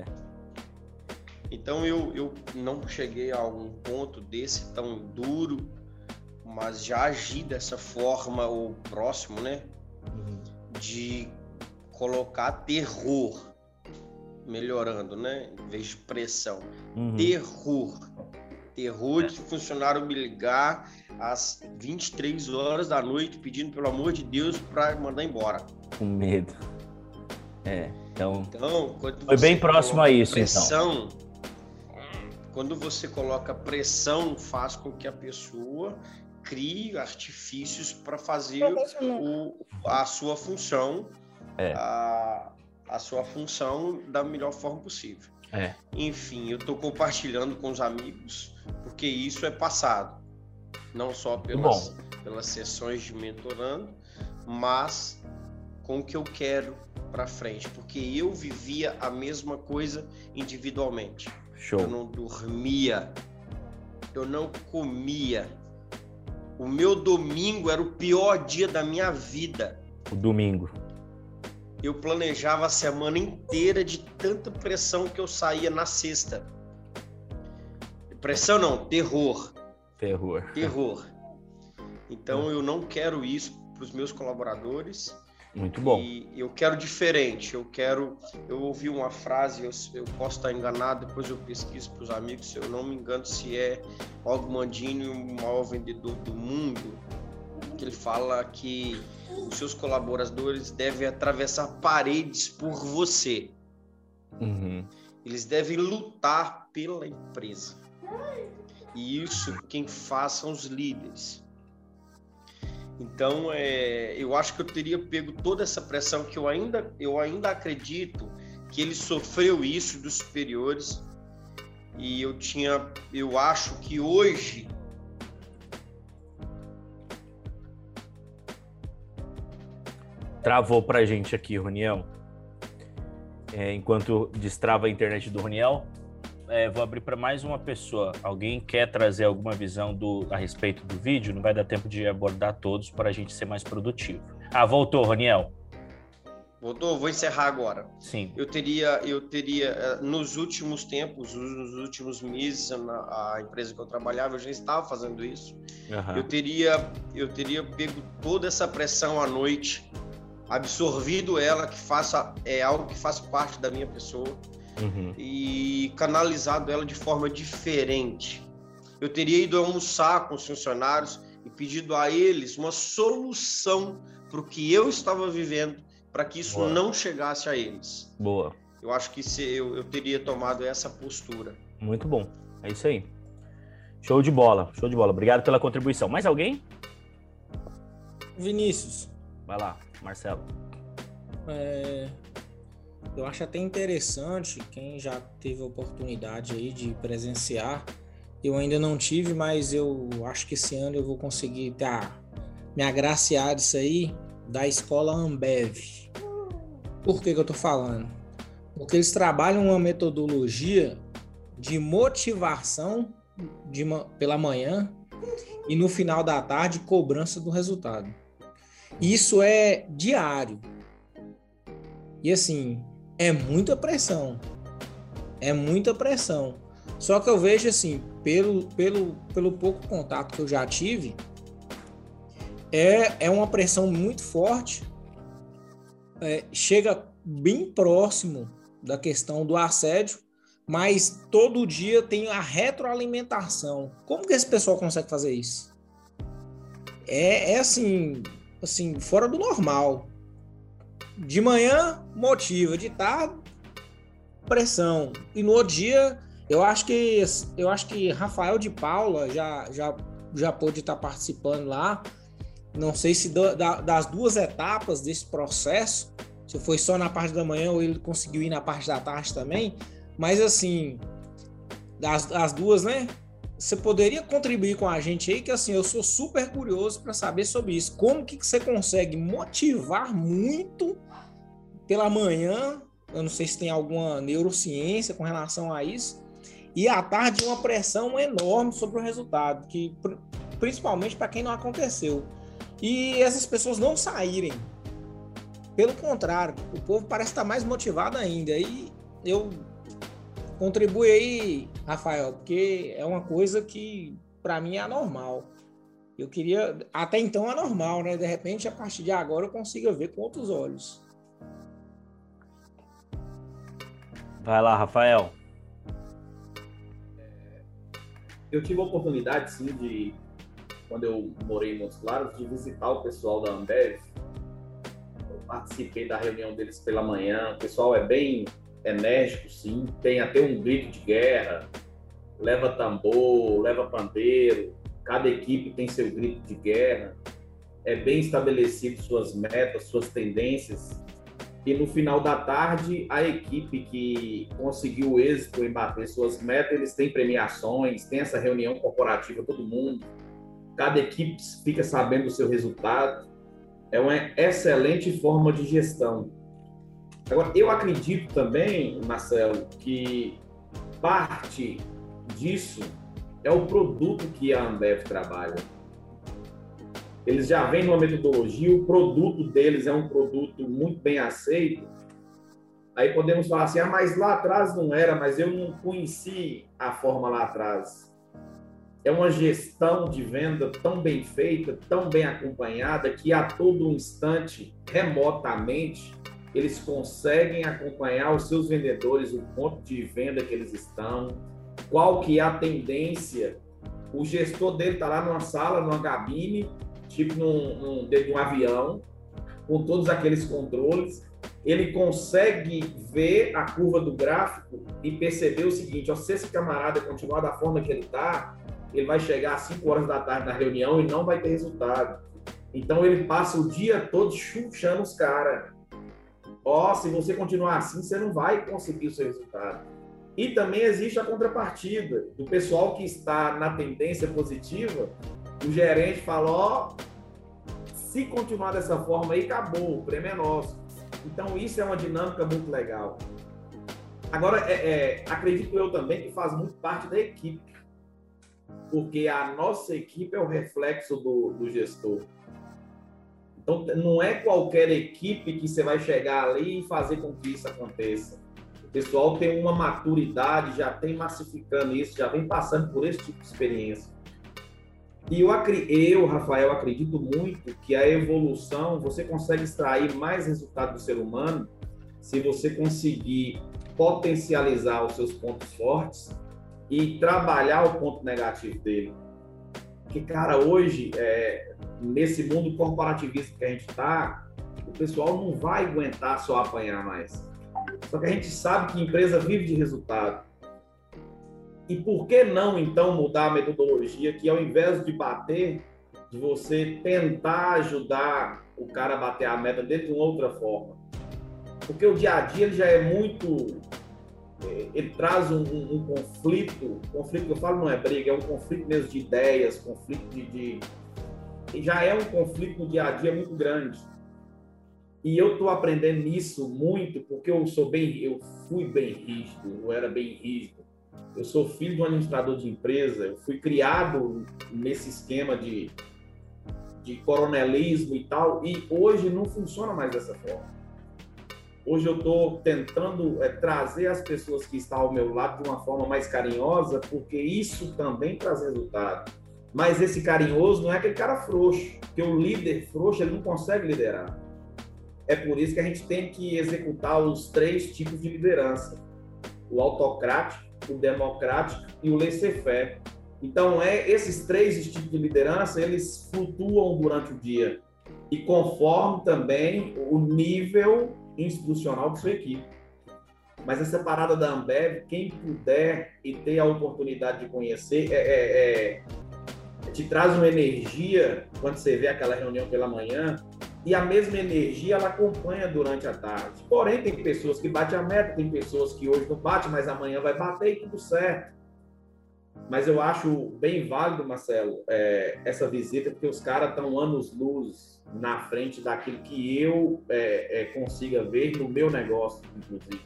Então eu não cheguei a algum ponto desse tão duro, mas já agi dessa forma, ou próximo, né? De colocar terror, melhorando, né? Em vez de pressão. Terror de funcionário me ligar às 23 horas da noite pedindo, pelo amor de Deus, para mandar embora. Com medo. Então quando foi bem próximo a isso, pressão, Quando você coloca pressão, faz com que a pessoa crie artifícios para fazer a sua função, a sua função da melhor forma possível. Enfim, eu estou compartilhando com os amigos, porque isso é passado, não só pelas sessões de mentorando, mas com o que eu quero para frente, porque eu vivia a mesma coisa individualmente. Show. Eu não dormia, eu não comia. O meu domingo era o pior dia da minha vida. O domingo. Eu planejava a semana inteira de tanta pressão que eu saía na sexta. Pressão não, terror. Terror. Então eu não quero isso para os meus colaboradores. Muito bom. E eu quero diferente. Eu ouvi uma frase, eu posso estar enganado, depois eu pesquiso para os amigos, se eu não me engano, se é Og Mandino, o maior vendedor do mundo, que ele fala que os seus colaboradores devem atravessar paredes por você. Eles devem lutar pela empresa. E isso quem faz são os líderes. Então, eu acho que eu teria pego toda essa pressão que eu ainda acredito que ele sofreu isso dos superiores. E eu acho que hoje travou pra gente aqui, Roniel. Enquanto destrava a internet do Roniel, vou abrir para mais uma pessoa. Alguém quer trazer alguma visão a respeito do vídeo? Não vai dar tempo de abordar todos para a gente ser mais produtivo. Voltou, Roniel. Voltou? Vou encerrar agora. Sim. Eu teria nos últimos tempos, nos últimos meses, a empresa que eu trabalhava, eu já estava fazendo isso. Eu teria pego toda essa pressão à noite, absorvido ela, é algo que faz parte da minha pessoa. E canalizado ela de forma diferente. Eu teria ido almoçar com os funcionários e pedido a eles uma solução para o que eu estava vivendo, para que isso não chegasse a eles. Boa. Eu acho que eu teria tomado essa postura. Muito bom. É isso aí. Show de bola. Show de bola. Obrigado pela contribuição. Mais alguém? Vinícius. Vai lá, Marcelo. Eu acho até interessante, quem já teve a oportunidade aí de presenciar, eu ainda não tive, mas eu acho que esse ano eu vou conseguir me agraciar disso aí, da escola Ambev. Por que eu tô falando? Porque eles trabalham uma metodologia de motivação pela manhã e no final da tarde cobrança do resultado. Isso é diário. E assim, é muita pressão. Só que eu vejo assim, pelo pouco contato que eu já tive, é uma pressão muito forte. Chega bem próximo da questão do assédio, mas todo dia tem a retroalimentação. Como que esse pessoal consegue fazer isso? Assim, fora do normal. De manhã, motiva, de tarde, pressão. E no outro dia, eu acho que Rafael de Paula já pôde estar participando lá. Não sei se das duas etapas desse processo, se foi só na parte da manhã ou ele conseguiu ir na parte da tarde também. Mas assim, das duas, né? Você poderia contribuir com a gente aí, que assim, eu sou super curioso para saber sobre isso. Como que você consegue motivar muito pela manhã? Eu não sei se tem alguma neurociência com relação a isso. E à tarde uma pressão enorme sobre o resultado, que principalmente para quem não aconteceu. E essas pessoas não saírem. Pelo contrário, o povo parece estar mais motivado ainda. E eu contribuo aí, Rafael, porque é uma coisa que para mim é anormal. Eu queria, até então é normal, né? De repente, a partir de agora eu consigo ver com outros olhos. Vai lá, Rafael. Eu tive a oportunidade, sim, quando eu morei em Montes Claros, de visitar o pessoal da Ambev. Eu participei da reunião deles pela manhã. O pessoal é bem enérgico, sim. Tem até um grito de guerra. leva tambor, leva pandeiro, cada equipe tem seu grito de guerra, é bem estabelecido suas metas, suas tendências, e no final da tarde, a equipe que conseguiu o êxito em bater suas metas, eles têm premiações, tem essa reunião corporativa, todo mundo, cada equipe fica sabendo do seu resultado, é uma excelente forma de gestão. Agora, eu acredito também, Marcelo, que parte disso é o produto que a Ambev trabalha. Eles já vêm numa metodologia, o produto deles é um produto muito bem aceito. Aí podemos falar assim, mas lá atrás não era, mas eu não conheci a forma lá atrás. É uma gestão de venda tão bem feita, tão bem acompanhada, que a todo instante, remotamente, eles conseguem acompanhar os seus vendedores, o ponto de venda que eles estão, qual que é a tendência. O gestor dele está lá numa sala, numa cabine, tipo dentro de um avião, com todos aqueles controles, ele consegue ver a curva do gráfico e perceber o seguinte, se esse camarada continuar da forma que ele está, ele vai chegar às 5 horas da tarde na reunião e não vai ter resultado. Então ele passa o dia todo chuchando os caras. Se você continuar assim, você não vai conseguir o seu resultado. E também existe a contrapartida do pessoal que está na tendência positiva. O gerente fala, se continuar dessa forma aí, acabou, o prêmio é nosso. Então, isso é uma dinâmica muito legal. Agora, acredito eu também que faz muito parte da equipe, porque a nossa equipe é o reflexo do gestor. Então, não é qualquer equipe que você vai chegar ali e fazer com que isso aconteça. O pessoal tem uma maturidade, já tem massificando isso, já vem passando por esse tipo de experiência. E eu, Rafael, acredito muito que a evolução, você consegue extrair mais resultado do ser humano se você conseguir potencializar os seus pontos fortes e trabalhar o ponto negativo dele. Porque, cara, hoje, nesse mundo corporativista que a gente está, o pessoal não vai aguentar só apanhar mais. Só que a gente sabe que a empresa vive de resultado. E por que não, então, mudar a metodologia que, ao invés de bater, de você tentar ajudar o cara a bater a meta dele de uma outra forma? Porque o dia a dia ele já é muito... Ele traz um conflito que eu falo não é briga, é um conflito mesmo de ideias, conflito e já é um conflito no dia a dia muito grande. E eu estou aprendendo nisso muito, porque eu fui bem rígido, eu era bem rígido. Eu sou filho de um administrador de empresa, eu fui criado nesse esquema de coronelismo e tal, e hoje não funciona mais dessa forma. Hoje eu estou tentando trazer as pessoas que estão ao meu lado de uma forma mais carinhosa, porque isso também traz resultado. Mas esse carinhoso não é aquele cara frouxo, porque o líder frouxo ele não consegue liderar. É por isso que a gente tem que executar os 3 tipos de liderança: o autocrático, o democrático e o laissez-faire. Então, esses 3 tipos de liderança, eles flutuam durante o dia e conforme também o nível institucional de sua equipe. Mas essa parada da Ambev, quem puder e ter a oportunidade de conhecer, te traz uma energia quando você vê aquela reunião pela manhã, e a mesma energia ela acompanha durante a tarde. Porém, tem pessoas que batem a meta, tem pessoas que hoje não batem, mas amanhã vai bater e tudo certo. Mas eu acho bem válido, Marcelo, essa visita, porque os caras estão anos-luz na frente daquilo que eu consiga ver no meu negócio, inclusive.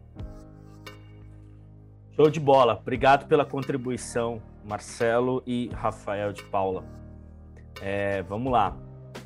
Show de bola. Obrigado pela contribuição, Marcelo e Rafael de Paula. Vamos lá.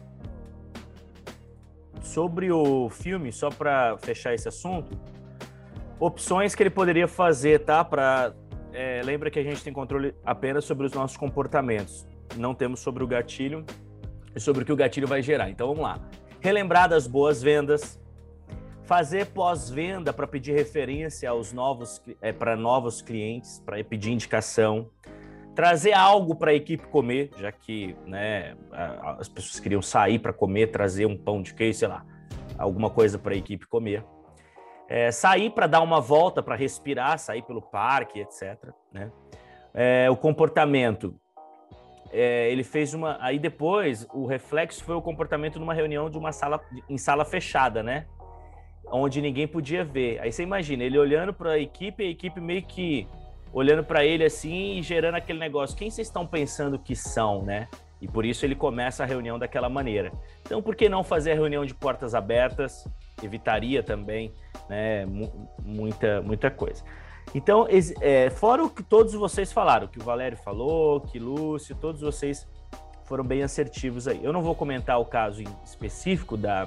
Sobre o filme, só para fechar esse assunto, opções que ele poderia fazer, tá? Lembra que a gente tem controle apenas sobre os nossos comportamentos, não temos sobre o gatilho e sobre o que o gatilho vai gerar. Então vamos lá. Relembrar das boas vendas, fazer pós-venda para pedir referência para novos clientes, para pedir indicação, trazer algo para a equipe comer, já que as pessoas queriam sair para comer, trazer um pão de queijo, sei lá, alguma coisa para a equipe comer. Sair para dar uma volta, para respirar, sair pelo parque, etc. Né? O comportamento. Ele fez uma... Aí depois, o reflexo foi o comportamento numa reunião em sala fechada, né? Onde ninguém podia ver. Aí você imagina, ele olhando para a equipe meio que olhando para ele assim e gerando aquele negócio. Quem vocês estão pensando que são, né? E por isso ele começa a reunião daquela maneira. Então, por que não fazer a reunião de portas abertas? Evitaria também, né, muita coisa. Então, fora o que todos vocês falaram, que o Valério falou, que Lúcio, todos vocês foram bem assertivos aí. Eu não vou comentar o caso em específico da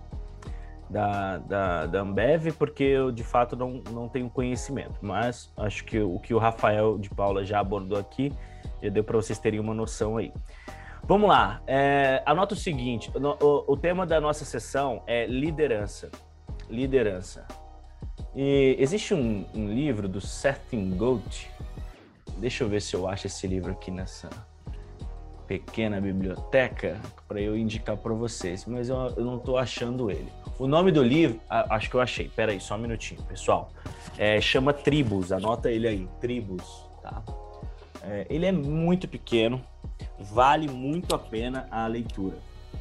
Ambev, porque eu, de fato, não tenho conhecimento. Mas acho que o que o Rafael de Paula já abordou aqui, já deu para vocês terem uma noção aí. Vamos lá. Anota o seguinte, o tema da nossa sessão é liderança. Liderança. E existe um livro do Seth Godin. Deixa eu ver se eu acho esse livro aqui nessa pequena biblioteca para eu indicar para vocês, mas eu não estou achando ele. O nome do livro, acho que eu achei. Pera aí, só um minutinho, pessoal. Chama Tribos, anota ele aí, Tribos, tá? Ele é muito pequeno, vale muito a pena a leitura.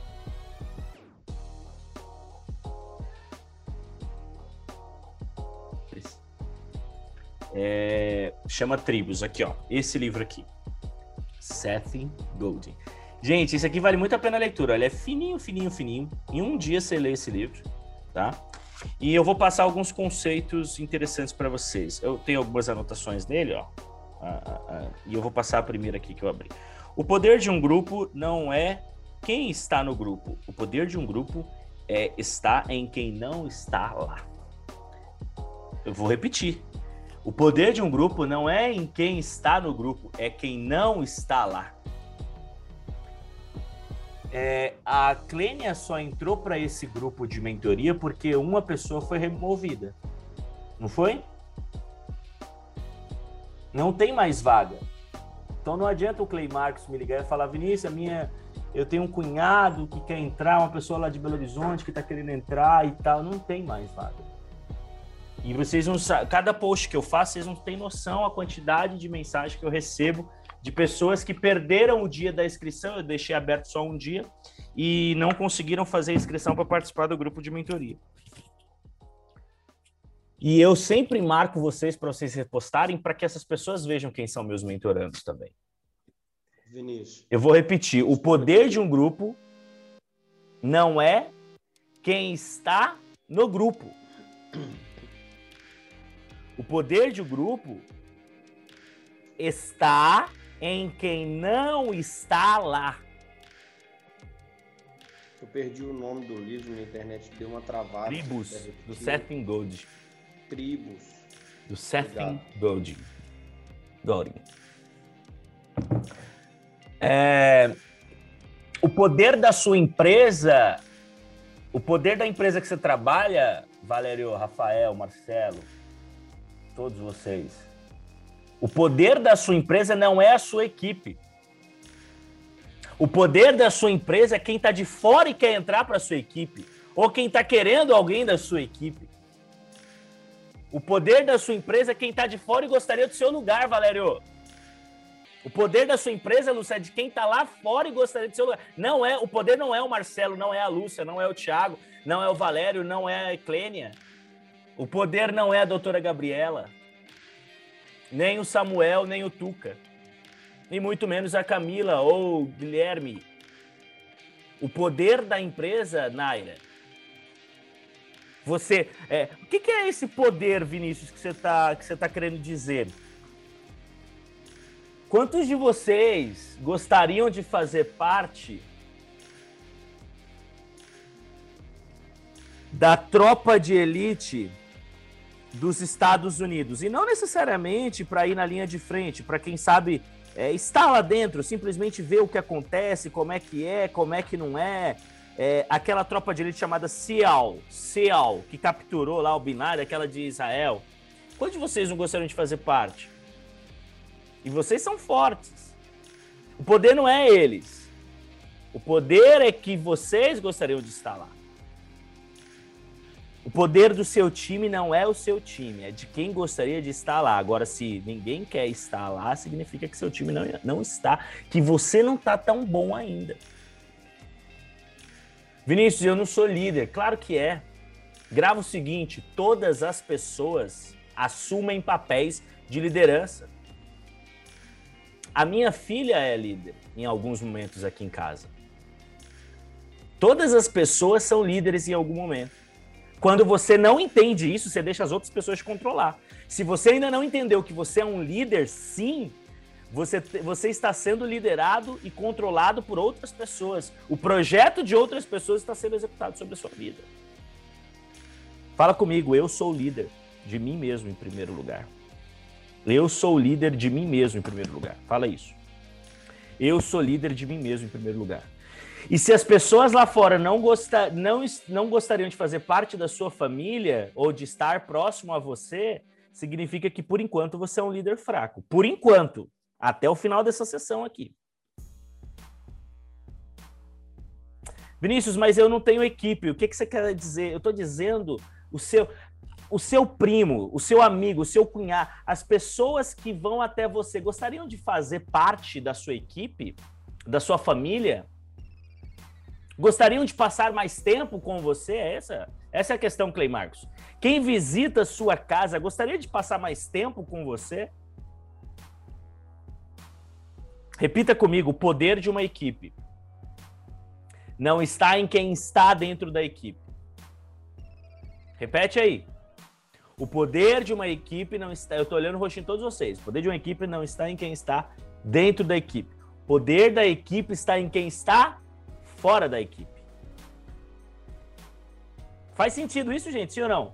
Chama Tribos, aqui ó, esse livro aqui, Seth Godin. Gente, isso aqui vale muito a pena a leitura, ele é fininho, fininho, fininho, em um dia você lê esse livro, tá? E eu vou passar alguns conceitos interessantes para vocês. Eu tenho algumas anotações nele, ó, e eu vou passar a primeira aqui que eu abri. O poder de um grupo não é quem está no grupo, o poder de um grupo está em quem não está lá. Eu vou repetir. O poder de um grupo não é em quem está no grupo, é quem não está lá. A Clênia só entrou para esse grupo de mentoria porque uma pessoa foi removida. Não foi? Não tem mais vaga. Então não adianta o Clay Marcos me ligar e falar, Vinícius, eu tenho um cunhado que quer entrar, uma pessoa lá de Belo Horizonte que está querendo entrar e tal. Não tem mais vaga. E vocês não sabem, cada post que eu faço, vocês não têm noção a quantidade de mensagem que eu recebo de pessoas que perderam o dia da inscrição, eu deixei aberto só um dia, e não conseguiram fazer a inscrição para participar do grupo de mentoria. E eu sempre marco vocês para vocês repostarem para que essas pessoas vejam quem são meus mentorandos também. Vinícius. Eu vou repetir, o poder de um grupo não é quem está no grupo. O poder de um grupo está em quem não está lá. Eu perdi o nome do livro na internet, deu uma travada. Tribos, do Seth Godin. Tribos. Do Seth Godin. O poder da sua empresa, o poder da empresa que você trabalha, Valério, Rafael, Marcelo, todos vocês, o poder da sua empresa não é a sua equipe. O poder da sua empresa é quem está de fora e quer entrar para a sua equipe, ou quem está querendo alguém da sua equipe. O poder da sua empresa é quem está de fora e gostaria do seu lugar, Valério. O poder da sua empresa, Lúcia, é de quem está lá fora e gostaria do seu lugar. O poder não é o Marcelo, não é a Lúcia, não é o Thiago, não é o Valério, não é a Clênia. O poder não é a doutora Gabriela, nem o Samuel, nem o Tuca, e muito menos a Camila ou o Guilherme. O poder da empresa, Naira. O que é esse poder, Vinícius, que você tá querendo dizer? Quantos de vocês gostariam de fazer parte da tropa de elite dos Estados Unidos? E não necessariamente para ir na linha de frente, para quem sabe estar lá dentro, simplesmente ver o que acontece, como é que não é. Aquela tropa de elite chamada SEAL, que capturou lá o binário, aquela de Israel. Quantos de vocês não gostariam de fazer parte? E vocês são fortes. O poder não é eles. O poder é que vocês gostariam de estar lá. poder do seu time não é o seu time, é de quem gostaria de estar lá. Agora, se ninguém quer estar lá, significa que seu time não está, que você não está tão bom ainda. Vinícius, eu não sou líder. Claro que é. Grava o seguinte, todas as pessoas assumem papéis de liderança. A minha filha é líder em alguns momentos aqui em casa. Todas as pessoas são líderes em algum momento. Quando você não entende isso, você deixa as outras pessoas te controlar. Se você ainda não entendeu que você é um líder, sim, você está sendo liderado e controlado por outras pessoas. O projeto de outras pessoas está sendo executado sobre a sua vida. Fala comigo, eu sou líder de mim mesmo em primeiro lugar. Eu sou líder de mim mesmo em primeiro lugar. Fala isso. Eu sou líder de mim mesmo em primeiro lugar. E se as pessoas lá fora não gostariam de fazer parte da sua família ou de estar próximo a você, significa que, por enquanto, você é um líder fraco. Por enquanto. Até o final dessa sessão aqui. Vinícius, mas eu não tenho equipe. O que você quer dizer? Eu estou dizendo o seu primo, o seu amigo, o seu cunhado, as pessoas que vão até você gostariam de fazer parte da sua equipe, da sua família? Gostariam de passar mais tempo com você? Essa é a questão, Clay Marcos. Quem visita a sua casa gostaria de passar mais tempo com você? Repita comigo, o poder de uma equipe não está em quem está dentro da equipe. Repete aí. O poder de uma equipe não está... Eu estou olhando o rostinho de todos vocês. O poder de uma equipe não está em quem está dentro da equipe. O poder da equipe está em quem está fora da equipe. Faz sentido isso, gente? Sim ou não?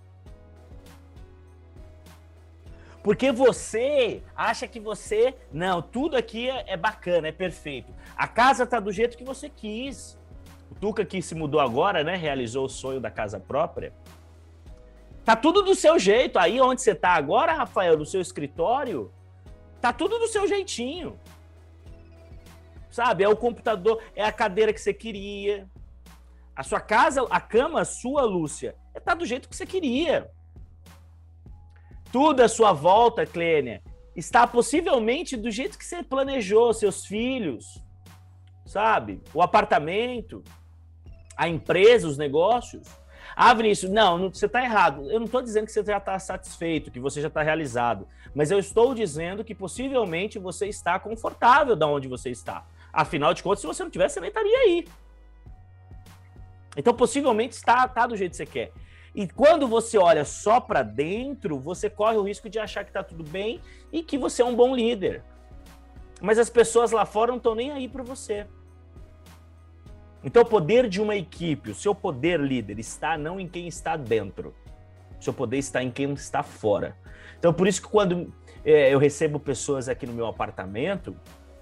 Porque você acha que você... Não, tudo aqui é bacana, é perfeito. A casa tá do jeito que você quis. O Tuca, que se mudou agora, né? Realizou o sonho da casa própria. Tá tudo do seu jeito. Aí onde você tá agora, Rafael, no seu escritório, tá tudo do seu jeitinho. Sabe? É o computador, é a cadeira que você queria. A sua casa, a cama sua, Lúcia, tá do jeito que você queria. Tudo à sua volta, Clênia, está possivelmente do jeito que você planejou, seus filhos, sabe? O apartamento, a empresa, os negócios. Ah, Vinícius, não, você está errado. Eu não estou dizendo que você já está satisfeito, que você já está realizado, mas eu estou dizendo que possivelmente você está confortável de onde você está. Afinal de contas, se você não tivesse, você nem estaria aí. Então, possivelmente, está do jeito que você quer. E quando você olha só para dentro, você corre o risco de achar que está tudo bem e que você é um bom líder. Mas as pessoas lá fora não estão nem aí para você. Então, o poder de uma equipe, o seu poder líder, está não em quem está dentro. O seu poder está em quem está fora. Então, por isso que quando eu recebo pessoas aqui no meu apartamento,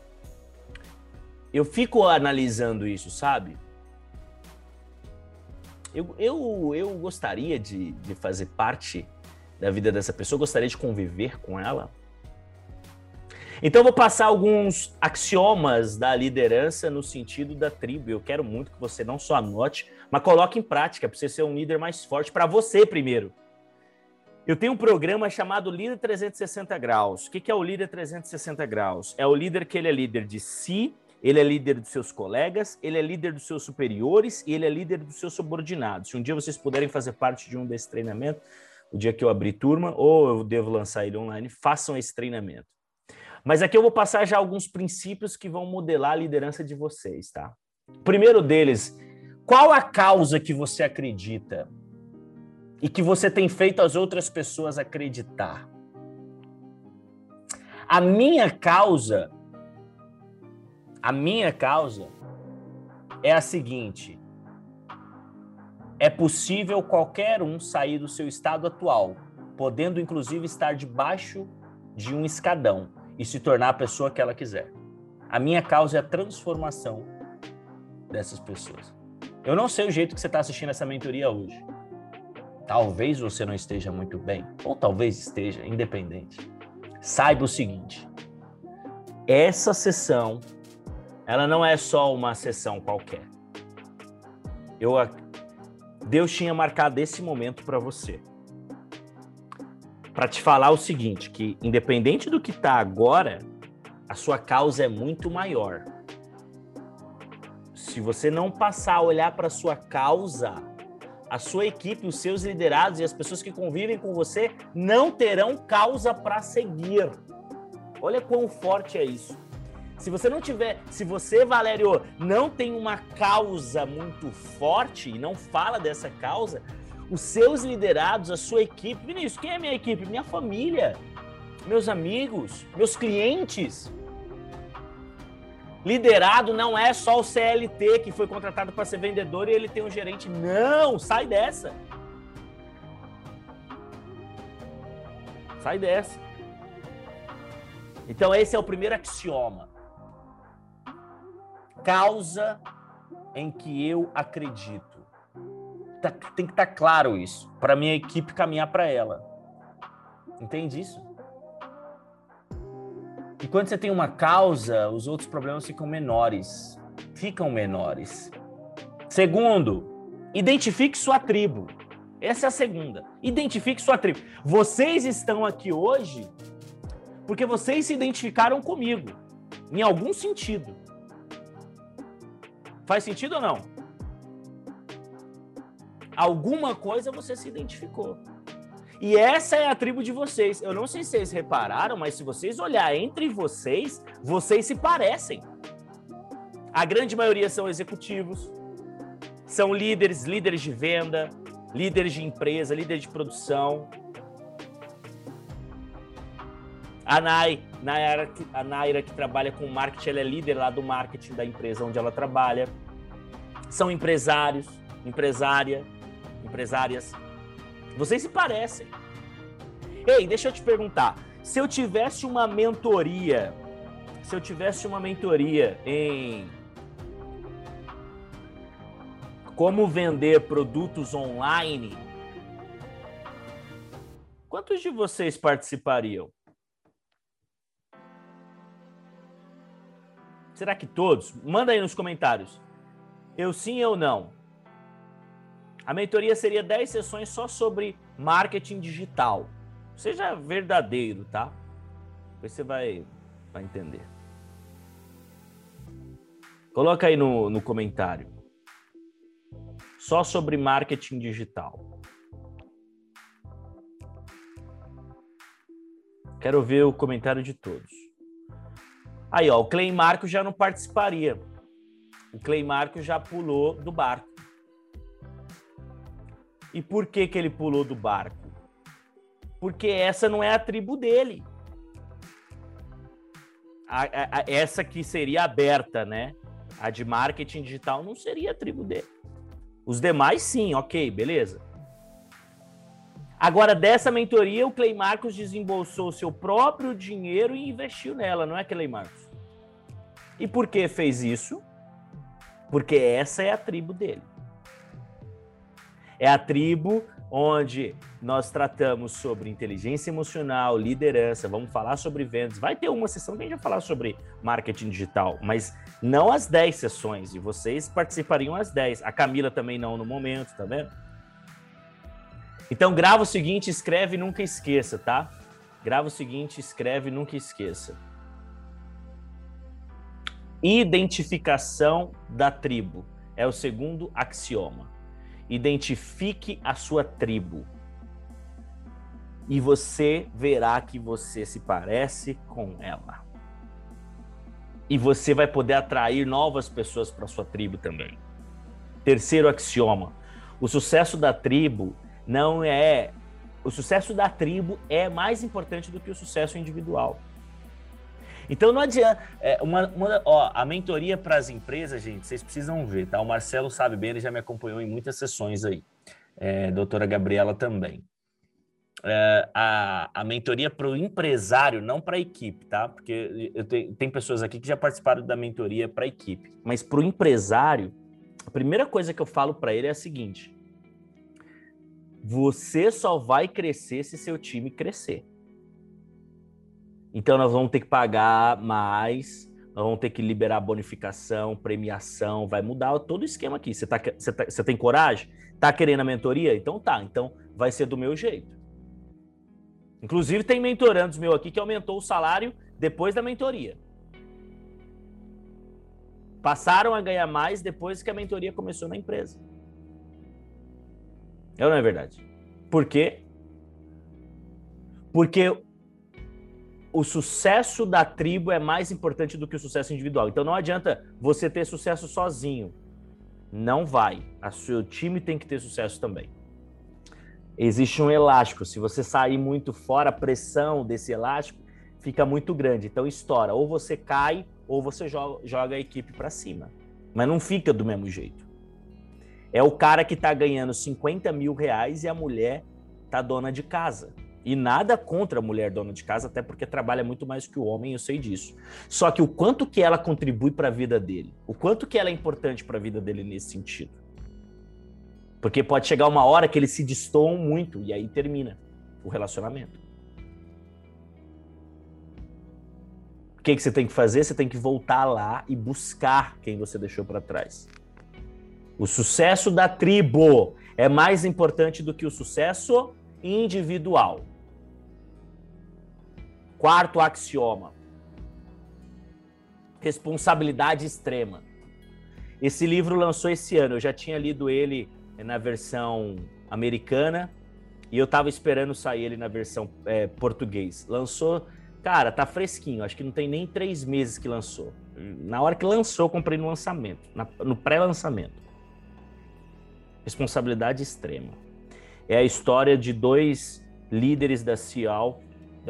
eu fico analisando isso, sabe? Eu gostaria de fazer parte da vida dessa pessoa, gostaria de conviver com ela. Então, eu vou passar alguns axiomas da liderança no sentido da tribo. Eu quero muito que você não só anote, mas coloque em prática para você ser um líder mais forte para você primeiro. Eu tenho um programa chamado Líder 360 Graus. O que é o Líder 360 Graus? É o líder que ele é líder de si, ele é líder dos seus colegas, ele é líder dos seus superiores e ele é líder dos seus subordinados. Se um dia vocês puderem fazer parte de um desse treinamento, o dia que eu abrir turma, ou eu devo lançar ele online, façam esse treinamento. Mas aqui eu vou passar já alguns princípios que vão modelar a liderança de vocês, tá? O primeiro deles, qual a causa que você acredita e que você tem feito as outras pessoas acreditar? A minha causa é a seguinte: é possível qualquer um sair do seu estado atual, podendo inclusive estar debaixo de um escadão e se tornar a pessoa que ela quiser. A minha causa é a transformação dessas pessoas. Eu não sei o jeito que você está assistindo essa mentoria hoje. Talvez você não esteja muito bem, ou talvez esteja, independente. Saiba o seguinte: essa sessão, ela não é só uma sessão qualquer. Deus tinha marcado esse momento para você. Para te falar o seguinte, que independente do que está agora, a sua causa é muito maior. Se você não passar a olhar para a sua causa, a sua equipe, os seus liderados e as pessoas que convivem com você não terão causa para seguir. Olha quão forte é isso. Se você, Valério, não tem uma causa muito forte e não fala dessa causa, os seus liderados, a sua equipe... Vinícius, quem é minha equipe? Minha família, meus amigos, meus clientes. Liderado não é só o CLT que foi contratado para ser vendedor e ele tem um gerente. Não, sai dessa. Sai dessa. Então esse é o primeiro axioma. Causa em que eu acredito. Tem que estar claro isso, para minha equipe caminhar para ela. Entende isso? E quando você tem uma causa, os outros problemas ficam menores. Segundo, identifique sua tribo. Essa é a segunda. Identifique sua tribo. Vocês estão aqui hoje porque vocês se identificaram comigo, em algum sentido. Faz sentido ou não? Alguma coisa você se identificou. E essa é a tribo de vocês. Eu não sei se vocês repararam, mas se vocês olharem entre vocês, vocês se parecem. A grande maioria são executivos, são líderes de venda, líderes de empresa, líderes de produção. A Naira, que trabalha com marketing, ela é líder lá do marketing da empresa onde ela trabalha. São empresários, empresárias. Vocês se parecem. Ei, deixa eu te perguntar. Se eu tivesse uma mentoria em como vender produtos online, quantos de vocês participariam? Será que todos? Manda aí nos comentários. Eu sim, eu não. A mentoria seria 10 sessões só sobre marketing digital. Seja verdadeiro, tá? Depois você vai entender. Coloca aí no comentário. Só sobre marketing digital. Quero ver o comentário de todos. Aí, ó, o Clay Marco já não participaria. O Clay Marco já pulou do barco. E por que ele pulou do barco? Porque essa não é a tribo dele. Essa que seria aberta, né? A de marketing digital não seria a tribo dele. Os demais, sim, ok, beleza. Agora, dessa mentoria, o Clay Marcos desembolsou o seu próprio dinheiro e investiu nela, não é, Clay Marcos? E por que fez isso? Porque essa é a tribo dele. É a tribo onde nós tratamos sobre inteligência emocional, liderança, vamos falar sobre vendas. Vai ter uma sessão que a gente vai falar sobre marketing digital, mas não as 10 sessões, e vocês participariam as 10. A Camila também não no momento, tá vendo? Então grava o seguinte, escreve e nunca esqueça, tá? Grava o seguinte, escreve e nunca esqueça. Identificação da tribo é o segundo axioma. Identifique a sua tribo. E você verá que você se parece com ela. E você vai poder atrair novas pessoas para sua tribo também. Terceiro axioma. O sucesso da tribo é mais importante do que o sucesso individual. Então não adianta. A mentoria para as empresas, gente, vocês precisam ver, tá? O Marcelo sabe bem, ele já me acompanhou em muitas sessões aí. Doutora Gabriela também. A mentoria para o empresário, não para a equipe, tá? Porque tem pessoas aqui que já participaram da mentoria para a equipe. Mas para o empresário, a primeira coisa que eu falo para ele é a seguinte: você só vai crescer se seu time crescer. Então nós vamos ter que pagar mais, nós nós vamos ter que liberar bonificação, premiação, vai mudar todo o esquema aqui. Você tem coragem? Tá querendo a mentoria? Então tá, então vai ser do meu jeito. Inclusive tem mentorandos meu aqui que aumentou o salário depois da mentoria. Passaram a ganhar mais depois que a mentoria começou na empresa. É ou não é verdade? Por quê? Porque o sucesso da tribo é mais importante do que o sucesso individual. Então não adianta você ter sucesso sozinho. Não vai. O seu time tem que ter sucesso também. Existe um elástico. Se você sair muito fora, a pressão desse elástico fica muito grande. Então estoura. Ou você cai, ou você joga a equipe para cima. Mas não fica do mesmo jeito. É o cara que está ganhando 50 mil reais e a mulher tá dona de casa. E nada contra a mulher dona de casa, até porque trabalha muito mais que o homem, eu sei disso. Só que o quanto que ela contribui para a vida dele, o quanto que ela é importante para a vida dele nesse sentido. Porque pode chegar uma hora que eles se destoam muito e aí termina o relacionamento. O que você tem que fazer? Você tem que voltar lá e buscar quem você deixou para trás. O sucesso da tribo é mais importante do que o sucesso individual. Quarto axioma. Responsabilidade extrema. Esse livro lançou esse ano. Eu já tinha lido ele na versão americana e eu tava esperando sair ele na versão português. Lançou, cara, tá fresquinho. Acho que não tem nem 3 meses que lançou. Na hora que lançou, eu comprei no lançamento, no pré-lançamento. Responsabilidade extrema. É a história de 2 líderes da SEAL,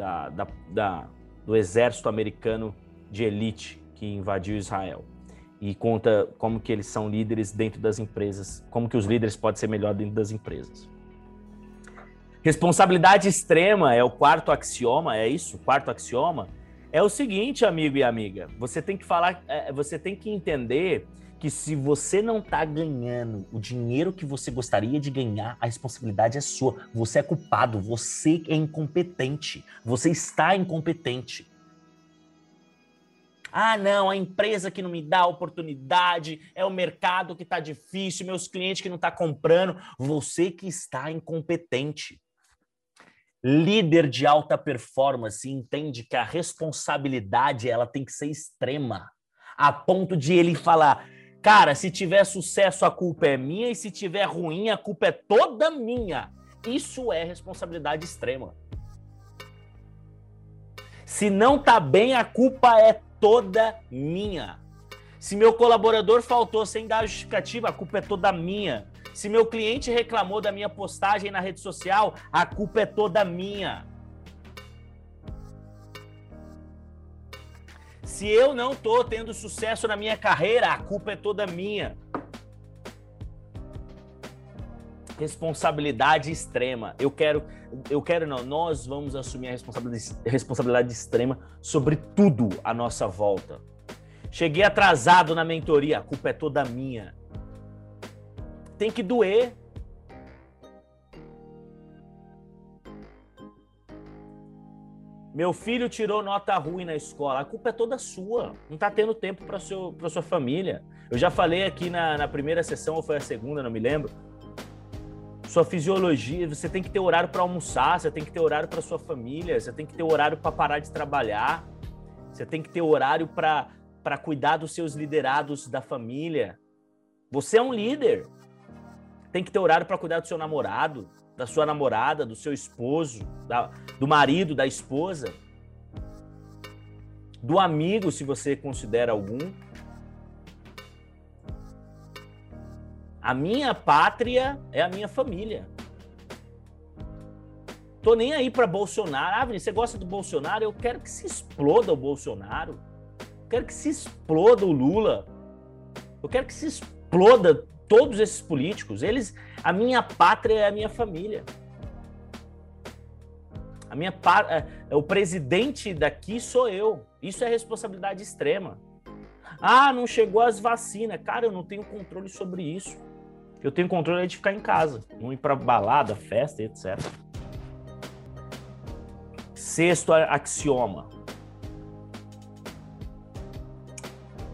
do exército americano de elite que invadiu Israel. E conta como que eles são líderes dentro das empresas, como que os líderes podem ser melhor dentro das empresas. Responsabilidade extrema é o quarto axioma, é isso? O quarto axioma é o seguinte, amigo e amiga, você tem que falar, você tem que entender que se você não está ganhando o dinheiro que você gostaria de ganhar, a responsabilidade é sua. Você é culpado, você é incompetente, você está incompetente. Ah, não, a empresa que não me dá oportunidade, é o mercado que está difícil, meus clientes que não estão comprando, você que está incompetente. Líder de alta performance entende que a responsabilidade ela tem que ser extrema, a ponto de ele falar, cara, se tiver sucesso a culpa é minha e se tiver ruim a culpa é toda minha. Isso é responsabilidade extrema. Se não tá bem, a culpa é toda minha. Se meu colaborador faltou sem dar justificativa, a culpa é toda minha. Se meu cliente reclamou da minha postagem na rede social, a culpa é toda minha. Se eu não tô tendo sucesso na minha carreira, a culpa é toda minha. Responsabilidade extrema. Nós vamos assumir a responsabilidade extrema sobre tudo à nossa volta. Cheguei atrasado na mentoria, a culpa é toda minha. Tem que doer. Meu filho tirou nota ruim na escola, a culpa é toda sua. Não tá tendo tempo para sua família. Eu já falei aqui na primeira sessão, ou foi a segunda, não me lembro. Sua fisiologia, você tem que ter horário para almoçar, você tem que ter horário para sua família, você tem que ter horário para parar de trabalhar, você tem que ter horário para cuidar dos seus liderados da família. Você é um líder. Tem que ter horário para cuidar do seu namorado, da sua namorada, do seu esposo, do marido, da esposa, do amigo, se você considera algum. A minha pátria é a minha família. Tô nem aí para Bolsonaro. Ah, Vinícius, você gosta do Bolsonaro? Eu quero que se exploda o Bolsonaro. Eu quero que se exploda o Lula. Eu quero que se exploda todos esses políticos. A minha pátria é a minha família. O presidente daqui sou eu. Isso é responsabilidade extrema. Ah, não chegou as vacinas. Cara, eu não tenho controle sobre isso. Eu tenho controle de ficar em casa, não ir para balada, festa, etc. Sexto axioma.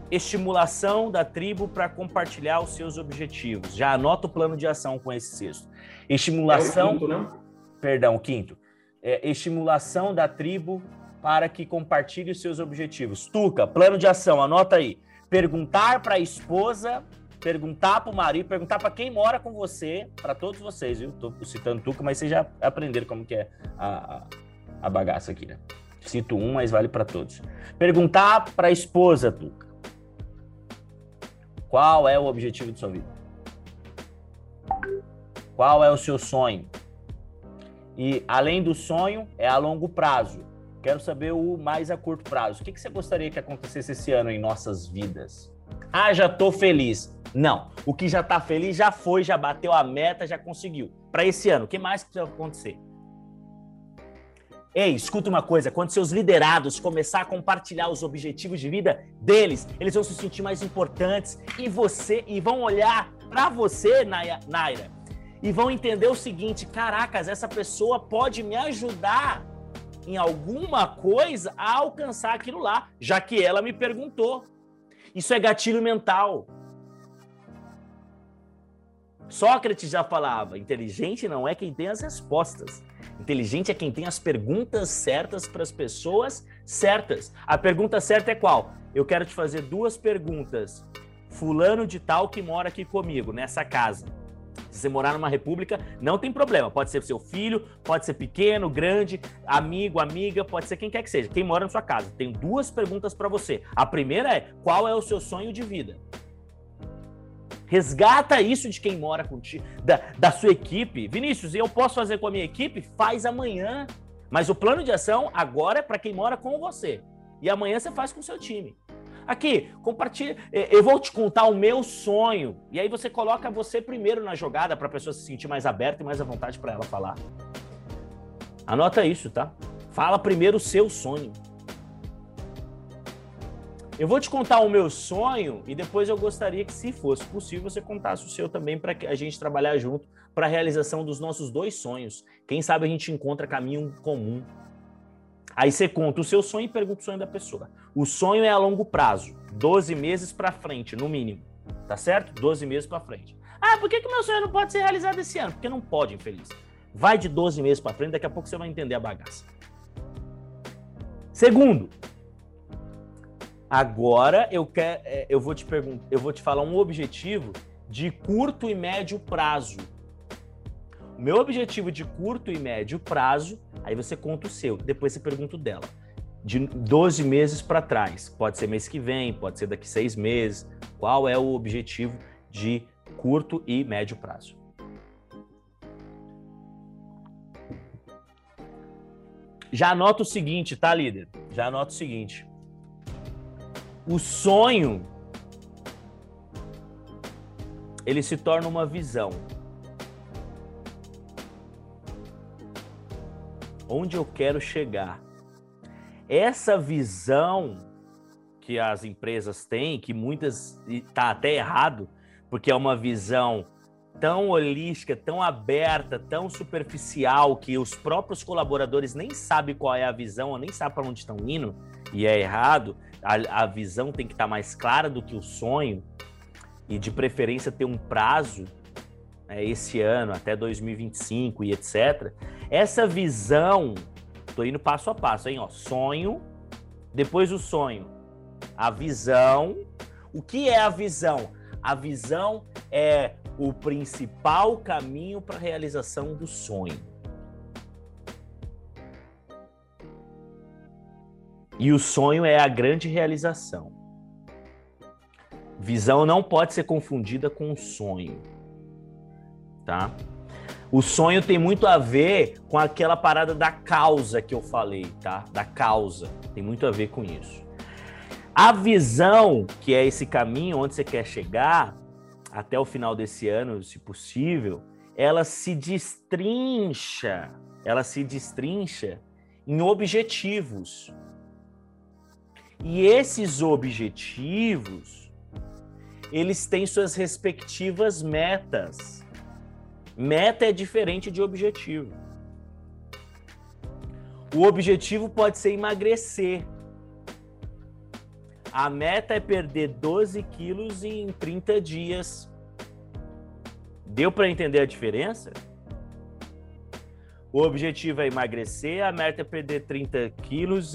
estimulação da tribo para compartilhar os seus objetivos. Já anota o plano de ação com esse sexto. Estimulação... É o quinto, não? Perdão, o quinto. Estimulação da tribo para que compartilhe os seus objetivos. Tuca, plano de ação, anota aí. Perguntar para a esposa, perguntar para o marido, perguntar para quem mora com você, para todos vocês, viu? Tô citando Tuca, mas vocês já aprenderam como que é a bagaça aqui, né? Cito um, mas vale para todos. Perguntar para a esposa, Tuca. Qual é o objetivo de sua vida? Qual é o seu sonho? E, além do sonho, é a longo prazo. Quero saber o mais a curto prazo. O que você gostaria que acontecesse esse ano em nossas vidas? Ah, já tô feliz. Não. O que já tá feliz já foi, já bateu a meta, já conseguiu. Para esse ano, o que mais precisa acontecer? Ei, escuta uma coisa, quando seus liderados começar a compartilhar os objetivos de vida deles, eles vão se sentir mais importantes e vão olhar para você, Naira, e vão entender o seguinte: caracas, essa pessoa pode me ajudar em alguma coisa a alcançar aquilo lá, já que ela me perguntou. Isso é gatilho mental. Sócrates já falava, inteligente não é quem tem as respostas. Inteligente é quem tem as perguntas certas para as pessoas certas. A pergunta certa é qual? Eu quero te fazer 2 perguntas. Fulano de tal que mora aqui comigo, nessa casa. Se você morar numa república, não tem problema. Pode ser seu filho, pode ser pequeno, grande, amigo, amiga, pode ser quem quer que seja. Quem mora na sua casa. Tenho 2 perguntas para você. A primeira é, qual é o seu sonho de vida? Resgata isso de quem mora contigo, da sua equipe. Vinícius, eu posso fazer com a minha equipe? Faz amanhã. Mas o plano de ação agora é para quem mora com você. E amanhã você faz com o seu time. Aqui, compartilha. Eu vou te contar o meu sonho. E aí você coloca você primeiro na jogada para a pessoa se sentir mais aberta e mais à vontade para ela falar. Anota isso, tá? Fala primeiro o seu sonho. Eu vou te contar o meu sonho e depois eu gostaria que, se fosse possível, você contasse o seu também para a gente trabalhar junto para a realização dos nossos 2 sonhos. Quem sabe a gente encontra caminho comum. Aí você conta o seu sonho e pergunta o sonho da pessoa. O sonho é a longo prazo, 12 meses para frente, no mínimo. Tá certo? 12 meses para frente. Ah, por que o meu sonho não pode ser realizado esse ano? Porque não pode, infeliz. Vai de 12 meses para frente, daqui a pouco você vai entender a bagaça. Segundo, agora eu vou te falar um objetivo de curto e médio prazo. O meu objetivo de curto e médio prazo, aí você conta o seu, depois você pergunta o dela. De 12 meses para trás, pode ser mês que vem, pode ser daqui 6 meses. Qual é o objetivo de curto e médio prazo? Já anota o seguinte, tá, líder? Já anota o seguinte. O sonho, ele se torna uma visão. Onde eu quero chegar? Essa visão que as empresas têm, que muitas está até errado, porque é uma visão tão holística, tão aberta, tão superficial, que os próprios colaboradores nem sabem qual é a visão, ou nem sabem para onde estão indo, e é errado. A visão tem que estar mais clara do que o sonho, e de preferência ter um prazo, esse ano, até 2025 e etc. Essa visão, tô indo passo a passo, hein? Ó, sonho, depois o sonho, a visão. O que é a visão? A visão é o principal caminho para a realização do sonho. E o sonho é a grande realização. Visão não pode ser confundida com sonho, tá? O sonho tem muito a ver com aquela parada da causa que eu falei, tá? Da causa. Tem muito a ver com isso. A visão, que é esse caminho onde você quer chegar, até o final desse ano, se possível, ela se destrincha em objetivos. E esses objetivos, eles têm suas respectivas metas. Meta é diferente de objetivo. O objetivo pode ser emagrecer. A meta é perder 12 quilos em 30 dias. Deu para entender a diferença? O objetivo é emagrecer, a meta é perder 30 quilos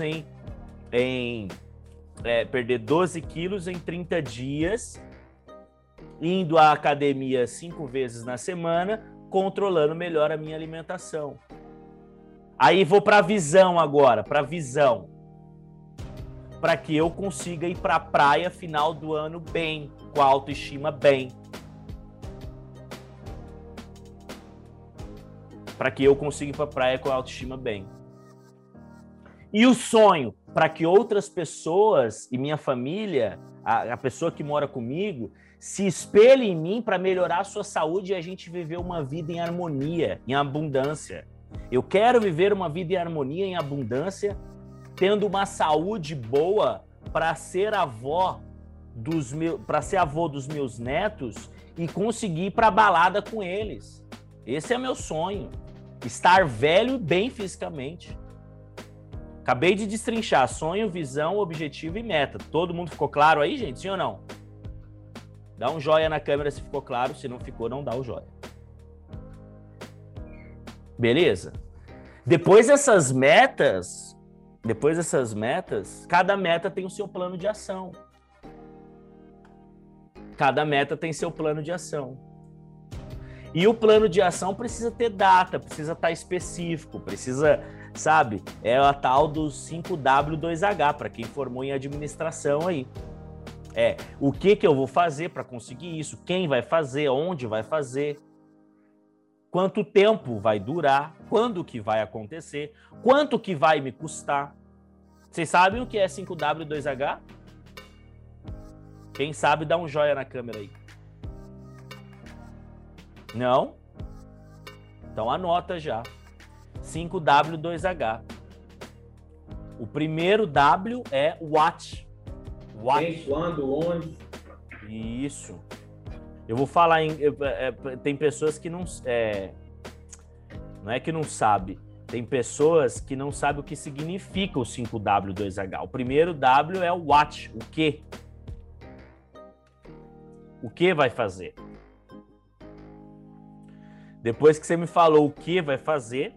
perder 12 quilos em 30 dias, indo à academia 5 vezes na semana, controlando melhor a minha alimentação. Aí vou para a visão agora, para que eu consiga ir para a praia final do ano bem, com a autoestima bem. Para que eu consiga ir para a praia com a autoestima bem. E o sonho, para que outras pessoas e minha família, a pessoa que mora comigo, se espelhe em mim para melhorar a sua saúde e a gente viver uma vida em harmonia, em abundância. Eu quero viver uma vida em harmonia, em abundância, tendo uma saúde boa para ser avô dos meus netos e conseguir ir para a balada com eles. Esse é meu sonho. Estar velho bem fisicamente. Acabei de destrinchar sonho, visão, objetivo e meta. Todo mundo ficou claro aí, gente? Sim ou não? Dá um joia na câmera se ficou claro. Se não ficou, não dá o joia. Beleza? Depois dessas metas, cada meta tem o seu plano de ação. Cada meta tem seu plano de ação. E o plano de ação precisa ter data, precisa estar específico, precisa, sabe, é a tal dos 5W2H, para quem formou em administração aí. O que eu vou fazer para conseguir isso, quem vai fazer, onde vai fazer, quanto tempo vai durar, quando que vai acontecer, quanto que vai me custar. Vocês sabem o que é 5W2H? Quem sabe dá um joia na câmera aí. Não? Então anota já. 5W2H. O primeiro W é what. Quem, quando, onde. Isso. Eu vou falar tem pessoas que não... não é que não sabe. Tem pessoas que não sabem o que significa o 5W2H. O primeiro W é o what. O que? O que vai fazer? Depois que você me falou o que vai fazer,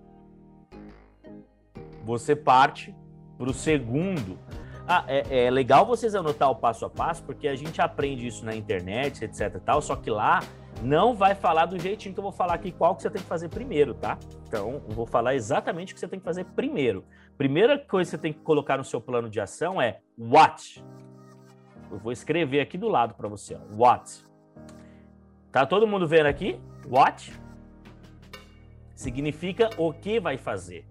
você parte para o segundo. É legal vocês anotar o passo a passo, porque a gente aprende isso na internet, etc e tal, só que lá não vai falar do jeitinho que eu vou falar aqui, qual que você tem que fazer primeiro, tá? Então, eu vou falar exatamente o que você tem que fazer primeiro. Primeira coisa que você tem que colocar no seu plano de ação é what. Eu vou escrever aqui do lado para você, ó. What. Tá todo mundo vendo aqui? What significa o que vai fazer.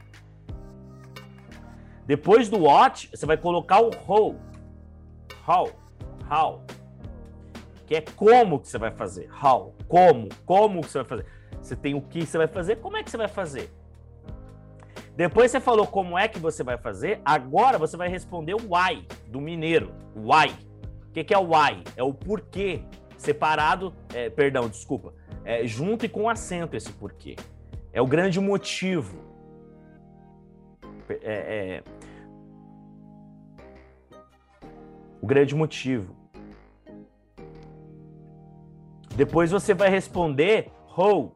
Depois do what, você vai colocar o how. How. Que é como que você vai fazer. How. Como que você vai fazer. Você tem o que você vai fazer, como é que você vai fazer. Depois você falou como é que você vai fazer, agora você vai responder o why, do mineiro. Why. O que é o why? É o porquê. Separado, junto e com acento esse porquê. É o grande motivo. O grande motivo. Depois você vai responder how.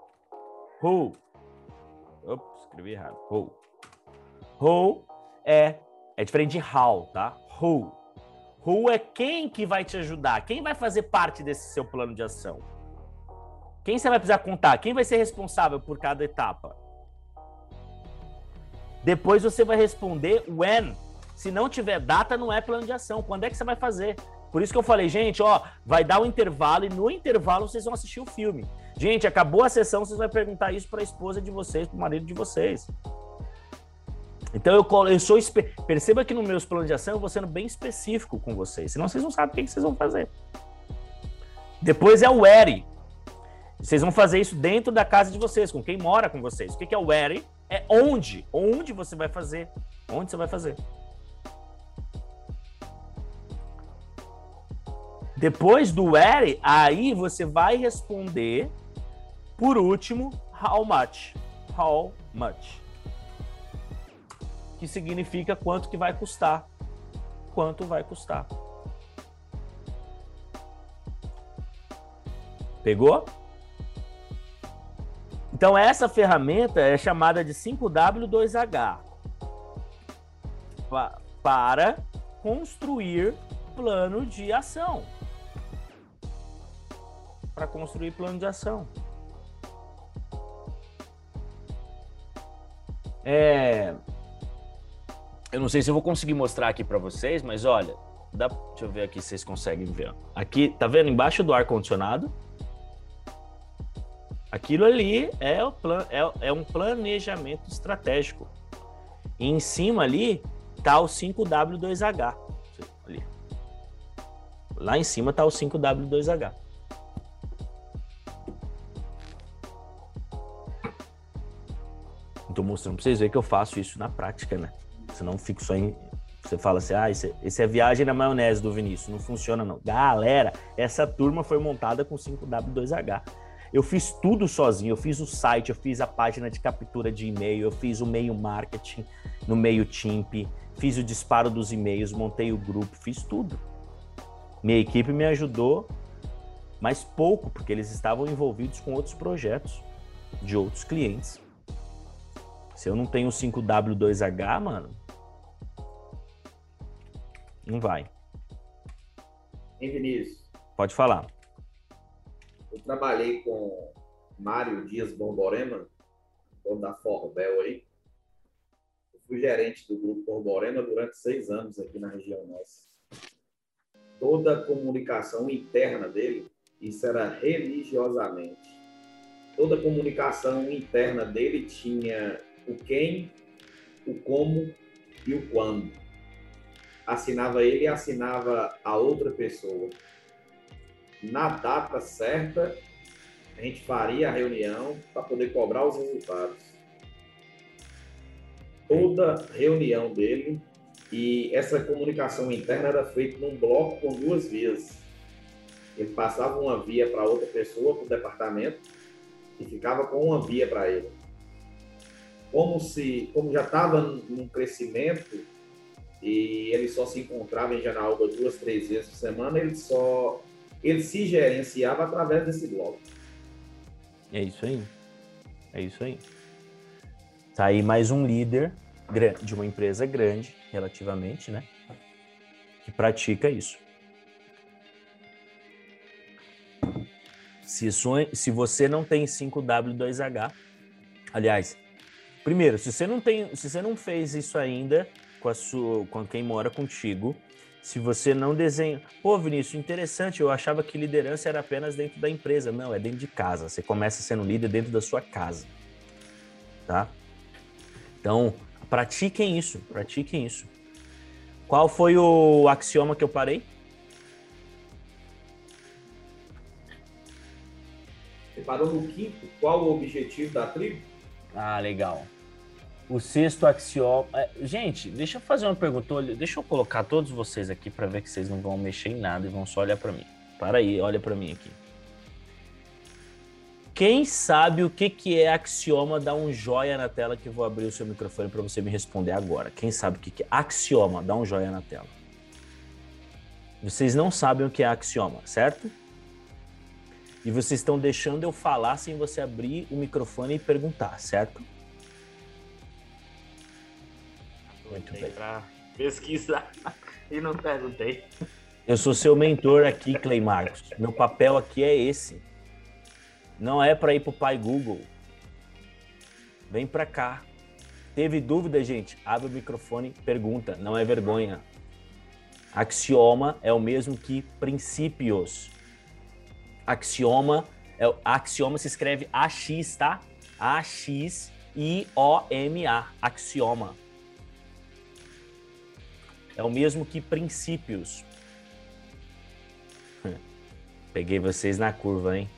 Ops, escrevi errado. How é diferente de how, tá? Who é quem que vai te ajudar? Quem vai fazer parte desse seu plano de ação? Quem você vai precisar contar? Quem vai ser responsável por cada etapa? Depois você vai responder when. Se não tiver data, não é plano de ação. Quando é que você vai fazer? Por isso que eu falei, gente, vai dar um intervalo e no intervalo vocês vão assistir o filme. Gente, acabou a sessão, vocês vão perguntar isso para a esposa de vocês, para o marido de vocês. Então eu sou... Perceba que nos meus planos de ação eu vou sendo bem específico com vocês, senão vocês não sabem o que vocês vão fazer. Depois é o where. Vocês vão fazer isso dentro da casa de vocês, com quem mora com vocês. O que é o where? É onde. Onde você vai fazer. Onde você vai fazer. Depois do where, aí você vai responder, por último, how much. How much. Que significa quanto que vai custar. quanto vai custar. Pegou? Então, essa ferramenta é chamada de 5W2H para construir plano de ação. Para construir plano de ação. Eu não sei se eu vou conseguir mostrar aqui para vocês, mas olha, deixa eu ver aqui se vocês conseguem ver. Aqui, tá vendo embaixo do ar-condicionado? Aquilo ali é um planejamento estratégico. E em cima ali tá o 5W2H. Ali. Lá em cima tá o 5W2H. Estou mostrando para vocês verem que eu faço isso na prática, né? Senão fico só em... Você fala assim, esse é viagem na maionese do Vinícius. Não funciona, não. Galera, essa turma foi montada com 5W2H. Eu fiz tudo sozinho. Eu fiz o site, eu fiz a página de captura de e-mail, eu fiz o e-mail marketing no MailChimp, fiz o disparo dos e-mails, montei o grupo, fiz tudo. Minha equipe me ajudou, mas pouco, porque eles estavam envolvidos com outros projetos de outros clientes. Se eu não tenho 5W2H, mano, não vai. Hein, Vinícius? Pode falar. Eu trabalhei com Mário Dias Borborema, dono da Forbel aí. Eu fui gerente do grupo Borborema durante 6 anos aqui na região nossa. Toda a comunicação interna dele, isso era religiosamente. Toda a comunicação interna dele tinha o quem, o como e o quando. Assinava ele e assinava a outra pessoa. Na data certa, a gente faria a reunião para poder cobrar os resultados. Toda reunião dele, e essa comunicação interna era feita num bloco com 2 vias. Ele passava uma via para outra pessoa, para o departamento, e ficava com uma via para ele. Como já estava num crescimento e ele só se encontrava em Janaúba 2, 3 vezes por semana, ele se gerenciava através desse bloco. É isso aí. É isso aí. Tá aí mais um líder de uma empresa grande, relativamente, né? Que pratica isso. Se você não tem 5W2H, aliás, primeiro, se você não fez isso ainda com quem mora contigo, se você não desenha... Pô, Vinícius, interessante, eu achava que liderança era apenas dentro da empresa. Não, é dentro de casa. Você começa sendo líder dentro da sua casa. Tá? Então, pratiquem isso, pratiquem isso. Qual foi o axioma que eu parei? Você parou no 5º. Qual o objetivo da tribo? Ah, legal. O 6º axioma... Gente, deixa eu fazer uma pergunta. Deixa eu colocar todos vocês aqui para ver que vocês não vão mexer em nada e vão só olhar para mim. Para aí, olha para mim aqui. Quem sabe o que é axioma? Dá um joia na tela que eu vou abrir o seu microfone para você me responder agora. Quem sabe o que é axioma? Dá um joia na tela. Vocês não sabem o que é axioma, certo? E vocês estão deixando eu falar sem você abrir o microfone e perguntar, certo? Muito bem. Para pesquisar e não perguntei. Eu sou seu mentor aqui, Clay Marcos. Meu papel aqui é esse. Não é para ir pro pai Google. Vem para cá. Teve dúvida, gente? Abre o microfone, pergunta. Não é vergonha. Axioma é o mesmo que princípios. Axioma se escreve AX, tá? AXIOMA. Axioma. É o mesmo que princípios. Peguei vocês na curva, hein?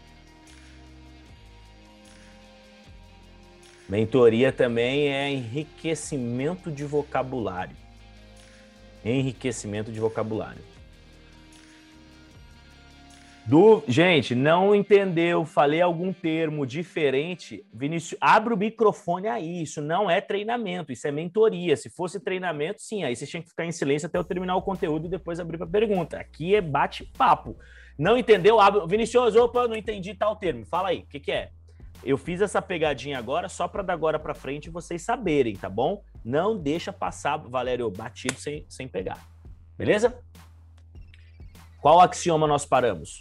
Mentoria também é enriquecimento de vocabulário. Enriquecimento de vocabulário. Gente, não entendeu? Falei algum termo diferente? Vinícius, abre o microfone aí. Isso não é treinamento, isso é mentoria. Se fosse treinamento, sim, aí você tinha que ficar em silêncio até eu terminar o conteúdo e depois abrir para pergunta. Aqui é bate-papo. Não entendeu? Vinícius, opa, não entendi tal termo. Fala aí, o que é? Eu fiz essa pegadinha agora só para da agora para frente vocês saberem, tá bom? Não deixa passar, Valério, batido sem pegar. Beleza? Qual axioma nós paramos?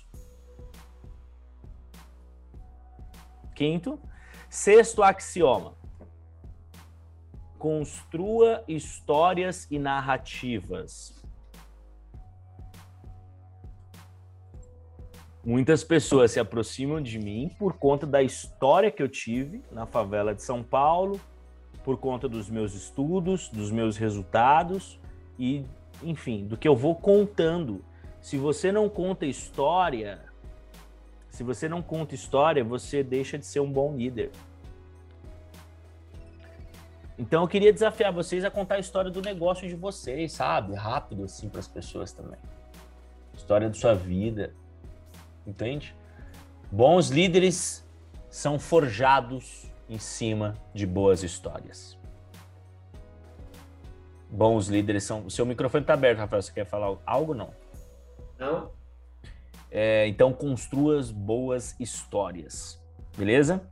Quinto. Sexto axioma. Construa histórias e narrativas. Muitas pessoas se aproximam de mim por conta da história que eu tive na favela de São Paulo, por conta dos meus estudos, dos meus resultados e, enfim, do que eu vou contando. Se você não conta história, você deixa de ser um bom líder. Então eu queria desafiar vocês a contar a história do negócio de vocês, sabe? Rápido assim para as pessoas também. História da sua vida. Entende? Bons líderes são forjados em cima de boas histórias. Bons líderes são... O seu microfone está aberto, Rafael. Você quer falar algo? Não. Não. Então, construa boas histórias. Beleza?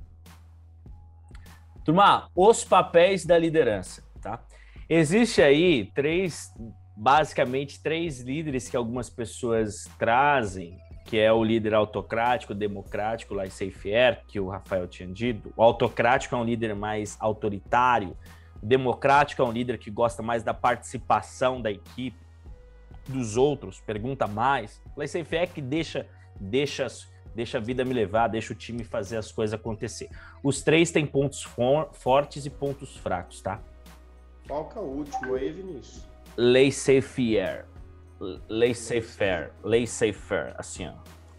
Turma, os papéis da liderança, tá? Existe aí basicamente três líderes que algumas pessoas trazem, que é o líder autocrático, democrático, laissez-faire, que o Rafael tinha dito. O autocrático é um líder mais autoritário. O democrático é um líder que gosta mais da participação da equipe, dos outros, pergunta mais. Laissez-faire é que deixa a vida me levar, deixa o time fazer as coisas acontecer. Os três têm pontos fortes e pontos fracos, tá? Qual que é o último aí, Vinícius? Laissez-faire, assim, ó.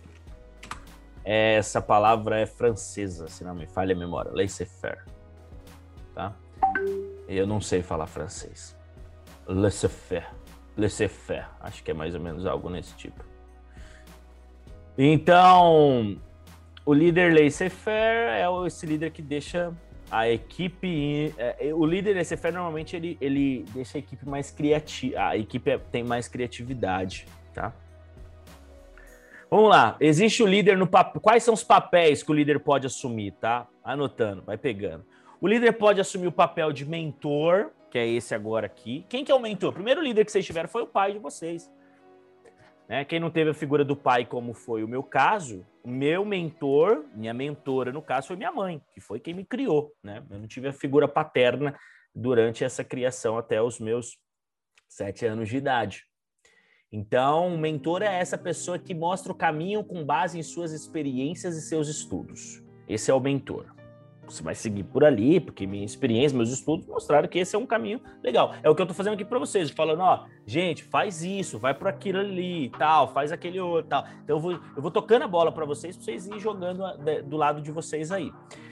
Essa palavra é francesa, se não me falha a memória. Laissez-faire, tá? Eu não sei falar francês. Laissez-faire, acho que é mais ou menos algo nesse tipo. Então, o líder laissez-faire é esse líder que deixa a equipe... O líder laissez-faire, normalmente, ele deixa a equipe mais criativa. A equipe tem mais criatividade, tá? Vamos lá. Existe o líder no papel. Quais são os papéis que o líder pode assumir, tá? Anotando, vai pegando. O líder pode assumir o papel de mentor, que é esse agora aqui. Quem que é o mentor? O primeiro líder que vocês tiveram foi o pai de vocês. Né? Quem não teve a figura do pai, como foi o meu caso, o meu mentor, minha mentora, no caso, foi minha mãe, que foi quem me criou. Né? Eu não tive a figura paterna durante essa criação até os meus 7 anos de idade. Então, o mentor é essa pessoa que mostra o caminho com base em suas experiências e seus estudos. Esse é o mentor. Você vai seguir por ali, porque minha experiência, meus estudos mostraram que esse é um caminho legal. É o que eu tô fazendo aqui para vocês, falando, ó, gente, faz isso, vai por aquilo ali, tal, faz aquele outro, tal. Então eu vou tocando a bola para vocês irem jogando do lado de vocês aí.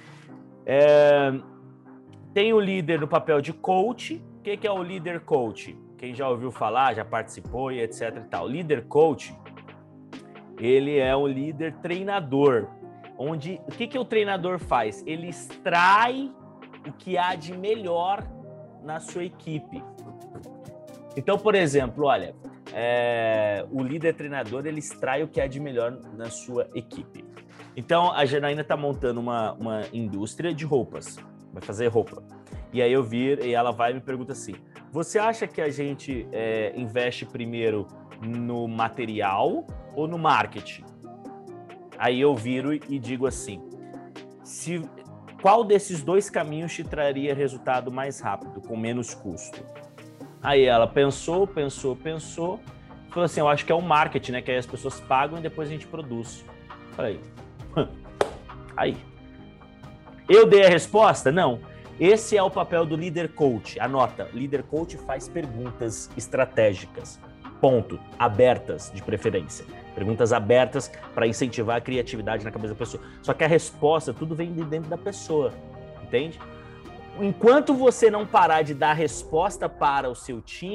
Tem o líder no papel de coach. O que é o líder coach? Quem já ouviu falar, já participou e etc e tal. Líder coach, ele é um líder treinador. O que o treinador faz? Ele extrai o que há de melhor na sua equipe. Então, por exemplo, olha, o líder treinador, ele extrai o que há de melhor na sua equipe. Então, a Janaína está montando uma indústria de roupas, vai fazer roupa. E aí e ela vai e me pergunta assim, você acha que a gente investe primeiro no material ou no marketing? Aí eu viro e digo assim, qual desses dois caminhos te traria resultado mais rápido, com menos custo? Aí ela pensou, falou assim, eu acho que é o marketing, né? Que aí as pessoas pagam e depois a gente produz. Falei, aí. Eu dei a resposta? Não. Esse é o papel do líder coach. Anota, líder coach faz perguntas estratégicas, ponto, abertas de preferência. Perguntas abertas para incentivar a criatividade na cabeça da pessoa. Só que a resposta, tudo vem de dentro da pessoa, entende? Enquanto você não parar de dar resposta para o seu time,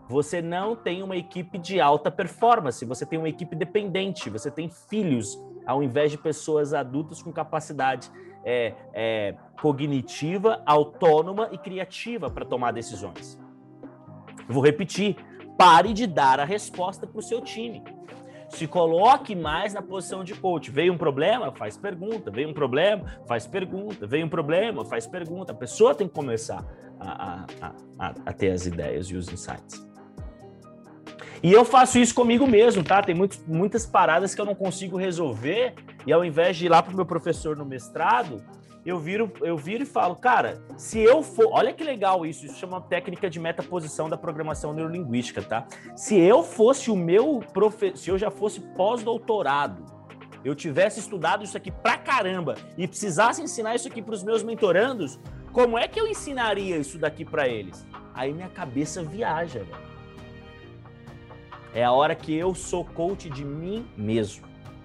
você não tem uma equipe de alta performance, você tem uma equipe dependente, você tem filhos, ao invés de pessoas adultas com capacidade cognitiva, autônoma e criativa para tomar decisões. Eu vou repetir, pare de dar a resposta para o seu time. Se coloque mais na posição de coach. Veio um problema? Faz pergunta. Veio um problema? Faz pergunta. Veio um problema? Faz pergunta. A pessoa tem que começar a ter as ideias e os insights. E eu faço isso comigo mesmo, tá? Tem muitas paradas que eu não consigo resolver e ao invés de ir lá pro meu professor no mestrado, eu viro e falo, cara, se eu for... Olha que legal isso chama técnica de metaposição da programação neurolinguística, tá? Se eu fosse se eu já fosse pós-doutorado, eu tivesse estudado isso aqui pra caramba e precisasse ensinar isso aqui pros meus mentorandos, como é que eu ensinaria isso daqui pra eles? Aí minha cabeça viaja, velho. É a hora que eu sou coach de mim mesmo.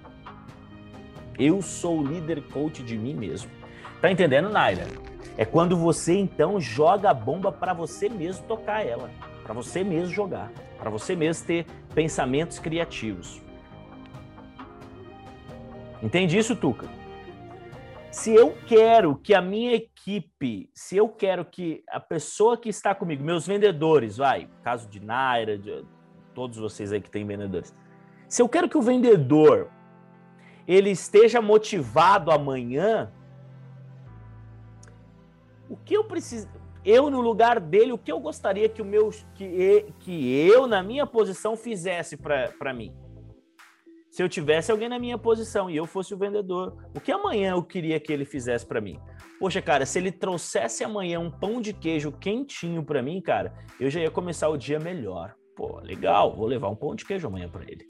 Eu sou o líder coach de mim mesmo. Tá entendendo, Naira? É quando você, então, joga a bomba para você mesmo tocar ela. Para você mesmo jogar. Para você mesmo ter pensamentos criativos. Entende isso, Tuca? Se eu quero que a minha equipe, se eu quero que a pessoa que está comigo, meus vendedores, caso de Naira, de todos vocês aí que têm vendedores. Se eu quero que o vendedor ele esteja motivado amanhã, o que eu preciso, eu no lugar dele, o que eu gostaria que eu na minha posição fizesse para mim? Se eu tivesse alguém na minha posição e eu fosse o vendedor, o que amanhã eu queria que ele fizesse para mim? Poxa, cara, se ele trouxesse amanhã um pão de queijo quentinho para mim, cara, eu já ia começar o dia melhor. Pô, legal, vou levar um pão de queijo amanhã para ele.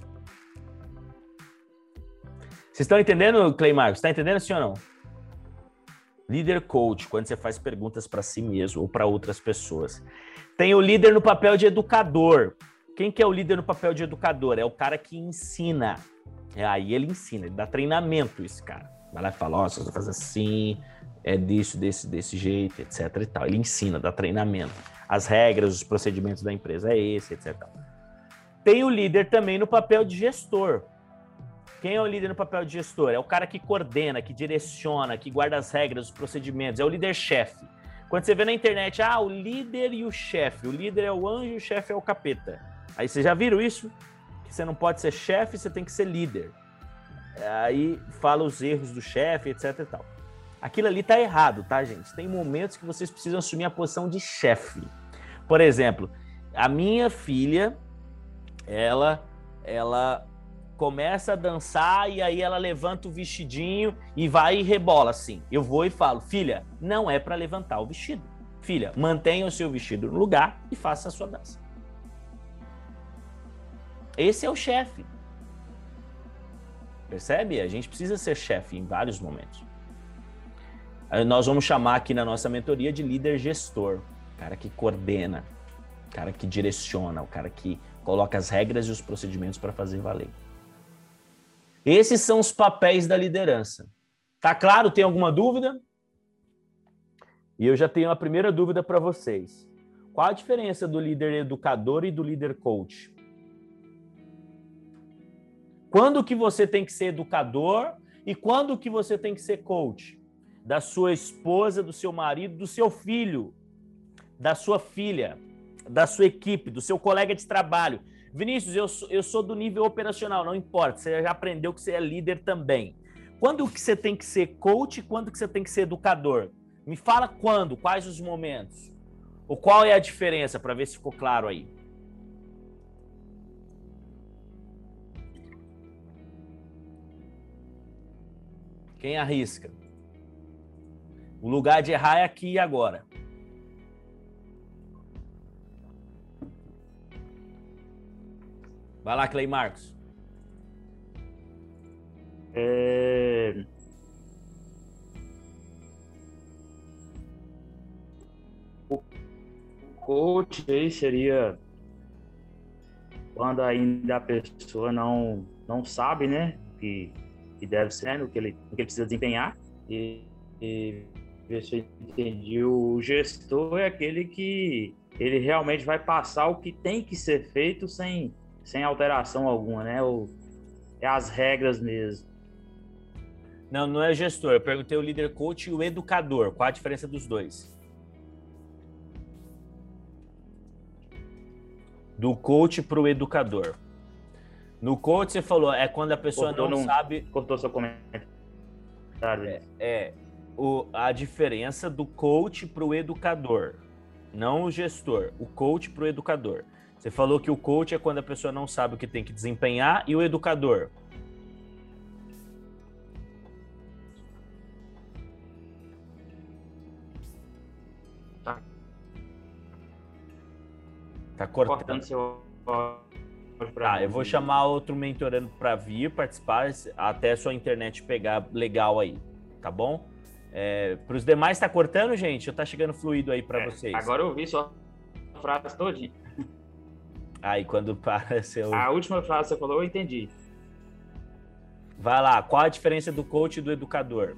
Vocês estão entendendo, Clay Marcos? Está entendendo, sim ou não? Líder coach, quando você faz perguntas para si mesmo ou para outras pessoas. Tem o líder no papel de educador. Quem que é o líder no papel de educador? É o cara que ensina. Aí ele ensina, ele dá treinamento, esse cara. Vai lá e fala, você vai fazer assim, é disso, desse jeito, etc e tal. Ele ensina, dá treinamento. As regras, os procedimentos da empresa é esse, etc. Tem o líder também no papel de gestor. Quem é o líder no papel de gestor? É o cara que coordena, que direciona, que guarda as regras, os procedimentos. É o líder-chefe. Quando você vê na internet, o líder e o chefe. O líder é o anjo e o chefe é o capeta. Aí vocês já viram isso? Que você não pode ser chefe, você tem que ser líder. Aí fala os erros do chefe, etc e tal. Aquilo ali tá errado, tá, gente? Tem momentos que vocês precisam assumir a posição de chefe. Por exemplo, a minha filha, ela começa a dançar e aí ela levanta o vestidinho e vai e rebola assim. Eu vou e falo, filha, não é para levantar o vestido. Filha, mantenha o seu vestido no lugar e faça a sua dança. Esse é o chefe. Percebe? A gente precisa ser chefe em vários momentos. Aí nós vamos chamar aqui na nossa mentoria de líder gestor. O cara que coordena, o cara que direciona, o cara que coloca as regras e os procedimentos para fazer valer. Esses são os papéis da liderança. Tá claro? Tem alguma dúvida? E eu já tenho a primeira dúvida para vocês. Qual a diferença do líder educador e do líder coach? Quando que você tem que ser educador e quando que você tem que ser coach? Da sua esposa, do seu marido, do seu filho, da sua filha, da sua equipe, do seu colega de trabalho. Vinícius, eu sou do nível operacional, não importa, você já aprendeu que você é líder também. Quando que você tem que ser coach e quando que você tem que ser educador? Me fala quando, quais os momentos? Ou qual é a diferença, para ver se ficou claro aí. Quem arrisca? O lugar de errar é aqui e agora. Vai lá, Clay Marcos. O coach aí seria quando ainda a pessoa não sabe, né, que deve ser, no que ele precisa desempenhar. E ver se eu entendi. O gestor é aquele que ele realmente vai passar o que tem que ser feito sem alteração alguma, né? É as regras mesmo. Não, não é gestor. Eu perguntei o líder coach e o educador. Qual a diferença dos dois? Do coach para o educador. No coach, você falou, é quando a pessoa não sabe... Cortou seu comentário. A diferença do coach para o educador, não o gestor. O coach para o educador. Você falou que o coach é quando a pessoa não sabe o que tem que desempenhar, e o educador? Tá cortando seu... Tá, eu vou chamar outro mentorando para vir participar até a sua internet pegar legal aí, tá bom? Para os demais tá cortando, gente? Ou tá chegando fluido aí para vocês? Agora eu ouvi só a frase todinha. Aí quando para seu... A última frase que você falou, eu entendi. Vai lá, qual a diferença do coach e do educador?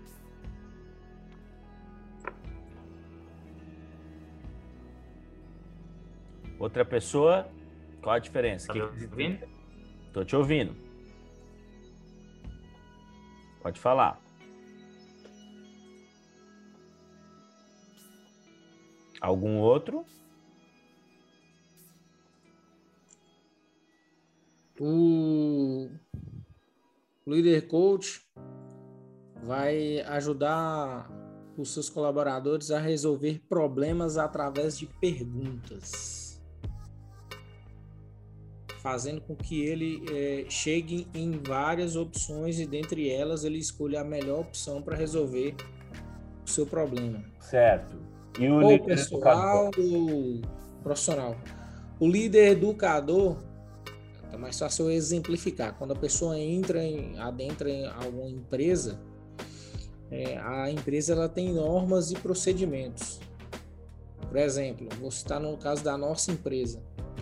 Outra pessoa, qual a diferença? Tá me ouvindo? Tô te ouvindo. Pode falar. Algum outro? O líder coach vai ajudar os seus colaboradores a resolver problemas através de perguntas, fazendo com que ele chegue em várias opções e dentre elas ele escolha a melhor opção para resolver o seu problema. Certo. E o ou pessoal ou profissional. O líder educador, é mais fácil eu exemplificar. Quando a pessoa adentra em alguma empresa, a empresa ela tem normas e procedimentos. Por exemplo, vou citar no caso da nossa empresa.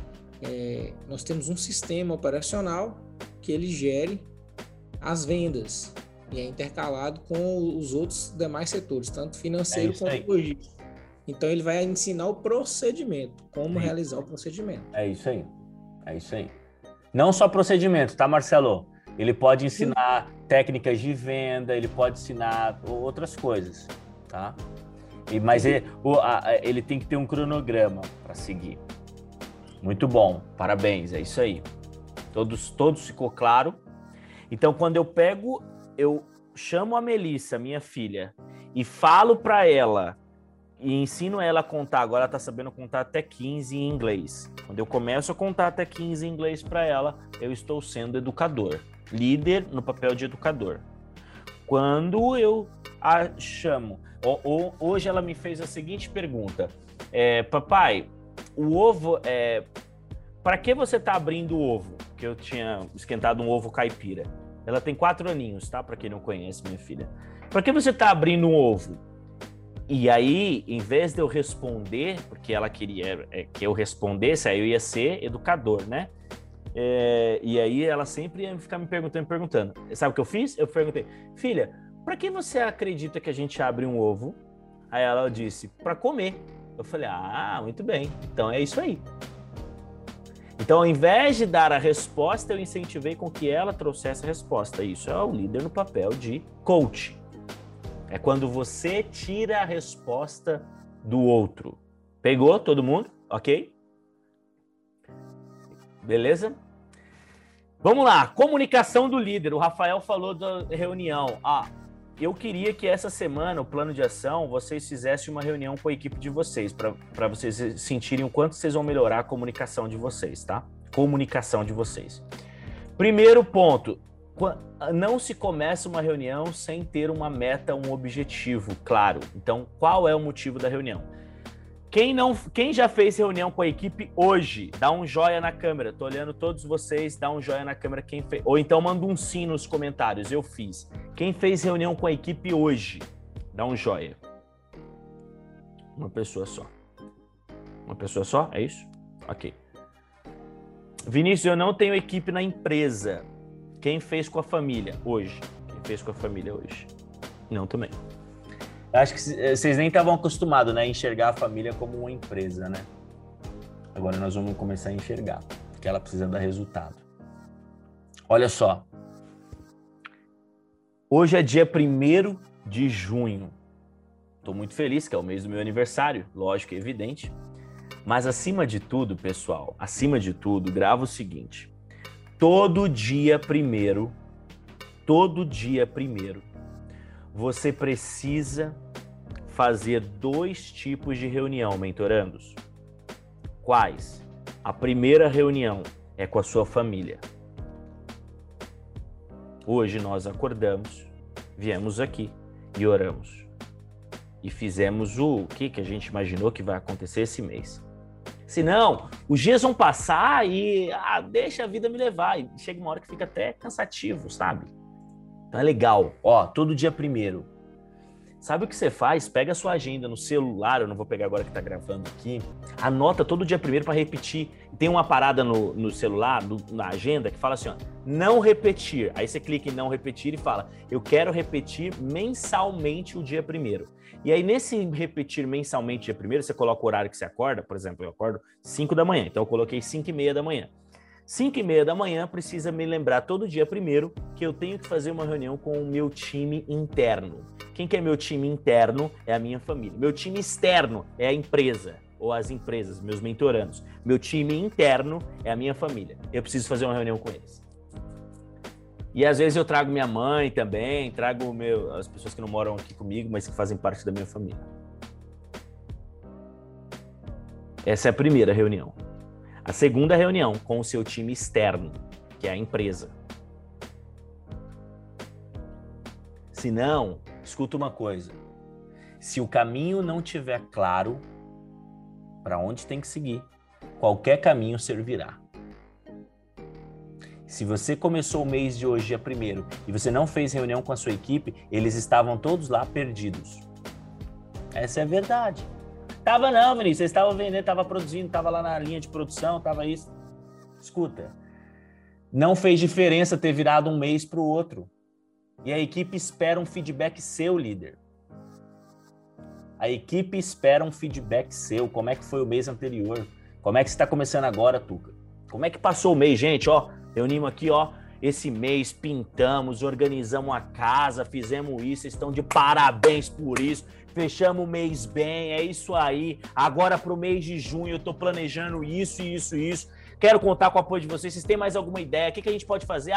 Nós temos um sistema operacional que ele gere as vendas e é intercalado com os outros demais setores, tanto financeiro quanto logístico. Então ele vai ensinar o procedimento, como realizar o procedimento. É isso aí. É isso aí. Não só procedimento, tá, Marcelo? Ele pode ensinar técnicas de venda, ele pode ensinar outras coisas, tá? Mas ele tem que ter um cronograma para seguir. Muito bom, parabéns, é isso aí. Todos ficou claro? Então, quando eu chamo a Melissa, minha filha, e falo para ela, e ensino ela a contar, agora ela tá sabendo contar até 15 em inglês. Quando eu começo a contar até 15 em inglês para ela, eu estou sendo educador, líder no papel de educador. Quando eu a chamo, hoje ela me fez a seguinte pergunta, papai, o ovo, para que você tá abrindo o ovo? Que eu tinha esquentado um ovo caipira. Ela tem 4 aninhos, tá? Para quem não conhece, minha filha. Para que você tá abrindo um ovo? E aí, em vez de eu responder, porque ela queria que eu respondesse, aí eu ia ser educador, né? E aí ela sempre ia ficar me perguntando. Sabe o que eu fiz? Eu perguntei, filha, para que você acredita que a gente abre um ovo? Aí ela disse, para comer. Eu falei, muito bem, então é isso aí. Então, ao invés de dar a resposta, eu incentivei com que ela trouxesse a resposta. Isso é o líder no papel de coach. É quando você tira a resposta do outro. Pegou todo mundo? Ok? Beleza? Vamos lá. Comunicação do líder. O Rafael falou da reunião. Eu queria que essa semana, o plano de ação, vocês fizessem uma reunião com a equipe de vocês, para vocês sentirem o quanto vocês vão melhorar a comunicação de vocês, tá? Comunicação de vocês. Primeiro ponto. Não se começa uma reunião sem ter uma meta, um objetivo claro. Então, qual é o motivo da reunião? Quem já fez reunião com a equipe hoje, dá um joia na câmera. Tô olhando todos vocês, dá um joia na câmera quem fez. Ou então manda um sim nos comentários, eu fiz. Quem fez reunião com a equipe hoje, dá um joia. Uma pessoa só. Uma pessoa só? É isso? Ok. Vinícius, eu não tenho equipe na empresa. Quem fez com a família hoje? Quem fez com a família hoje? Não, também. Acho que vocês nem estavam acostumados, né, a enxergar a família como uma empresa, né? Agora nós vamos começar a enxergar, porque ela precisa dar resultado. Olha só. Hoje é dia 1º de junho. Estou muito feliz, que é o mês do meu aniversário, lógico e evidente. Mas acima de tudo, pessoal, acima de tudo, grava o seguinte. Todo dia primeiro, você precisa fazer 2 tipos de reunião, mentorandos. Quais? A primeira reunião é com a sua família. Hoje nós acordamos, viemos aqui e oramos. E fizemos o que a gente imaginou que vai acontecer esse mês. Senão, os dias vão passar e deixa a vida me levar. E chega uma hora que fica até cansativo, sabe? Então é legal. Ó, todo dia primeiro. Sabe o que você faz? Pega a sua agenda no celular, eu não vou pegar agora que tá gravando aqui. Anota todo dia primeiro para repetir. Tem uma parada no celular, na agenda, que fala assim, ó, não repetir. Aí você clica em não repetir e fala, eu quero repetir mensalmente o dia primeiro. E aí nesse repetir mensalmente o dia primeiro, você coloca o horário que você acorda. Por exemplo, eu acordo 5 da manhã, então eu coloquei 5:30 da manhã. 5:30 da manhã precisa me lembrar todo dia primeiro que eu tenho que fazer uma reunião com o meu time interno. Quem que é meu time interno? É a minha família. Meu time externo é a empresa, ou as empresas, meus mentorandos. Meu time interno é a minha família. Eu preciso fazer uma reunião com eles. E às vezes eu trago minha mãe também, trago as pessoas que não moram aqui comigo, mas que fazem parte da minha família. Essa é a primeira reunião. A segunda reunião com o seu time externo, que é a empresa. Se não, escuta uma coisa. Se o caminho não estiver claro para onde tem que seguir, qualquer caminho servirá. Se você começou o mês de hoje, dia 1º, e você não fez reunião com a sua equipe, eles estavam todos lá perdidos. Essa é a verdade. Tava não, Vinícius, vocês estavam vendendo, estavam produzindo, tava lá na linha de produção, tava isso. Escuta, não fez diferença ter virado um mês para o outro. E a equipe espera um feedback seu, líder. A equipe espera um feedback seu. Como é que foi o mês anterior? Como é que você está começando agora, Tuca? Como é que passou o mês, gente? Ó, reunimos aqui, ó. Esse mês pintamos, organizamos a casa, fizemos isso, vocês estão de parabéns por isso. Fechamos o mês bem, é isso aí. Agora para o mês de junho eu estou planejando isso. Quero contar com o apoio de vocês. Vocês têm mais alguma ideia? O que a gente pode fazer?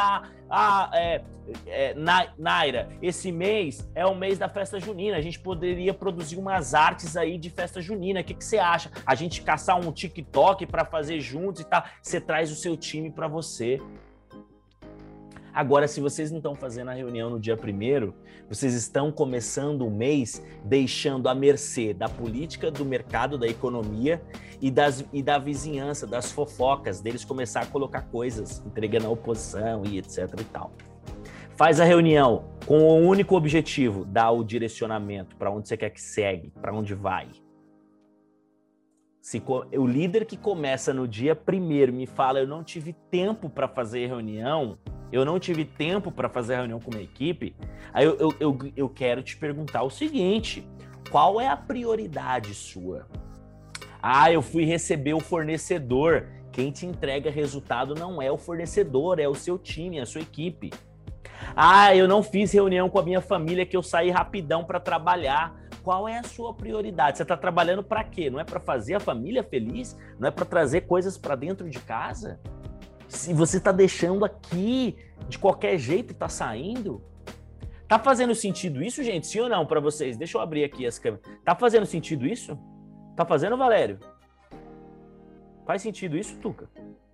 Naira, esse mês é o mês da festa junina. A gente poderia produzir umas artes aí de festa junina. O que você acha? A gente caçar um TikTok para fazer juntos e tal. Você traz o seu time para você. Agora, se vocês não estão fazendo a reunião no dia 1º, vocês estão começando o mês deixando à mercê da política, do mercado, da economia e da vizinhança, das fofocas, deles começar a colocar coisas, entregando a oposição e etc e tal. Faz a reunião com o único objetivo, dar o direcionamento para onde você quer que segue, para onde vai. O líder que começa no dia 1º me fala, eu não tive tempo para fazer reunião, eu não tive tempo para fazer a reunião com a minha equipe, aí eu quero te perguntar o seguinte, qual é a prioridade sua? Eu fui receber o fornecedor. Quem te entrega resultado não é o fornecedor, é o seu time, a sua equipe. Eu não fiz reunião com a minha família, que eu saí rapidão para trabalhar. Qual é a sua prioridade? Você está trabalhando para quê? Não é para fazer a família feliz? Não é para trazer coisas para dentro de casa? Se você está deixando aqui de qualquer jeito e está saindo, tá fazendo sentido isso, gente? Sim ou não para vocês? Deixa eu abrir aqui as câmeras. Tá fazendo sentido isso? Tá fazendo, Valério? Faz sentido isso, Tuca?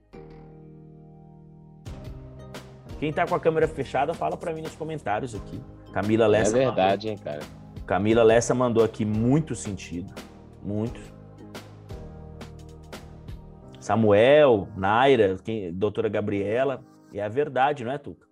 Quem tá com a câmera fechada, fala para mim nos comentários aqui. Camila Lessa. É verdade, hein, cara? Camila Lessa mandou aqui muito sentido. Muito. Samuel, Naira, doutora Gabriela. É a verdade, não é, Tuca?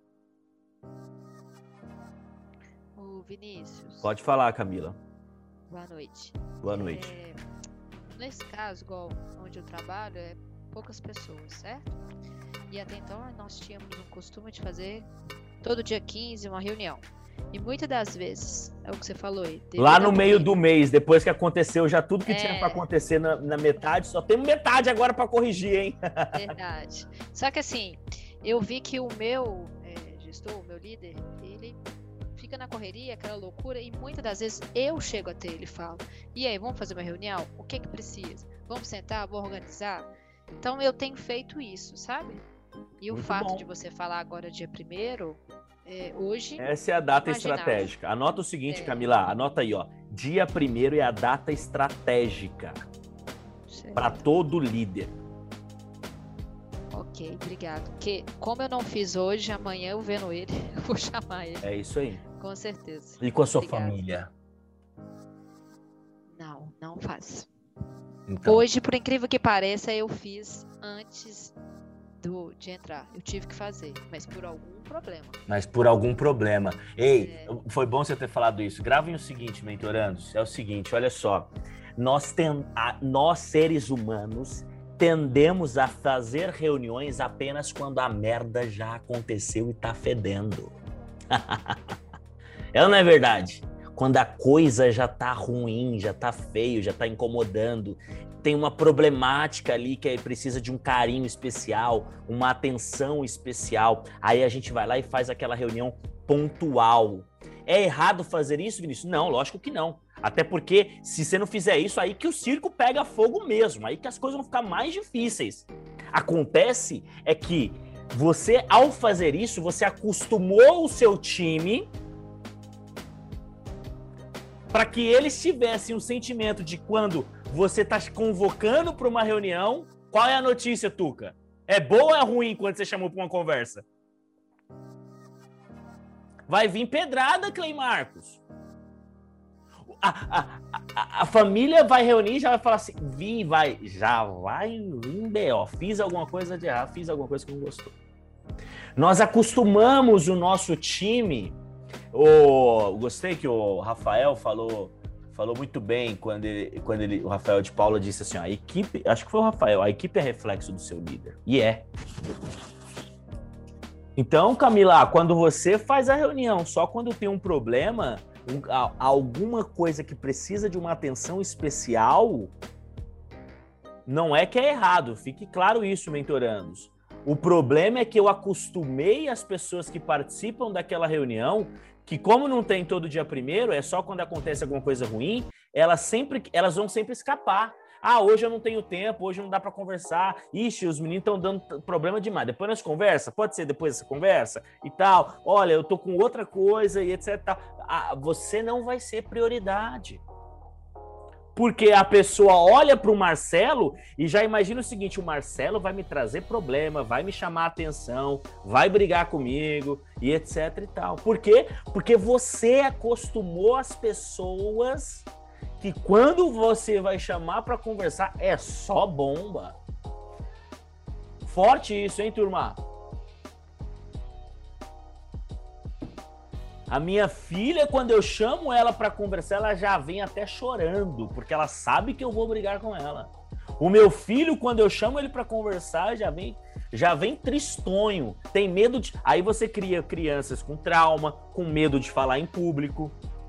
Ô, Vinícius. Pode falar, Camila. Boa noite. Boa noite. Nesse caso, igual onde eu trabalho, é poucas pessoas, certo? E até então nós tínhamos um costume de fazer todo dia 15 uma reunião. E muitas das vezes, é o que você falou aí. Lá no meio do mês, depois que aconteceu já tudo que tinha para acontecer na metade, só temos metade agora para corrigir, hein? Verdade. Só que assim, eu vi que o meu gestor, o meu líder, ele fica na correria, aquela loucura, e muitas das vezes eu chego até ele e falo, e aí, vamos fazer uma reunião? O que precisa? Vamos sentar, vamos organizar? Então eu tenho feito isso, sabe? E o fato de você falar agora dia 1º, hoje... Essa é a data estratégica. Anota o seguinte, Camila, anota aí, ó. Dia 1º é a data estratégica para todo líder. Ok, obrigado. Porque como eu não fiz hoje, amanhã eu vendo ele, eu vou chamar ele. É isso aí. Com certeza. E com a sua família? Não faço. Então. Hoje, por incrível que pareça, eu fiz antes de entrar. Eu tive que fazer, mas por algum problema. Ei, foi bom você ter falado isso. Gravem o seguinte, mentorandos. É o seguinte, olha só. Nós seres humanos tendemos a fazer reuniões apenas quando a merda já aconteceu e tá fedendo. Ela não é verdade? Quando a coisa já tá ruim, já tá feio, já tá incomodando, tem uma problemática ali que precisa de um carinho especial, uma atenção especial, aí a gente vai lá e faz aquela reunião pontual. É errado fazer isso, Vinícius? Não, lógico que não. Até porque, se você não fizer isso, aí que o circo pega fogo mesmo, aí que as coisas vão ficar mais difíceis. Acontece é que você, ao fazer isso, você acostumou o seu time para que eles tivessem um sentimento de quando você está convocando para uma reunião, qual é a notícia, Tuca? É boa ou é ruim quando você chamou para uma conversa? Vai vir pedrada, Clay Marcos. A família vai reunir e já vai falar assim, já vai vir B.O. Fiz alguma coisa de errado, fiz alguma coisa que não gostou. Nós acostumamos o nosso time. Gostei que o Rafael falou muito bem quando o Rafael de Paula disse assim, ó, a equipe, acho que foi o Rafael, a equipe é reflexo do seu líder. E é. Então, Camila, quando você faz a reunião só quando tem um problema, alguma coisa que precisa de uma atenção especial, não é que é errado, fique claro isso, mentorandos. O problema é que eu acostumei as pessoas que participam daquela reunião, que como não tem todo dia 1º, é só quando acontece alguma coisa ruim, elas vão sempre escapar. Hoje eu não tenho tempo, hoje não dá para conversar. Ixi, os meninos estão dando problema demais. Depois nós conversa, pode ser depois dessa conversa e tal. Olha, eu tô com outra coisa e etc. Tal. Você não vai ser prioridade. Porque a pessoa olha para o Marcelo e já imagina o seguinte, o Marcelo vai me trazer problema, vai me chamar a atenção, vai brigar comigo e etc e tal. Por quê? Porque você acostumou as pessoas que quando você vai chamar para conversar é só bomba. Forte isso, hein, turma? A minha filha, quando eu chamo ela para conversar, ela já vem até chorando, porque ela sabe que eu vou brigar com ela. O meu filho, quando eu chamo ele para conversar, já vem tristonho, tem medo de... Aí você cria crianças com trauma, com medo de falar em público,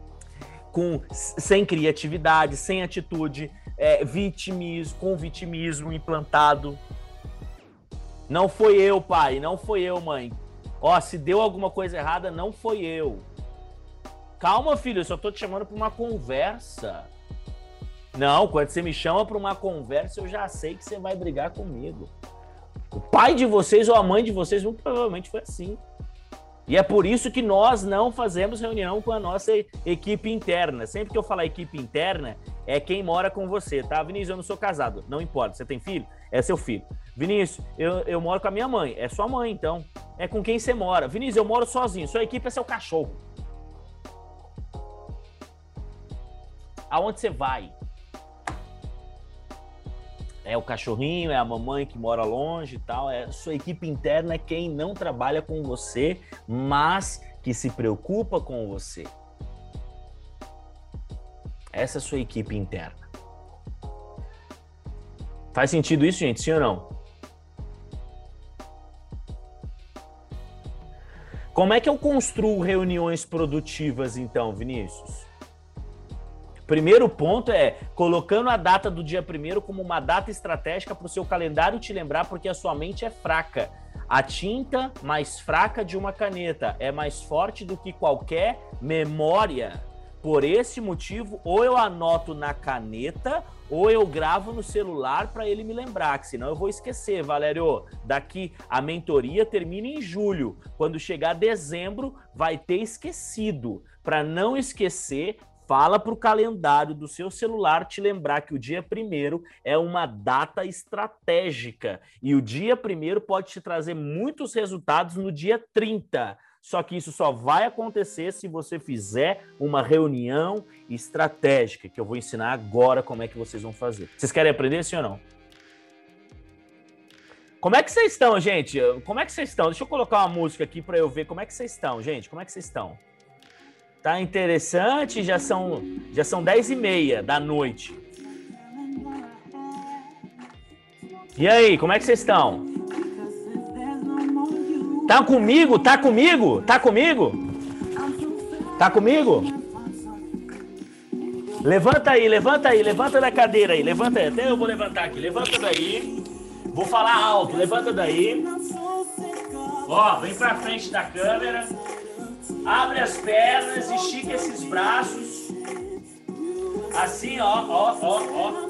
sem criatividade, sem atitude, com vitimismo implantado. Não foi eu, pai, não foi eu, mãe. Se deu alguma coisa errada, não foi eu. Calma, filho, eu só tô te chamando para uma conversa. Não, quando você me chama para uma conversa, eu já sei que você vai brigar comigo. O pai de vocês ou a mãe de vocês muito provavelmente foi assim. E é por isso que nós não fazemos reunião com a nossa equipe interna. Sempre que eu falar equipe interna, é quem mora com você, tá? Vinícius, eu não sou casado, não importa. Você tem filho? É seu filho. Vinícius, eu moro com a minha mãe. É sua mãe, então. É com quem você mora. Vinícius, eu moro sozinho. Sua equipe é seu cachorro. Aonde você vai? É o cachorrinho, é a mamãe que mora longe e tal. Sua equipe interna é quem não trabalha com você, mas que se preocupa com você. Essa é a sua equipe interna. Faz sentido isso, gente? Sim ou não? Como é que eu construo reuniões produtivas, então, Vinícius? Primeiro ponto é colocando a data do dia 1º como uma data estratégica para o seu calendário te lembrar, porque a sua mente é fraca. A tinta mais fraca de uma caneta é mais forte do que qualquer memória. Por esse motivo, ou eu anoto na caneta ou eu gravo no celular para ele me lembrar, que senão eu vou esquecer, Valério. Daqui a mentoria termina em julho. Quando chegar dezembro, vai ter esquecido. Para não esquecer, fala para o calendário do seu celular te lembrar que o dia 1º é uma data estratégica. E o dia 1º pode te trazer muitos resultados no dia 30. Só que isso só vai acontecer se você fizer uma reunião estratégica, que eu vou ensinar agora como é que vocês vão fazer. Vocês querem aprender, sim ou não? Como é que vocês estão, gente? Como é que vocês estão? Deixa eu colocar uma música aqui para eu ver como é que vocês estão, gente. Como é que vocês estão? Tá interessante? Já são 10h30 da noite. E aí, como é que vocês estão? Tá comigo? Tá comigo? Tá comigo? Tá comigo? Levanta aí, levanta da cadeira aí, levanta aí, até eu vou levantar aqui, levanta daí, vou falar alto, levanta daí, ó, vem pra frente da câmera, abre as pernas, estica esses braços, assim, ó.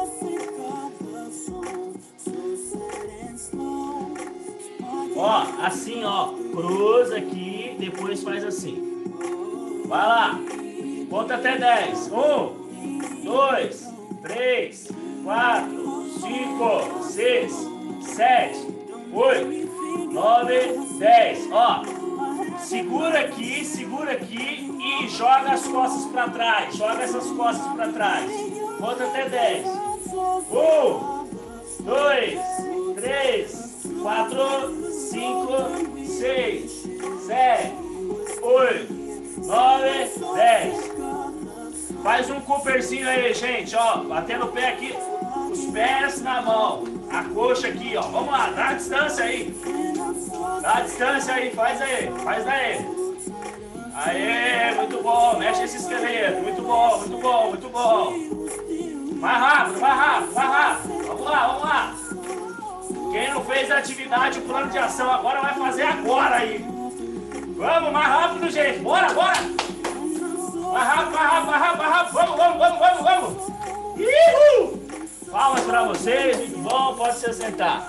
Ó, assim, ó, cruza aqui, depois faz assim. Vai lá, conta até 10. 1, 2, 3, 4, 5, 6, 7, 8, 9, 10. Ó, segura aqui e joga as costas para trás. Joga essas costas para trás. Conta até 10. 1, 2, 3, 4, 5, 6, 7, 8, 9, 10. Faz um Cooperzinho aí, gente, ó. Batendo o pé aqui, os pés na mão. A coxa aqui, ó. Vamos lá, dá a distância aí. Dá a distância aí, faz aí. Faz daí. Aê, muito bom. Mexe esse esqueleto. Muito bom, muito bom, muito bom. Mais rápido, mais rápido, mais rápido. Vamos lá, vamos lá. Quem não fez a atividade, o plano de ação agora vai fazer agora aí. Vamos, mais rápido, gente. Bora, bora. Mais rápido, mais rápido, mais rápido, mais rápido. Vamos. Uhul. Palmas pra vocês, muito bom. Pode se sentar.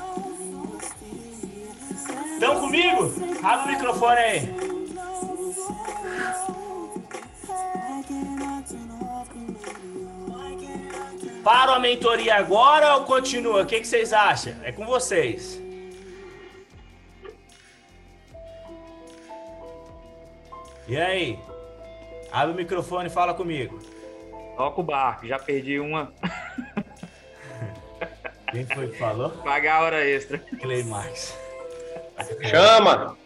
Estão comigo? Abre o microfone aí. Paro a mentoria agora ou continua? O que vocês acham? É com vocês. E aí? Abre o microfone e fala comigo. Toca o barco, já perdi uma. Quem foi que falou? Pagar a hora extra. Clay Marx. Chama!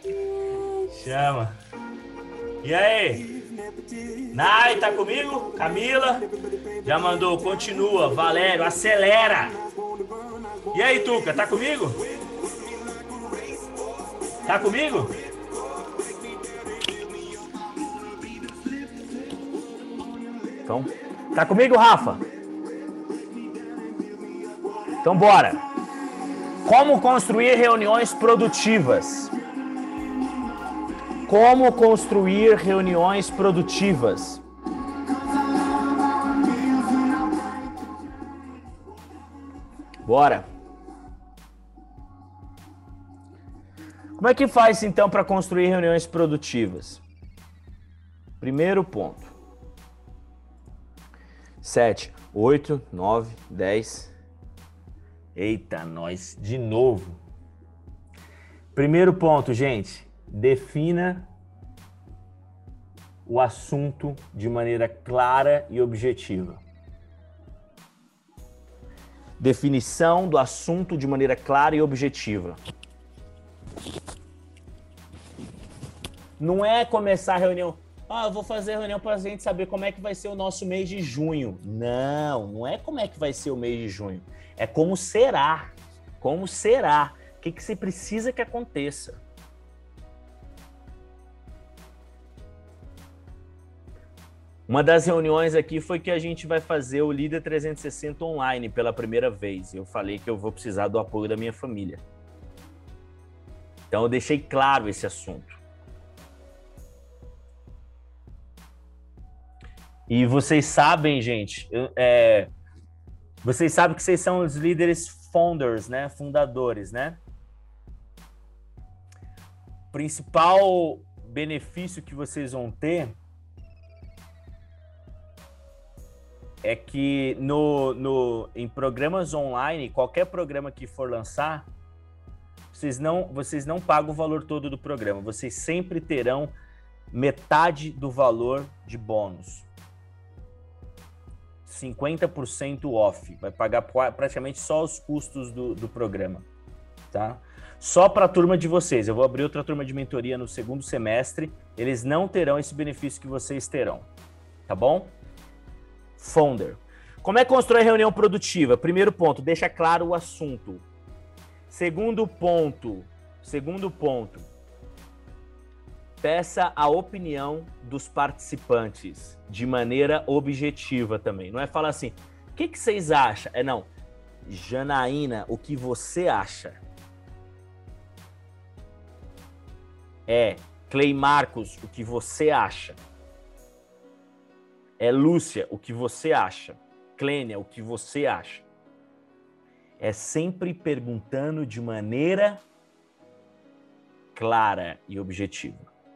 E aí? Nai, tá comigo? Camila? Já mandou, continua. Valério, acelera. E aí, Tuca, tá comigo? Tá comigo? Então, tá comigo, Rafa? Então, bora. Como construir reuniões produtivas? Como construir reuniões produtivas? Bora. Como é que faz, então, para construir reuniões produtivas? Primeiro ponto. 7, 8, 9, 10. Eita, nós de novo. Primeiro ponto, gente. Defina o assunto de maneira clara e objetiva. Definição do assunto de maneira clara e objetiva. Não é começar a reunião. Eu vou fazer a reunião para a gente saber como é que vai ser o nosso mês de junho. Não é como é que vai ser o mês de junho. É como será. Como será. O que você precisa que aconteça. Uma das reuniões aqui foi que a gente vai fazer o Líder 360 online pela primeira vez. Eu falei que eu vou precisar do apoio da minha família. Então eu deixei claro esse assunto. E vocês sabem, gente, vocês sabem que vocês são os líderes founders, né? Fundadores, né? O principal benefício que vocês vão ter é que em programas online, qualquer programa que for lançar, vocês não pagam o valor todo do programa. Vocês sempre terão metade do valor de bônus. 50% off. Vai pagar praticamente só os custos do programa. Tá? Só para a turma de vocês. Eu vou abrir outra turma de mentoria no segundo semestre. Eles não terão esse benefício que vocês terão. Tá bom? Founder. Como é que constrói reunião produtiva? Primeiro ponto, deixa claro o assunto. Segundo ponto, peça a opinião dos participantes de maneira objetiva também. Não é falar assim, o que vocês acham? Não, Janaína, o que você acha? Clay Marcos, o que você acha? Lúcia, o que você acha? Clênia, o que você acha? É sempre perguntando de maneira clara e objetiva.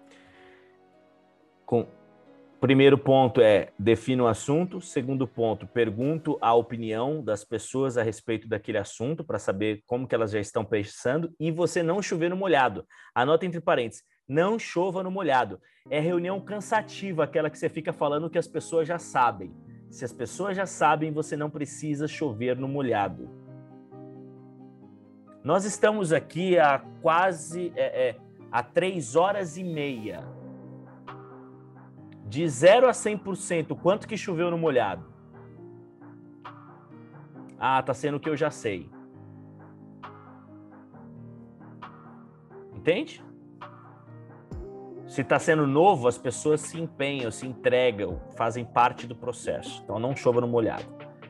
Primeiro ponto defina o assunto. Segundo ponto, pergunto a opinião das pessoas a respeito daquele assunto para saber como que elas já estão pensando. E você não chover no molhado. Anota entre parênteses, não chova no molhado. É reunião cansativa, aquela que você fica falando que as pessoas já sabem. Se as pessoas já sabem, você não precisa chover no molhado. Nós estamos aqui há quase 3 horas e meia. De 0 a 100%, quanto que choveu no molhado? Tá sendo o que eu já sei. Entende? Se está sendo novo, as pessoas se empenham, se entregam, fazem parte do processo. Então não chova no molhado.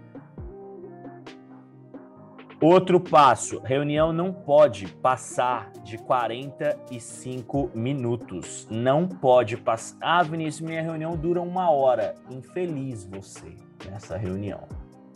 Outro passo, reunião não pode passar de 45 minutos. Não pode passar. Vinícius, minha reunião dura 1 hora. Infeliz você nessa reunião.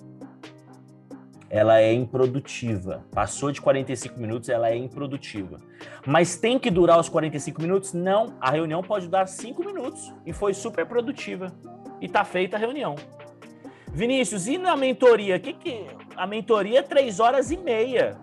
Ela é improdutiva. Passou de 45 minutos, ela é improdutiva. Mas tem que durar os 45 minutos? Não. A reunião pode durar 5 minutos e foi super produtiva. E tá feita a reunião. Vinícius, e na mentoria? A mentoria é 3 horas e meia.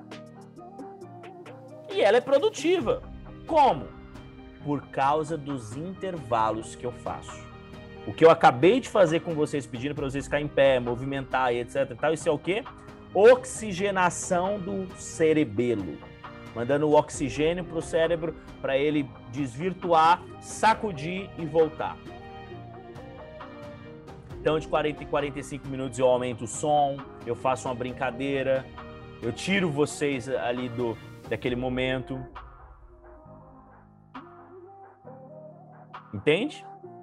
E ela é produtiva. Como? Por causa dos intervalos que eu faço. O que eu acabei de fazer com vocês, pedindo para vocês ficarem em pé, movimentar e etc. E tal, isso é o quê? Oxigenação do cerebelo. Mandando o oxigênio para o cérebro para ele desvirtuar, sacudir e voltar. Então, de 40 e 45 minutos eu aumento o som, eu faço uma brincadeira, eu tiro vocês ali daquele momento. Entende?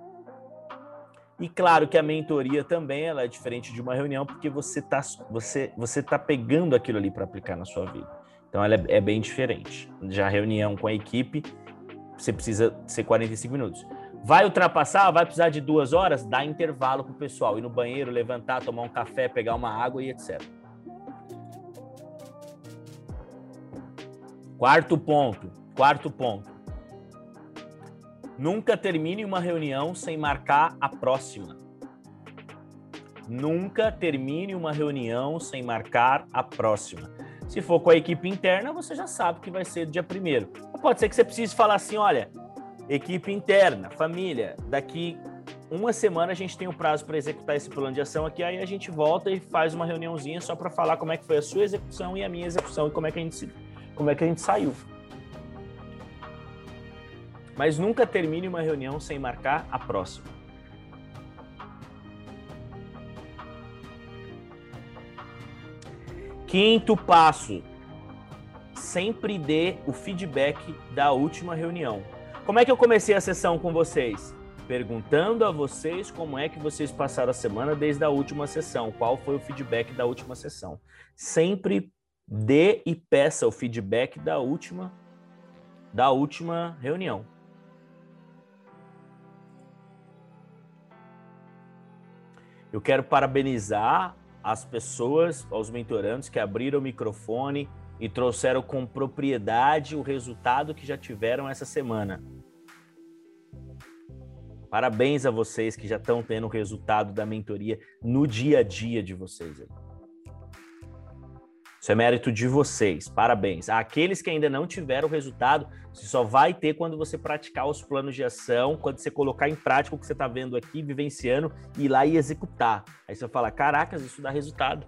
E claro que a mentoria também ela é diferente de uma reunião, porque você tá pegando aquilo ali para aplicar na sua vida. Então, ela é bem diferente. Já a reunião com a equipe, você precisa ser 45 minutos. Vai ultrapassar, vai precisar de 2 horas, dá intervalo pro pessoal. Ir no banheiro, levantar, tomar um café, pegar uma água e etc. Quarto ponto. Nunca termine uma reunião sem marcar a próxima. Nunca termine uma reunião sem marcar a próxima. Se for com a equipe interna, você já sabe que vai ser dia 1º. Pode ser que você precise falar assim, olha, equipe interna, família, daqui 1 semana a gente tem o prazo para executar esse plano de ação aqui, aí a gente volta e faz uma reuniãozinha só para falar como é que foi a sua execução e a minha execução e como é que a gente saiu. Mas nunca termine uma reunião sem marcar a próxima. Quinto passo, sempre dê o feedback da última reunião. Como é que eu comecei a sessão com vocês? perguntando a vocês como é que vocês passaram a semana desde a última sessão, qual foi o feedback da última sessão. Sempre dê e peça o feedback da última reunião. Eu quero parabenizar as pessoas, aos mentorandos que abriram o microfone e trouxeram com propriedade o resultado que já tiveram essa semana. Parabéns a vocês que já estão tendo o resultado da mentoria no dia a dia de vocês. Isso é mérito de vocês, parabéns. Aqueles que ainda não tiveram o resultado, você só vai ter quando você praticar os planos de ação, quando você colocar em prática o que você está vendo aqui, vivenciando, e ir lá e executar. Aí você vai falar, caracas, isso dá resultado.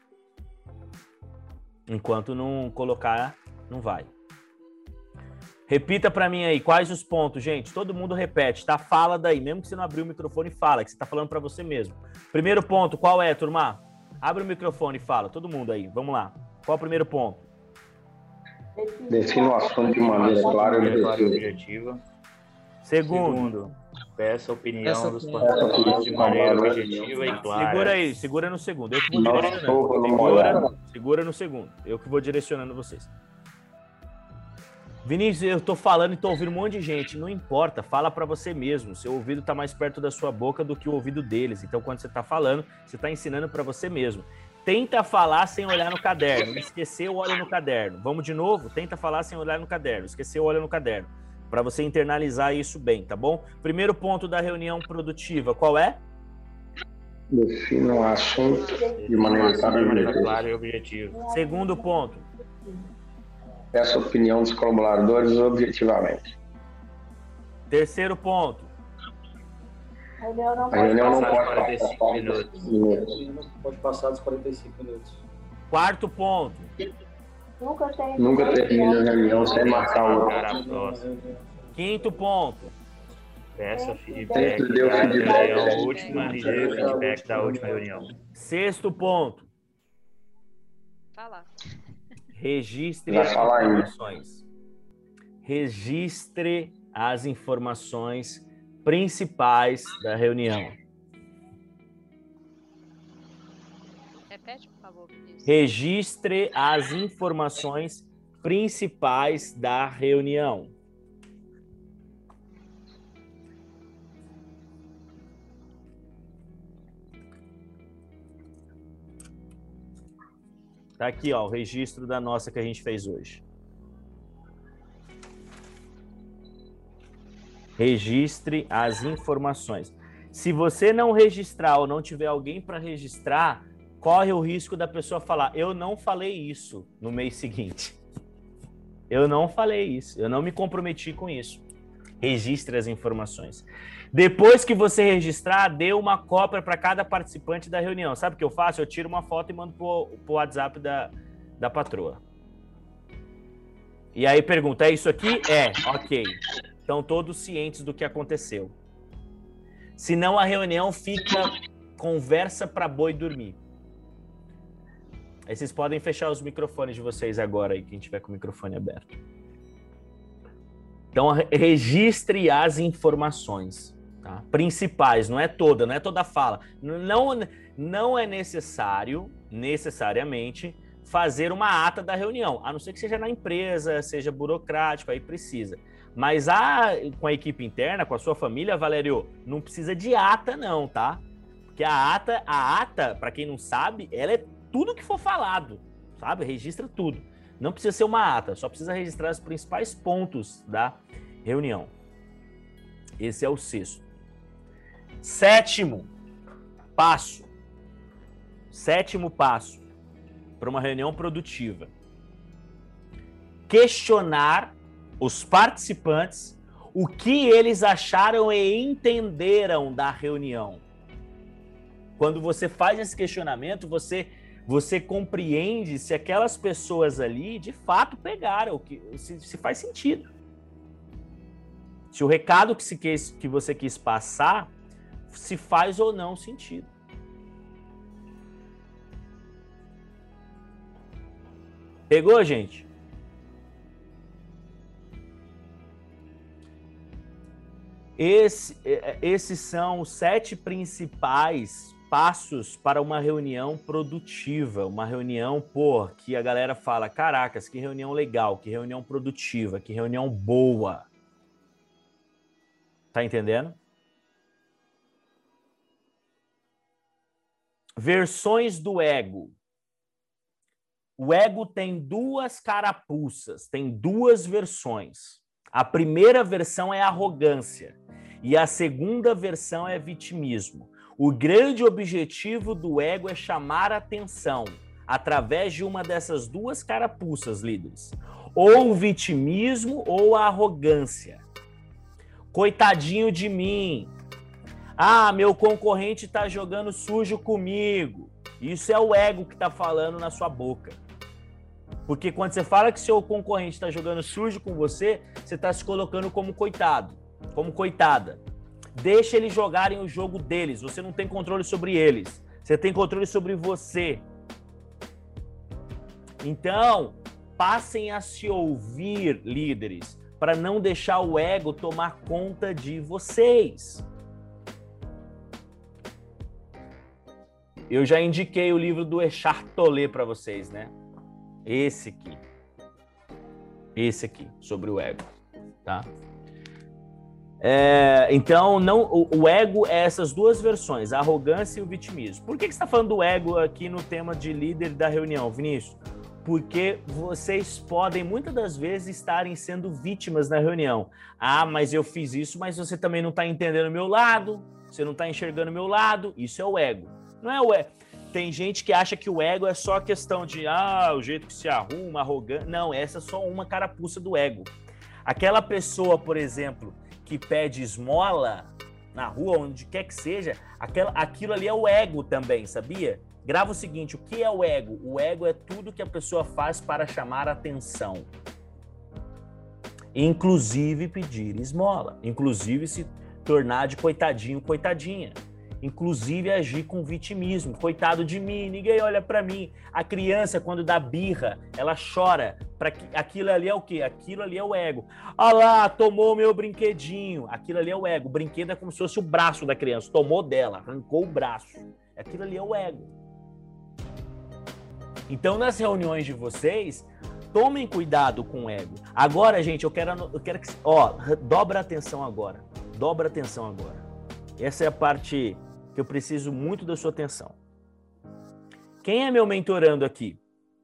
Enquanto não colocar, não vai. Repita para mim aí, quais os pontos, gente? Todo mundo repete, tá? Fala daí, mesmo que você não abriu o microfone, fala, que você tá falando para você mesmo. Primeiro ponto, qual é, turma? Abre o microfone e fala, todo mundo aí, vamos lá. Qual é o primeiro ponto? Defina o assunto de maneira clara e objetiva. Segundo, peça a opinião dos participantes de maneira objetiva e clara. Segura aí, segura no segundo. Eu que vou direcionando. Segura no segundo. Eu que vou direcionando vocês. Vinícius, eu tô falando e tô ouvindo um monte de gente. Não importa, fala para você mesmo. Seu ouvido tá mais perto da sua boca do que o ouvido deles. Então, quando você tá falando, você tá ensinando para você mesmo. Tenta falar sem olhar no caderno. Esqueceu, olha no caderno. Vamos de novo? Tenta falar sem olhar no caderno. Esqueceu, olha no caderno. Para você internalizar isso bem, tá bom? Primeiro ponto da reunião produtiva, qual é? Defina o assunto de maneira clara e objetiva. Segundo ponto. Peça a opinião dos colaboradores objetivamente. Terceiro ponto. A reunião não pode passar 45 minutos. Não pode passar dos 45 minutos. Quarto ponto. Nunca termina a reunião sem marcar outra. Quinto ponto. Peça feedback deu da feedback. reunião última e dê feedback da última reunião. Sexto ponto. Fala. Registre as informações. Registre as informações principais da reunião. Repete, por favor. Isso. Registre as informações principais da reunião. Tá aqui, ó, o registro da nossa que a gente fez hoje. Registre as informações. Se você não registrar ou não tiver alguém para registrar, corre o risco da pessoa falar, eu não falei isso no mês seguinte. Eu não falei isso, eu não me comprometi com isso. Registre as informações. Depois que você registrar, dê uma cópia para cada participante da reunião. Sabe o que eu faço? Eu tiro uma foto e mando pro WhatsApp da patroa. E aí pergunta, é isso aqui? É, ok. Estão todos cientes do que aconteceu. Senão a reunião fica conversa para boi dormir. Aí vocês podem fechar os microfones de vocês agora, aí, quem tiver com o microfone aberto. Então, registre as informações, tá? Principais, não é toda a fala. Não é necessário, necessariamente, fazer uma ata da reunião, a não ser que seja na empresa, seja burocrático, aí precisa. Mas com a equipe interna, com a sua família, Valério, não precisa de ata não, tá? Porque a ata, para quem não sabe, ela é tudo que for falado, sabe? Registra tudo. Não precisa ser uma ata, só precisa registrar os principais pontos da reunião. Esse é o sexto. Sétimo passo para uma reunião produtiva. Questionar os participantes o que eles acharam e entenderam da reunião. Quando você faz esse questionamento, você compreende se aquelas pessoas ali de fato pegaram, se faz sentido. Se o recado que você quis passar se faz ou não sentido. Pegou, gente? Esses são os 7 principais passos para uma reunião produtiva, uma reunião, que a galera fala, caracas, que reunião legal, que reunião produtiva, que reunião boa. Tá entendendo? Versões do ego. O ego tem 2 carapuças, tem 2 versões. A primeira versão é arrogância e a segunda versão é vitimismo. O grande objetivo do ego é chamar a atenção através de uma dessas 2 carapuças, líderes. Ou o vitimismo ou a arrogância. Coitadinho de mim. Ah, meu concorrente está jogando sujo comigo. Isso é o ego que está falando na sua boca. Porque quando você fala que seu concorrente está jogando sujo com você, você está se colocando como coitado, como coitada. Deixa eles jogarem o jogo deles. Você não tem controle sobre eles. Você tem controle sobre você. Então, passem a se ouvir, líderes, para não deixar o ego tomar conta de vocês. Eu já indiquei o livro do Eckhart Tolle para vocês, né? Esse aqui, sobre o ego, tá? Então, o ego é essas 2 versões, a arrogância e o vitimismo. Por que você está falando do ego aqui no tema de líder da reunião, Vinícius? Porque vocês podem, muitas das vezes, estarem sendo vítimas na reunião. Ah, mas eu fiz isso, mas você também não está entendendo o meu lado, você não está enxergando o meu lado. Isso é o ego. Não é o ego. Tem gente que acha que o ego é só questão de, o jeito que se arruma, arrogante. Não, essa é só uma carapuça do ego. Aquela pessoa, por exemplo, que pede esmola na rua, onde quer que seja, aquilo ali é o ego também, sabia? Grava o seguinte, o que é o ego? O ego é tudo que a pessoa faz para chamar atenção. Inclusive pedir esmola. Inclusive se tornar de coitadinho, coitadinha. Inclusive agir com vitimismo. Coitado de mim, ninguém olha pra mim. A criança, quando dá birra, ela chora. Aquilo ali é o quê? Aquilo ali é o ego. Olha lá, tomou meu brinquedinho. Aquilo ali é o ego. O brinquedo é como se fosse o braço da criança. Tomou dela, arrancou o braço. Aquilo ali é o ego. Então, nas reuniões de vocês, tomem cuidado com o ego. Agora, gente, eu quero que... dobra a atenção agora. Dobra a atenção agora. Essa é a parte que eu preciso muito da sua atenção. Quem é meu mentorando aqui?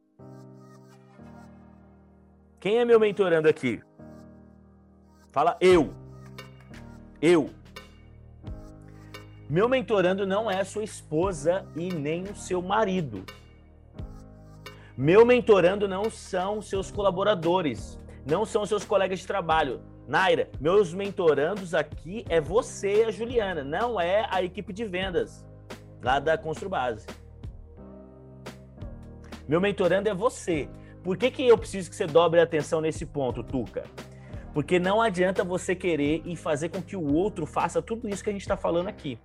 Quem é meu mentorando aqui? Fala, eu. Meu mentorando não é sua esposa e nem o seu marido. Meu mentorando não são seus colaboradores, não são seus colegas de trabalho. Naira, meus mentorandos aqui é você e a Juliana, não é a equipe de vendas lá da Construbase. Meu mentorando é você. Por que eu preciso que você dobre a atenção nesse ponto, Tuca? Porque não adianta você querer e fazer com que o outro faça tudo isso que a gente está falando aqui.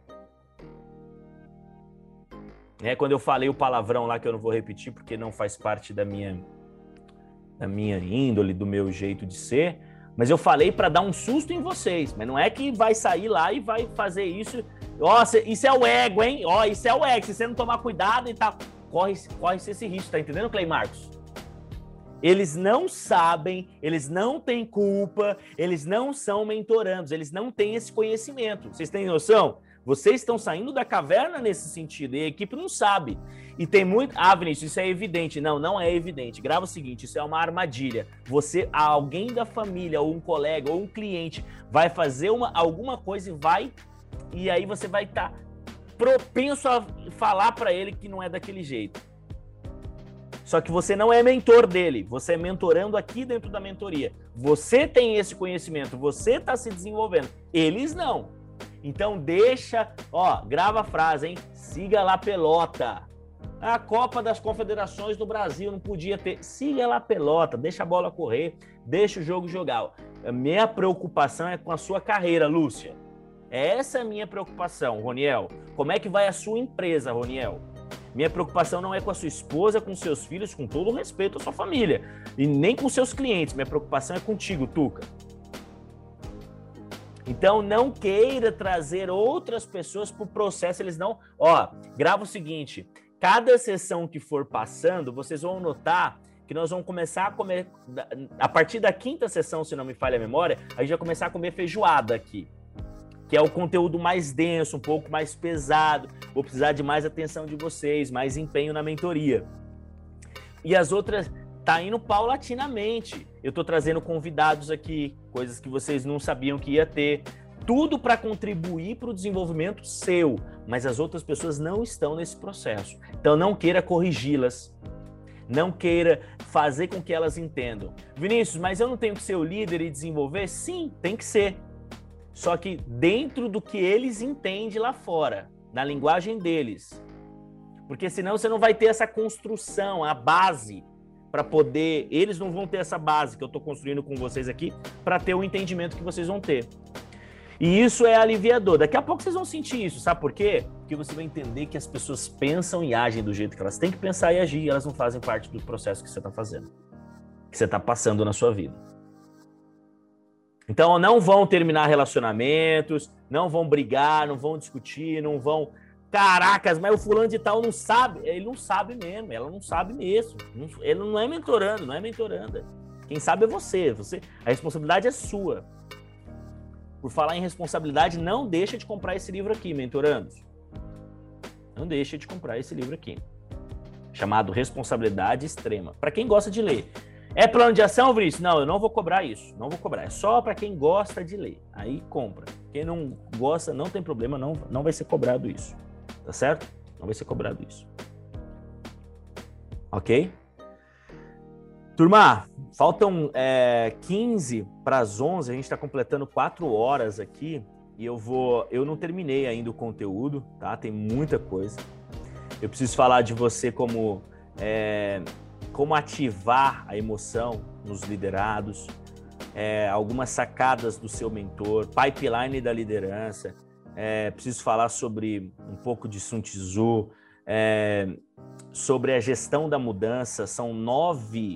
Quando eu falei o palavrão lá, que eu não vou repetir porque não faz parte da minha índole, do meu jeito de ser, mas eu falei para dar um susto em vocês, mas não é que vai sair lá e vai fazer isso. Isso é o ego, hein? Isso é o ego. Se você não tomar cuidado e tal, corre-se esse risco, tá entendendo, Clay Marcos? Eles não sabem, eles não têm culpa, eles não são mentorandos, eles não têm esse conhecimento. Vocês têm noção? Vocês estão saindo da caverna nesse sentido, e a equipe não sabe. E tem muito... Vinícius, isso é evidente. Não é evidente. Grava o seguinte, isso é uma armadilha. Alguém da família, ou um colega, ou um cliente, vai fazer alguma coisa e aí você vai estar propenso a falar para ele que não é daquele jeito. Só que você não é mentor dele, você é mentorando aqui dentro da mentoria. Você tem esse conhecimento, você está se desenvolvendo. Eles não. Então grava a frase, hein? Siga lá pelota. A Copa das Confederações do Brasil não podia ter. Siga lá pelota, deixa a bola correr, deixa o jogo jogar. A minha preocupação é com a sua carreira, Lúcia. Essa é a minha preocupação, Roniel. Como é que vai a sua empresa, Roniel? Minha preocupação não é com a sua esposa, com seus filhos, com todo o respeito à sua família. E nem com seus clientes. Minha preocupação é contigo, Tuca. Então, não queira trazer outras pessoas para o processo. Eles não... Ó, grava o seguinte. Cada sessão que for passando, vocês vão notar que nós vamos começar a comer... A partir da 5ª sessão, se não me falha a memória, a gente vai começar a comer feijoada aqui. Que é o conteúdo mais denso, um pouco mais pesado. Vou precisar de mais atenção de vocês, mais empenho na mentoria. E as outras... Tá indo paulatinamente. Eu tô trazendo convidados aqui, coisas que vocês não sabiam que ia ter. Tudo para contribuir para o desenvolvimento seu. Mas as outras pessoas não estão nesse processo. Então não queira corrigi-las. Não queira fazer com que elas entendam. Vinícius, mas eu não tenho que ser o líder e desenvolver? Sim, tem que ser. Só que dentro do que eles entendem lá fora. Na linguagem deles. Porque senão você não vai ter essa construção, a base... para poder... Eles não vão ter essa base que eu estou construindo com vocês aqui para ter o entendimento que vocês vão ter. E isso é aliviador. Daqui a pouco vocês vão sentir isso. Sabe por quê? Porque você vai entender que as pessoas pensam e agem do jeito que elas têm que pensar e agir, e elas não fazem parte do processo que você está fazendo. Que você está passando na sua vida. Então, não vão terminar relacionamentos, não vão brigar, não vão discutir, não vão... Caracas, mas o fulano de tal não sabe. Ele não sabe mesmo, ela não sabe mesmo. Ele não é mentorando, não é mentoranda. Quem sabe é você. A responsabilidade é sua. Por falar em responsabilidade, não deixa de comprar esse livro aqui, Mentorandos. Não deixa de comprar esse livro aqui. Chamado Responsabilidade Extrema. Para quem gosta de ler. É plano de ação, Vinícius? Não, eu não vou cobrar isso. Não vou cobrar. É só para quem gosta de ler. Aí compra. Quem não gosta, não tem problema, não vai ser cobrado isso. Tá certo? Não vai ser cobrado isso. Ok? Turma, faltam 15 para as 11, a gente está completando 4 horas aqui e eu não terminei ainda o conteúdo, tá? Tem muita coisa. Eu preciso falar de você como ativar a emoção nos liderados, algumas sacadas do seu mentor, pipeline da liderança. Preciso falar sobre um pouco de Sun Tzu, sobre a gestão da mudança. São 9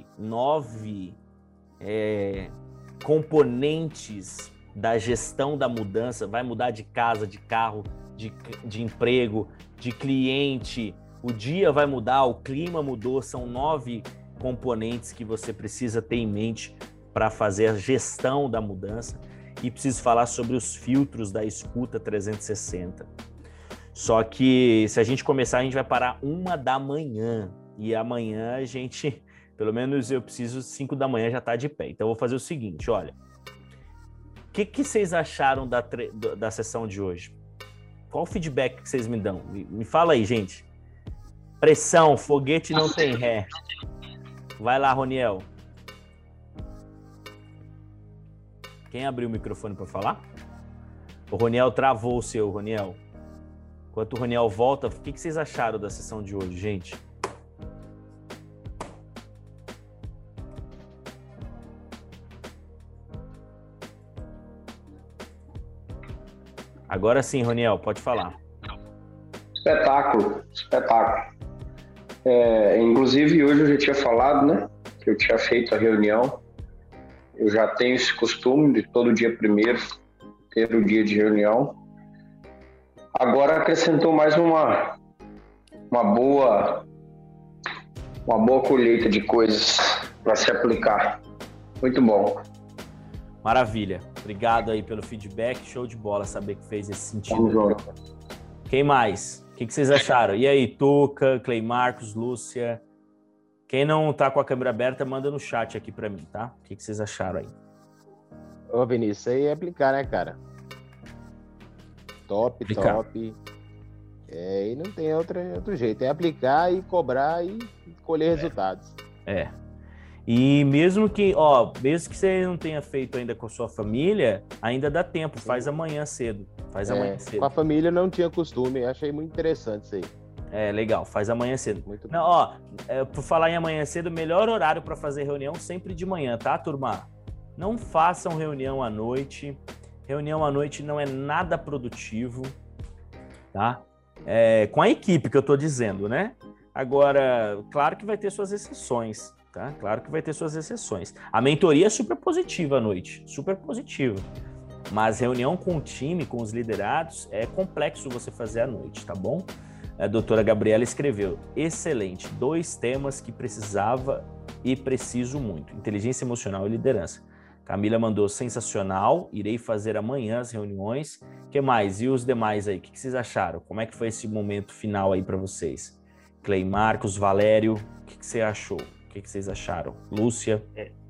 componentes da gestão da mudança. Vai mudar de casa, de carro, de emprego, de cliente. O dia vai mudar, o clima mudou. São 9 componentes que você precisa ter em mente para fazer a gestão da mudança. E preciso falar sobre os filtros da escuta 360. Só que se a gente começar, a gente vai parar 1 da manhã. E amanhã a gente, pelo menos eu preciso 5 da manhã já tá de pé. Então eu vou fazer o seguinte, olha. O que vocês acharam da sessão de hoje? Qual o feedback que vocês me dão? Me fala aí, gente. Pressão, foguete não tem ré. Vai lá, Roniel. Quem abriu o microfone para falar? O Roniel travou o seu, Roniel. Enquanto o Roniel volta, o que vocês acharam da sessão de hoje, gente? Agora sim, Roniel, pode falar. Espetáculo. Inclusive, hoje eu já tinha falado, né? Que eu tinha feito a reunião. Eu já tenho esse costume de todo dia primeiro ter o dia de reunião. Agora acrescentou mais uma boa colheita de coisas para se aplicar. Muito bom. Maravilha. Obrigado aí pelo feedback. Show de bola saber que fez esse sentido. Quem mais? O que vocês acharam? E aí, Tuca, Clay Marcos, Lúcia? Quem não tá com a câmera aberta, manda no chat aqui para mim, tá? O que vocês acharam aí? Ô, Vinícius, aí é aplicar, né, cara? Top. E não tem outro jeito. É aplicar e cobrar e colher resultados. E mesmo que você não tenha feito ainda com a sua família, ainda dá tempo. Faz amanhã cedo. Com a família eu não tinha costume. Achei muito interessante isso aí. Legal. Faz amanhã cedo. Muito não, por falar em amanhã cedo, o melhor horário para fazer reunião sempre de manhã, tá, turma? Não façam reunião à noite. Reunião à noite não é nada produtivo, tá? Com a equipe que eu tô dizendo, né? Agora, claro que vai ter suas exceções, tá? Claro que vai ter suas exceções. A mentoria é super positiva à noite, super positiva. Mas reunião com o time, com os liderados, é complexo você fazer à noite, tá bom? A doutora Gabriela escreveu, excelente, 2 temas que precisava e preciso muito, inteligência emocional e liderança. Camila mandou, sensacional, irei fazer amanhã as reuniões. O que mais? E os demais aí, o que vocês acharam? Como é que foi esse momento final aí para vocês? Clay, Marcos, Valério, o que você achou? O que vocês acharam? Lúcia?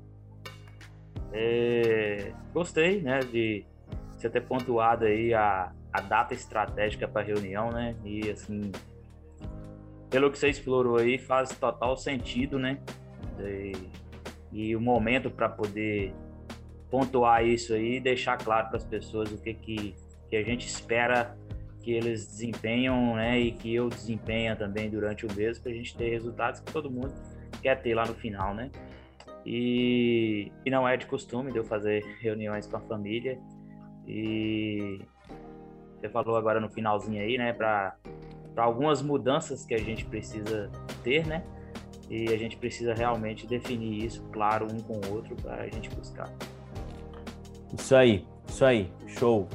Gostei, né, de você ter pontuado aí a data estratégica para a reunião, né, e assim, pelo que você explorou aí, faz total sentido, né, e o momento para poder pontuar isso aí e deixar claro para as pessoas o que a gente espera que eles desempenham, né, e que eu desempenho também durante o mês, para a gente ter resultados que todo mundo quer ter lá no final, né. E não é de costume de eu fazer reuniões com a família. E você falou agora no finalzinho aí, né, para algumas mudanças que a gente precisa ter, né? E a gente precisa realmente definir isso, claro, um com o outro, para a gente buscar. Isso aí, show.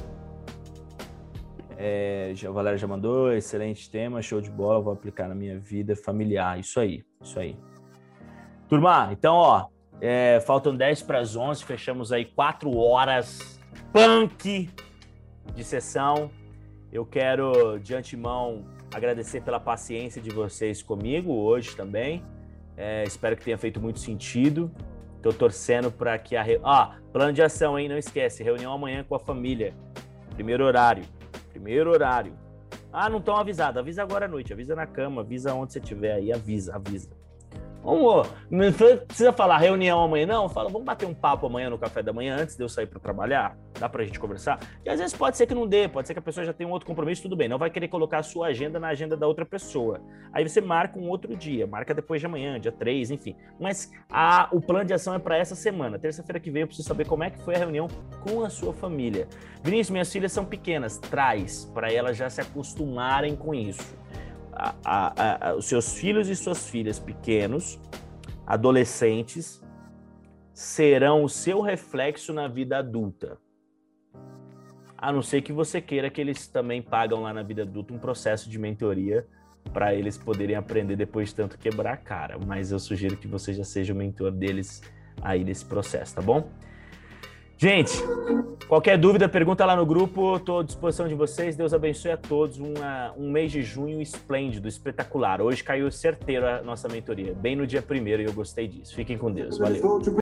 A Valéria já mandou, excelente tema, show de bola, vou aplicar na minha vida familiar. Isso aí. Turma, então, ó, faltam 10 para as 11, fechamos aí 4 horas punk de sessão. Eu quero, de antemão, agradecer pela paciência de vocês comigo hoje também. Espero que tenha feito muito sentido. Estou torcendo para que plano de ação, hein? Não esquece, reunião amanhã com a família. Primeiro horário. Não estão avisados, avisa agora à noite, avisa na cama, avisa onde você estiver aí, avisa. Não precisa falar reunião amanhã, não. Fala, vamos bater um papo amanhã no café da manhã antes de eu sair para trabalhar? Dá pra gente conversar? E às vezes pode ser que não dê, pode ser que a pessoa já tenha um outro compromisso, tudo bem. Não vai querer colocar a sua agenda na agenda da outra pessoa. Aí você marca um outro dia, marca depois de amanhã, dia 3, enfim. Mas o plano de ação é para essa semana. Terça-feira que vem eu preciso saber como é que foi a reunião com a sua família. Vinícius, minhas filhas são pequenas, traz para elas já se acostumarem com isso. Os seus filhos e suas filhas pequenos, adolescentes, serão o seu reflexo na vida adulta. A não ser que você queira que eles também pagam lá na vida adulta um processo de mentoria para eles poderem aprender depois de tanto quebrar a cara. Mas eu sugiro que você já seja o mentor deles aí nesse processo, tá bom? Gente, qualquer dúvida, pergunta lá no grupo, estou à disposição de vocês. Deus abençoe a todos. Um mês de junho esplêndido, espetacular. Hoje caiu certeiro a nossa mentoria, bem no dia 1º, e eu gostei disso. Fiquem com Deus. Valeu.